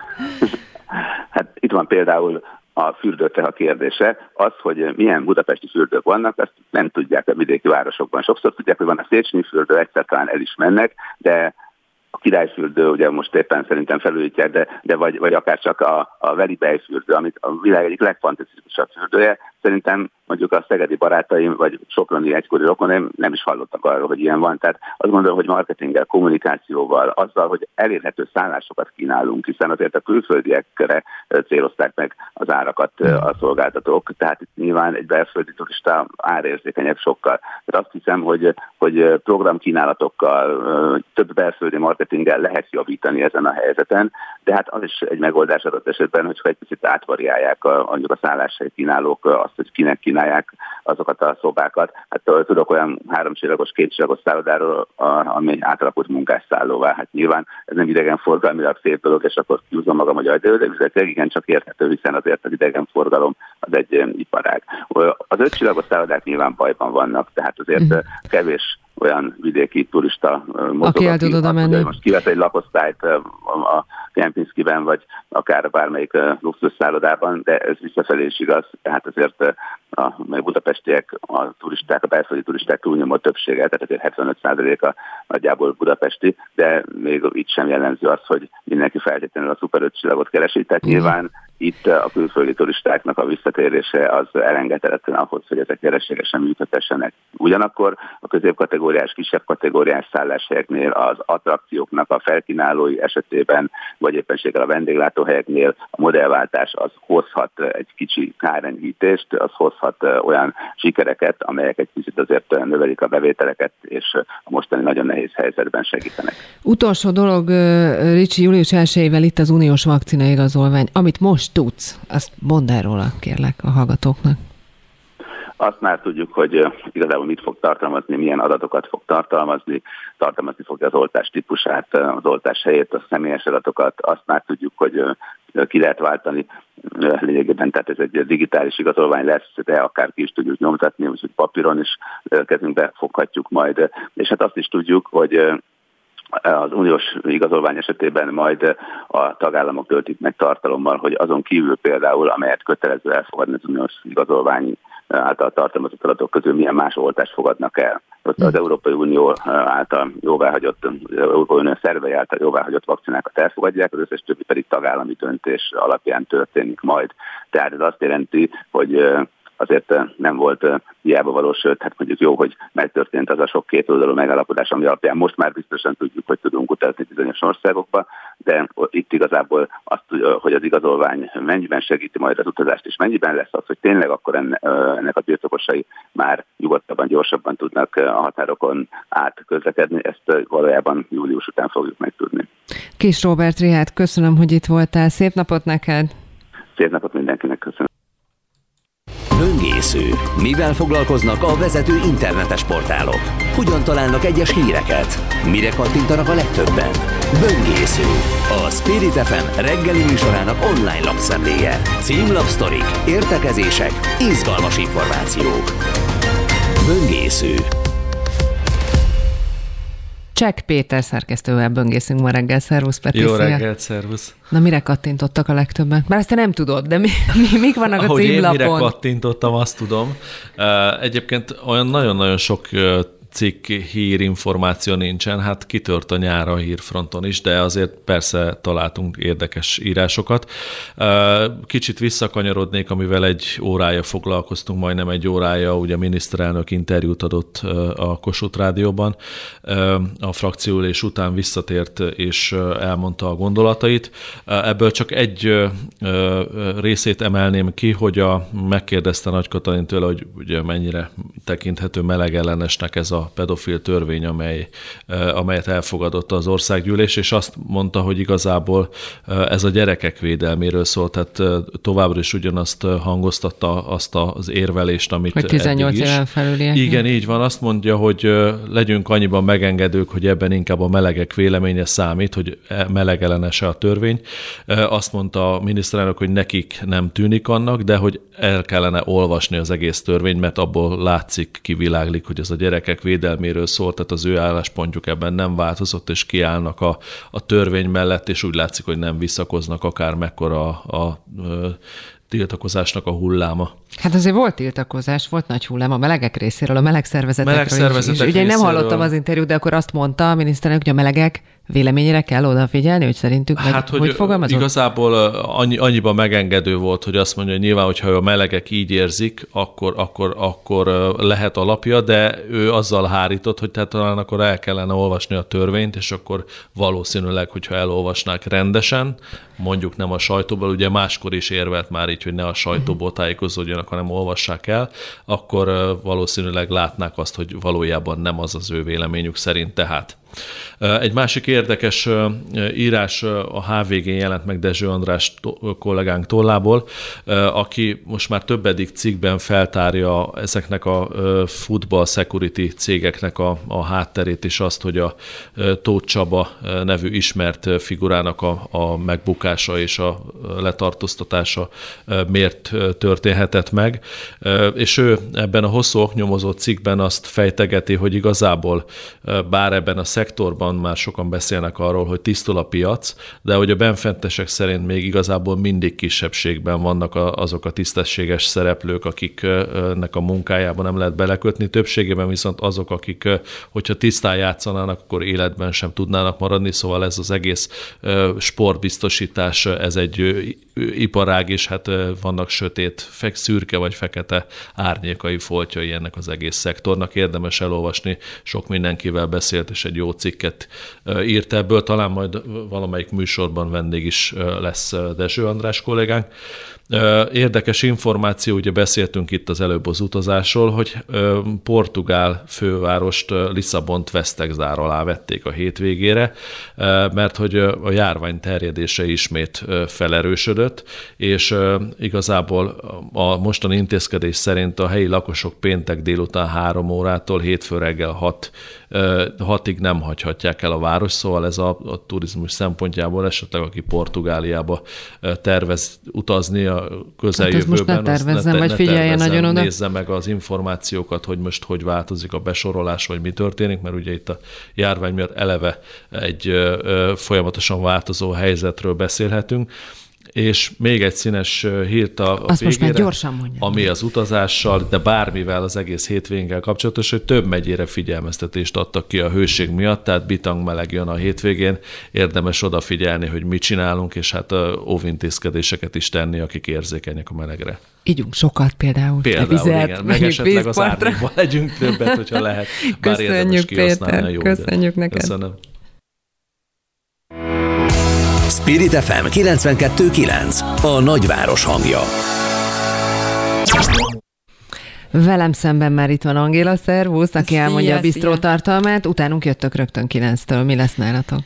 [SPEAKER 15] Hát itt van például a fürdőknek a kérdése, az, hogy milyen budapesti fürdők vannak, ezt nem tudják a vidéki városokban. Sokszor tudják, hogy van a Széchenyi fürdő, egyszer talán el is mennek, de a Királyfürdő, ugye most éppen szerintem felújítják, de vagy akár csak a Velibej fürdő, amit a világ egyik legfantasztikusabb fürdője, szerintem mondjuk a szegedi barátaim, vagy soproni egykori rokonaim nem is hallottak arról, hogy ilyen van. Tehát azt gondolom, hogy marketinggel, kommunikációval, azzal, hogy elérhető szállásokat kínálunk, hiszen azért a külföldiekre célozták meg az árakat a szolgáltatók, tehát itt nyilván egy belföldi turista árérzékenyebb sokkal. Tehát azt hiszem, hogy programkínálatokkal, több belföldi marketinggel lehet javítani ezen a helyzeten, de hát az is egy megoldás adott esetben, hogyha egy picit átvariálják mondjuk a szálláshely kínálók azt, hogy kinek kínálják azokat a szobákat. Hát tudok olyan 3-csillagos, 2-csillagos szállodáról, ami átalakult munkásszállóvá. Hát nyilván ez nem idegenforgalmilag szép dolog, és akkor kiúzom magam, hogy de üzletileg igen, csak érthető, hiszen azért az idegenforgalom az egy iparág. Az 5-csillagos szállodák nyilván bajban vannak, tehát azért kevés olyan vidéki turista mozog,
[SPEAKER 2] aki el tud oda menni.
[SPEAKER 15] Most kivett egy lakosztályt a Kempinskiben, vagy akár bármelyik luxusszállodában, de ez visszafelé is igaz, tehát azért a budapestiek, a turisták, a belföldi turisták túlnyomó többsége, tehát azért 75%-a nagyjából budapesti, de még itt sem jellemző az, hogy mindenki feltétlenül a szuper 5 csillagot keresi, tehát nyilván itt a külföldi turistáknak a visszatérése az elengedhetetlen ahhoz, hogy ezek nyereségesen működhessenek. Ugyanakkor a középkategóriás, kisebb kategóriás szálláshelyeknél, az attrakcióknak a felkínálói esetében, vagy éppenséggel a vendéglátóhelyeknél a modellváltás az hozhat egy kicsi kárenyhítést, az hozhat olyan sikereket, amelyek egy kicsit azért növelik a bevételeket, és a mostani nagyon nehéz helyzetben segítenek.
[SPEAKER 2] Utolsó dolog, Ricsi, július 1-ével itt az uniós vakcinaigazolvány. Amit most tudsz, azt mondd el róla, kérlek, a hallgatóknak.
[SPEAKER 15] Azt már tudjuk, hogy igazából mit fog tartalmazni, milyen adatokat fog tartalmazni fogja az oltás típusát, az oltás helyét, a személyes adatokat, azt már tudjuk, hogy ki lehet váltani lényegében, tehát ez egy digitális igazolvány lesz, de akár ki is tudjuk nyomtatni, úgyhogy papíron is kezünkbe foghatjuk majd. És hát azt is tudjuk, hogy az uniós igazolvány esetében majd a tagállamok töltik meg tartalommal, hogy azon kívül például, amelyet kötelező elfogadni az uniós igazolvány által tartalmazott adatok közül milyen más oltást fogadnak el. Ott az Európai Unió által jóváhagyott, az Európai Unió szervei által jóváhagyott vakcinákat elfogadják, az összes többi pedig tagállami döntés alapján történik majd. Tehát ez azt jelenti, hogy azért nem volt hiába való, sőt, hát mondjuk jó, hogy megtörtént az a sok kétoldalú megállapodás, ami alapján most már biztosan tudjuk, hogy tudunk utazni bizonyos országokba, de itt igazából azt, hogy az igazolvány mennyiben segíti majd az utazást, és mennyiben lesz az, hogy tényleg akkor ennek a birtokosai már nyugodtabban, gyorsabban tudnak a határokon át közlekedni, ezt valójában július után fogjuk megtudni.
[SPEAKER 2] Kis Róbert Rihát, köszönöm, hogy itt voltál. Szép napot neked!
[SPEAKER 15] Szép napot mindenkinek, köszönöm.
[SPEAKER 1] Böngésző. Mivel foglalkoznak a vezető internetes portálok? Hogyan találnak egyes híreket? Mire kattintanak a legtöbben? Böngésző. A Spirit FM reggeli műsorának online lapszemléje. Címlapsztorik, értekezések, izgalmas információk. Böngésző.
[SPEAKER 2] Csek Péter szerkesztővel böngészünk ma reggel. Szervusz, Peti.
[SPEAKER 16] Jó reggelt, szervusz.
[SPEAKER 2] Na, mire kattintottak a legtöbben? Már ezt te nem tudod, de mik vannak a címlapon?
[SPEAKER 16] Ahogy én mire kattintottam, azt tudom. Egyébként olyan nagyon-nagyon sok cikk, hír, információ nincsen, hát kitört a nyár a hírfronton is, de azért persze találtunk érdekes írásokat. Kicsit visszakanyarodnék, amivel egy órája foglalkoztunk, majdnem egy órája, ugye a miniszterelnök interjút adott a Kossuth Rádióban, a frakcióülés után visszatért és elmondta a gondolatait. Ebből csak egy részét emelném ki, hogy megkérdezte Nagy Katalin tőle, hogy ugye mennyire tekinthető melegellenesnek ez a pedofil törvény, amelyet elfogadott az országgyűlés, és azt mondta, hogy igazából ez a gyerekek védelméről szól, tehát továbbra is ugyanazt hangoztatta azt az érvelést, amit
[SPEAKER 2] hogy 18 éven felüliek.
[SPEAKER 16] Igen, így van. Azt mondja, hogy legyünk annyiban megengedők, hogy ebben inkább a melegek véleménye számít, hogy melegellenes-e a törvény. Azt mondta a miniszterelnök, hogy nekik nem tűnik annak, de hogy el kellene olvasni az egész törvényt, mert abból látszik, kiviláglik, hogy ez a gyerekek védelméről szól, tehát az ő álláspontjuk ebben nem változott, és kiállnak a törvény mellett, és úgy látszik, hogy nem visszakoznak akár mekkora a tiltakozásnak a hulláma.
[SPEAKER 2] Hát azért volt tiltakozás, volt nagy hullám a melegek részéről, a meleg szervezetekről is. Ugye én nem hallottam az interjút, de akkor azt mondta a miniszterelnök, hogy a melegek véleményére kell odafigyelni, hogy szerintük
[SPEAKER 16] hát, hogy fogalmazott? Igazából annyiban megengedő volt, hogy azt mondja, hogy nyilván, hogyha a melegek így érzik, akkor lehet alapja, de ő azzal hárított, hogy tehát talán akkor el kellene olvasni a törvényt, és akkor valószínűleg, hogyha elolvasnák rendesen, mondjuk nem a sajtóból, ugye máskor is érvelt már így, hogy ne a sajtóból tájékozódjanak, hanem olvassák el, akkor valószínűleg látnák azt, hogy valójában nem az az ő véleményük szerint tehát. Egy másik érdekes írás a HVG-n jelent meg Dezső András kollégánk tollából, aki most már többedik cikkben feltárja ezeknek a football security cégeknek a hátterét, és azt, hogy a Tóth Csaba nevű ismert figurának a megbukása és a letartóztatása miért történhetett meg. És ő ebben a hosszú oknyomozó cikkben azt fejtegeti, hogy igazából bár ebben a szektorban már sokan beszélnek arról, hogy tisztul a piac, de hogy a benfentesek szerint még igazából mindig kisebbségben vannak azok a tisztességes szereplők, akiknek a munkájában nem lehet belekötni. Többségében viszont azok, akik, hogyha tisztán játszanának, akkor életben sem tudnának maradni, szóval ez az egész sportbiztosítás, ez egy iparág, és hát vannak sötét, szürke vagy fekete árnyékai foltjai ennek az egész szektornak. Érdemes elolvasni, sok mindenkivel beszélt, és egy jó cikket írt ebből, talán majd valamelyik műsorban vendég is lesz Dezső András kollégánk. Érdekes információ, ugye beszéltünk itt az előbb az utazásról, hogy portugál fővárost, Lisszabont vesztegzár alá vették a hétvégére, mert hogy a járvány terjedése ismét felerősödött, és igazából a mostani intézkedés szerint a helyi lakosok péntek délután 3 órától hétfő reggel 6-ig nem hagyhatják el a város, szóval ez a turizmus szempontjából esetleg, aki Portugáliába tervez utazni a közeljövőben,
[SPEAKER 2] hát most ne tervezzem, vagy figyeljen nagyon oda.
[SPEAKER 16] Nézze meg az információkat, hogy most hogy változik a besorolás, vagy mi történik, mert ugye itt a járvány miatt eleve egy folyamatosan változó helyzetről beszélhetünk. És még egy színes hírt a
[SPEAKER 2] azt
[SPEAKER 16] végére,
[SPEAKER 2] most már gyorsan mondja,
[SPEAKER 16] ami az utazással, de bármivel az egész hétvégénkkel kapcsolatos, hogy több megyére figyelmeztetést adtak ki a hőség miatt, tehát bitang meleg jön a hétvégén, érdemes odafigyelni, hogy mit csinálunk, és hát óvintézkedéseket is tenni, akik érzékenyek a melegre.
[SPEAKER 2] Ígyunk sokat például
[SPEAKER 16] vizet, igen, meg esetleg az árnyékban legyünk többet, hogyha lehet. Bár
[SPEAKER 2] köszönjük, Péter, jó, köszönjük neked.
[SPEAKER 16] Köszönöm.
[SPEAKER 1] Spirit FM 92.9, a nagyváros hangja.
[SPEAKER 2] Velem szemben már itt van Angéla, szervusz, aki elmondja a bisztró tartalmát, utánunk jöttök rögtön 9-től. Mi lesz nálatok?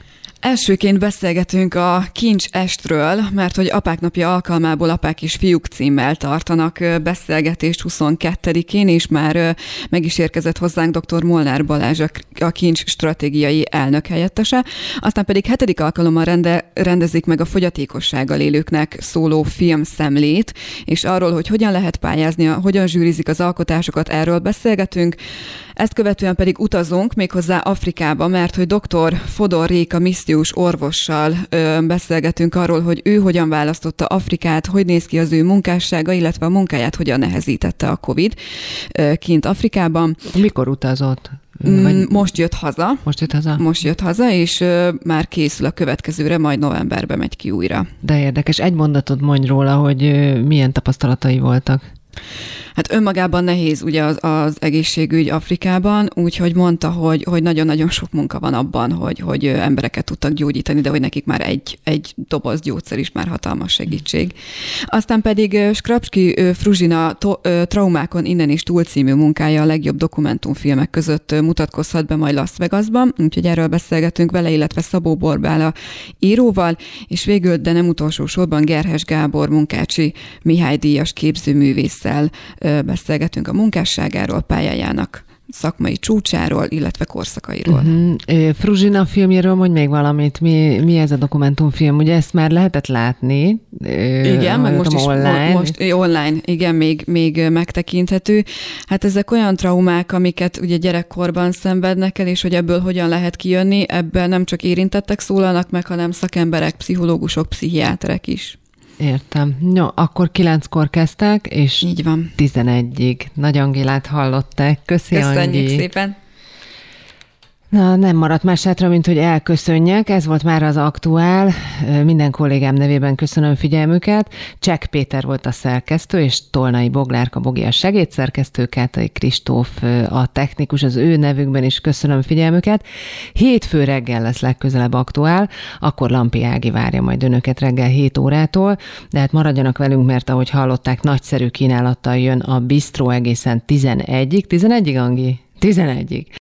[SPEAKER 17] Elsőként beszélgetünk a Kincs estről, mert hogy Apák napja alkalmából Apák és fiúk címmel tartanak beszélgetést 22-én, és már meg is érkezett hozzánk dr. Molnár Balázs, a Kincs stratégiai elnök helyettese. Aztán pedig 7. alkalommal rendezik meg a fogyatékossággal élőknek szóló filmszemlét, és arról, hogy hogyan lehet pályázni, hogyan zsűrizik az alkotásokat, erről beszélgetünk. Ezt követően pedig utazunk méghozzá Afrikába, mert hogy dr. Fodor Réka missziós orvossal beszélgetünk arról, hogy ő hogyan választotta Afrikát, hogy néz ki az ő munkássága, illetve a munkáját hogyan nehezítette a Covid kint Afrikában.
[SPEAKER 2] Mikor utazott?
[SPEAKER 17] Most jött haza. Most jött haza, és már készül a következőre, majd novemberben megy ki újra.
[SPEAKER 2] De érdekes. Egy mondatot mondj róla, hogy milyen tapasztalatai voltak.
[SPEAKER 17] Hát önmagában nehéz ugye az egészségügy Afrikában, úgyhogy mondta, hogy nagyon-nagyon sok munka van abban, hogy embereket tudtak gyógyítani, de hogy nekik már egy doboz gyógyszer is már hatalmas segítség. Aztán pedig Skrapski Fruzsina Traumákon innen is túl című munkája a legjobb dokumentumfilmek között mutatkozhat be majd Las Vegasban, úgyhogy erről beszélgetünk vele, illetve Szabó Borbála íróval, és végül, de nem utolsó sorban Gerhes Gábor Munkácsi Mihály díjas képzőművésszel beszélgetünk a munkásságáról, pályájának szakmai csúcsáról, illetve korszakairól.
[SPEAKER 2] Fruzsina filmjéről mondj még valamit. Mi ez a dokumentumfilm? Ugye ezt már lehetett látni?
[SPEAKER 17] Igen, meg most is online, igen, még megtekinthető. Hát ezek olyan traumák, amiket ugye gyerekkorban szenvednek el, és hogy ebből hogyan lehet kijönni, ebben nem csak érintettek szólalnak meg, hanem szakemberek, pszichológusok, pszichiáterek is.
[SPEAKER 2] Értem. Jó, akkor 9-kor kezdtek, és így van. 11-ig. Nagy Angélát hallották.
[SPEAKER 17] Köszönjük szépen.
[SPEAKER 2] Na, nem maradt más hátra, mint hogy elköszönjek. Ez volt már az aktuál. Minden kollégám nevében köszönöm figyelmüket. Csek Péter volt a szerkesztő, és Tolnai Boglárka Bogi a segédszerkesztő, Kátai Kristóf a technikus, az ő nevükben is köszönöm figyelmüket. Hétfő reggel lesz legközelebb aktuál, akkor Lampi Ági várja majd önöket reggel 7 órától, de hát maradjanak velünk, mert ahogy hallották, nagyszerű kínálattal jön a Bistró egészen 11-ig. 11-ig, Angi? 11-ig.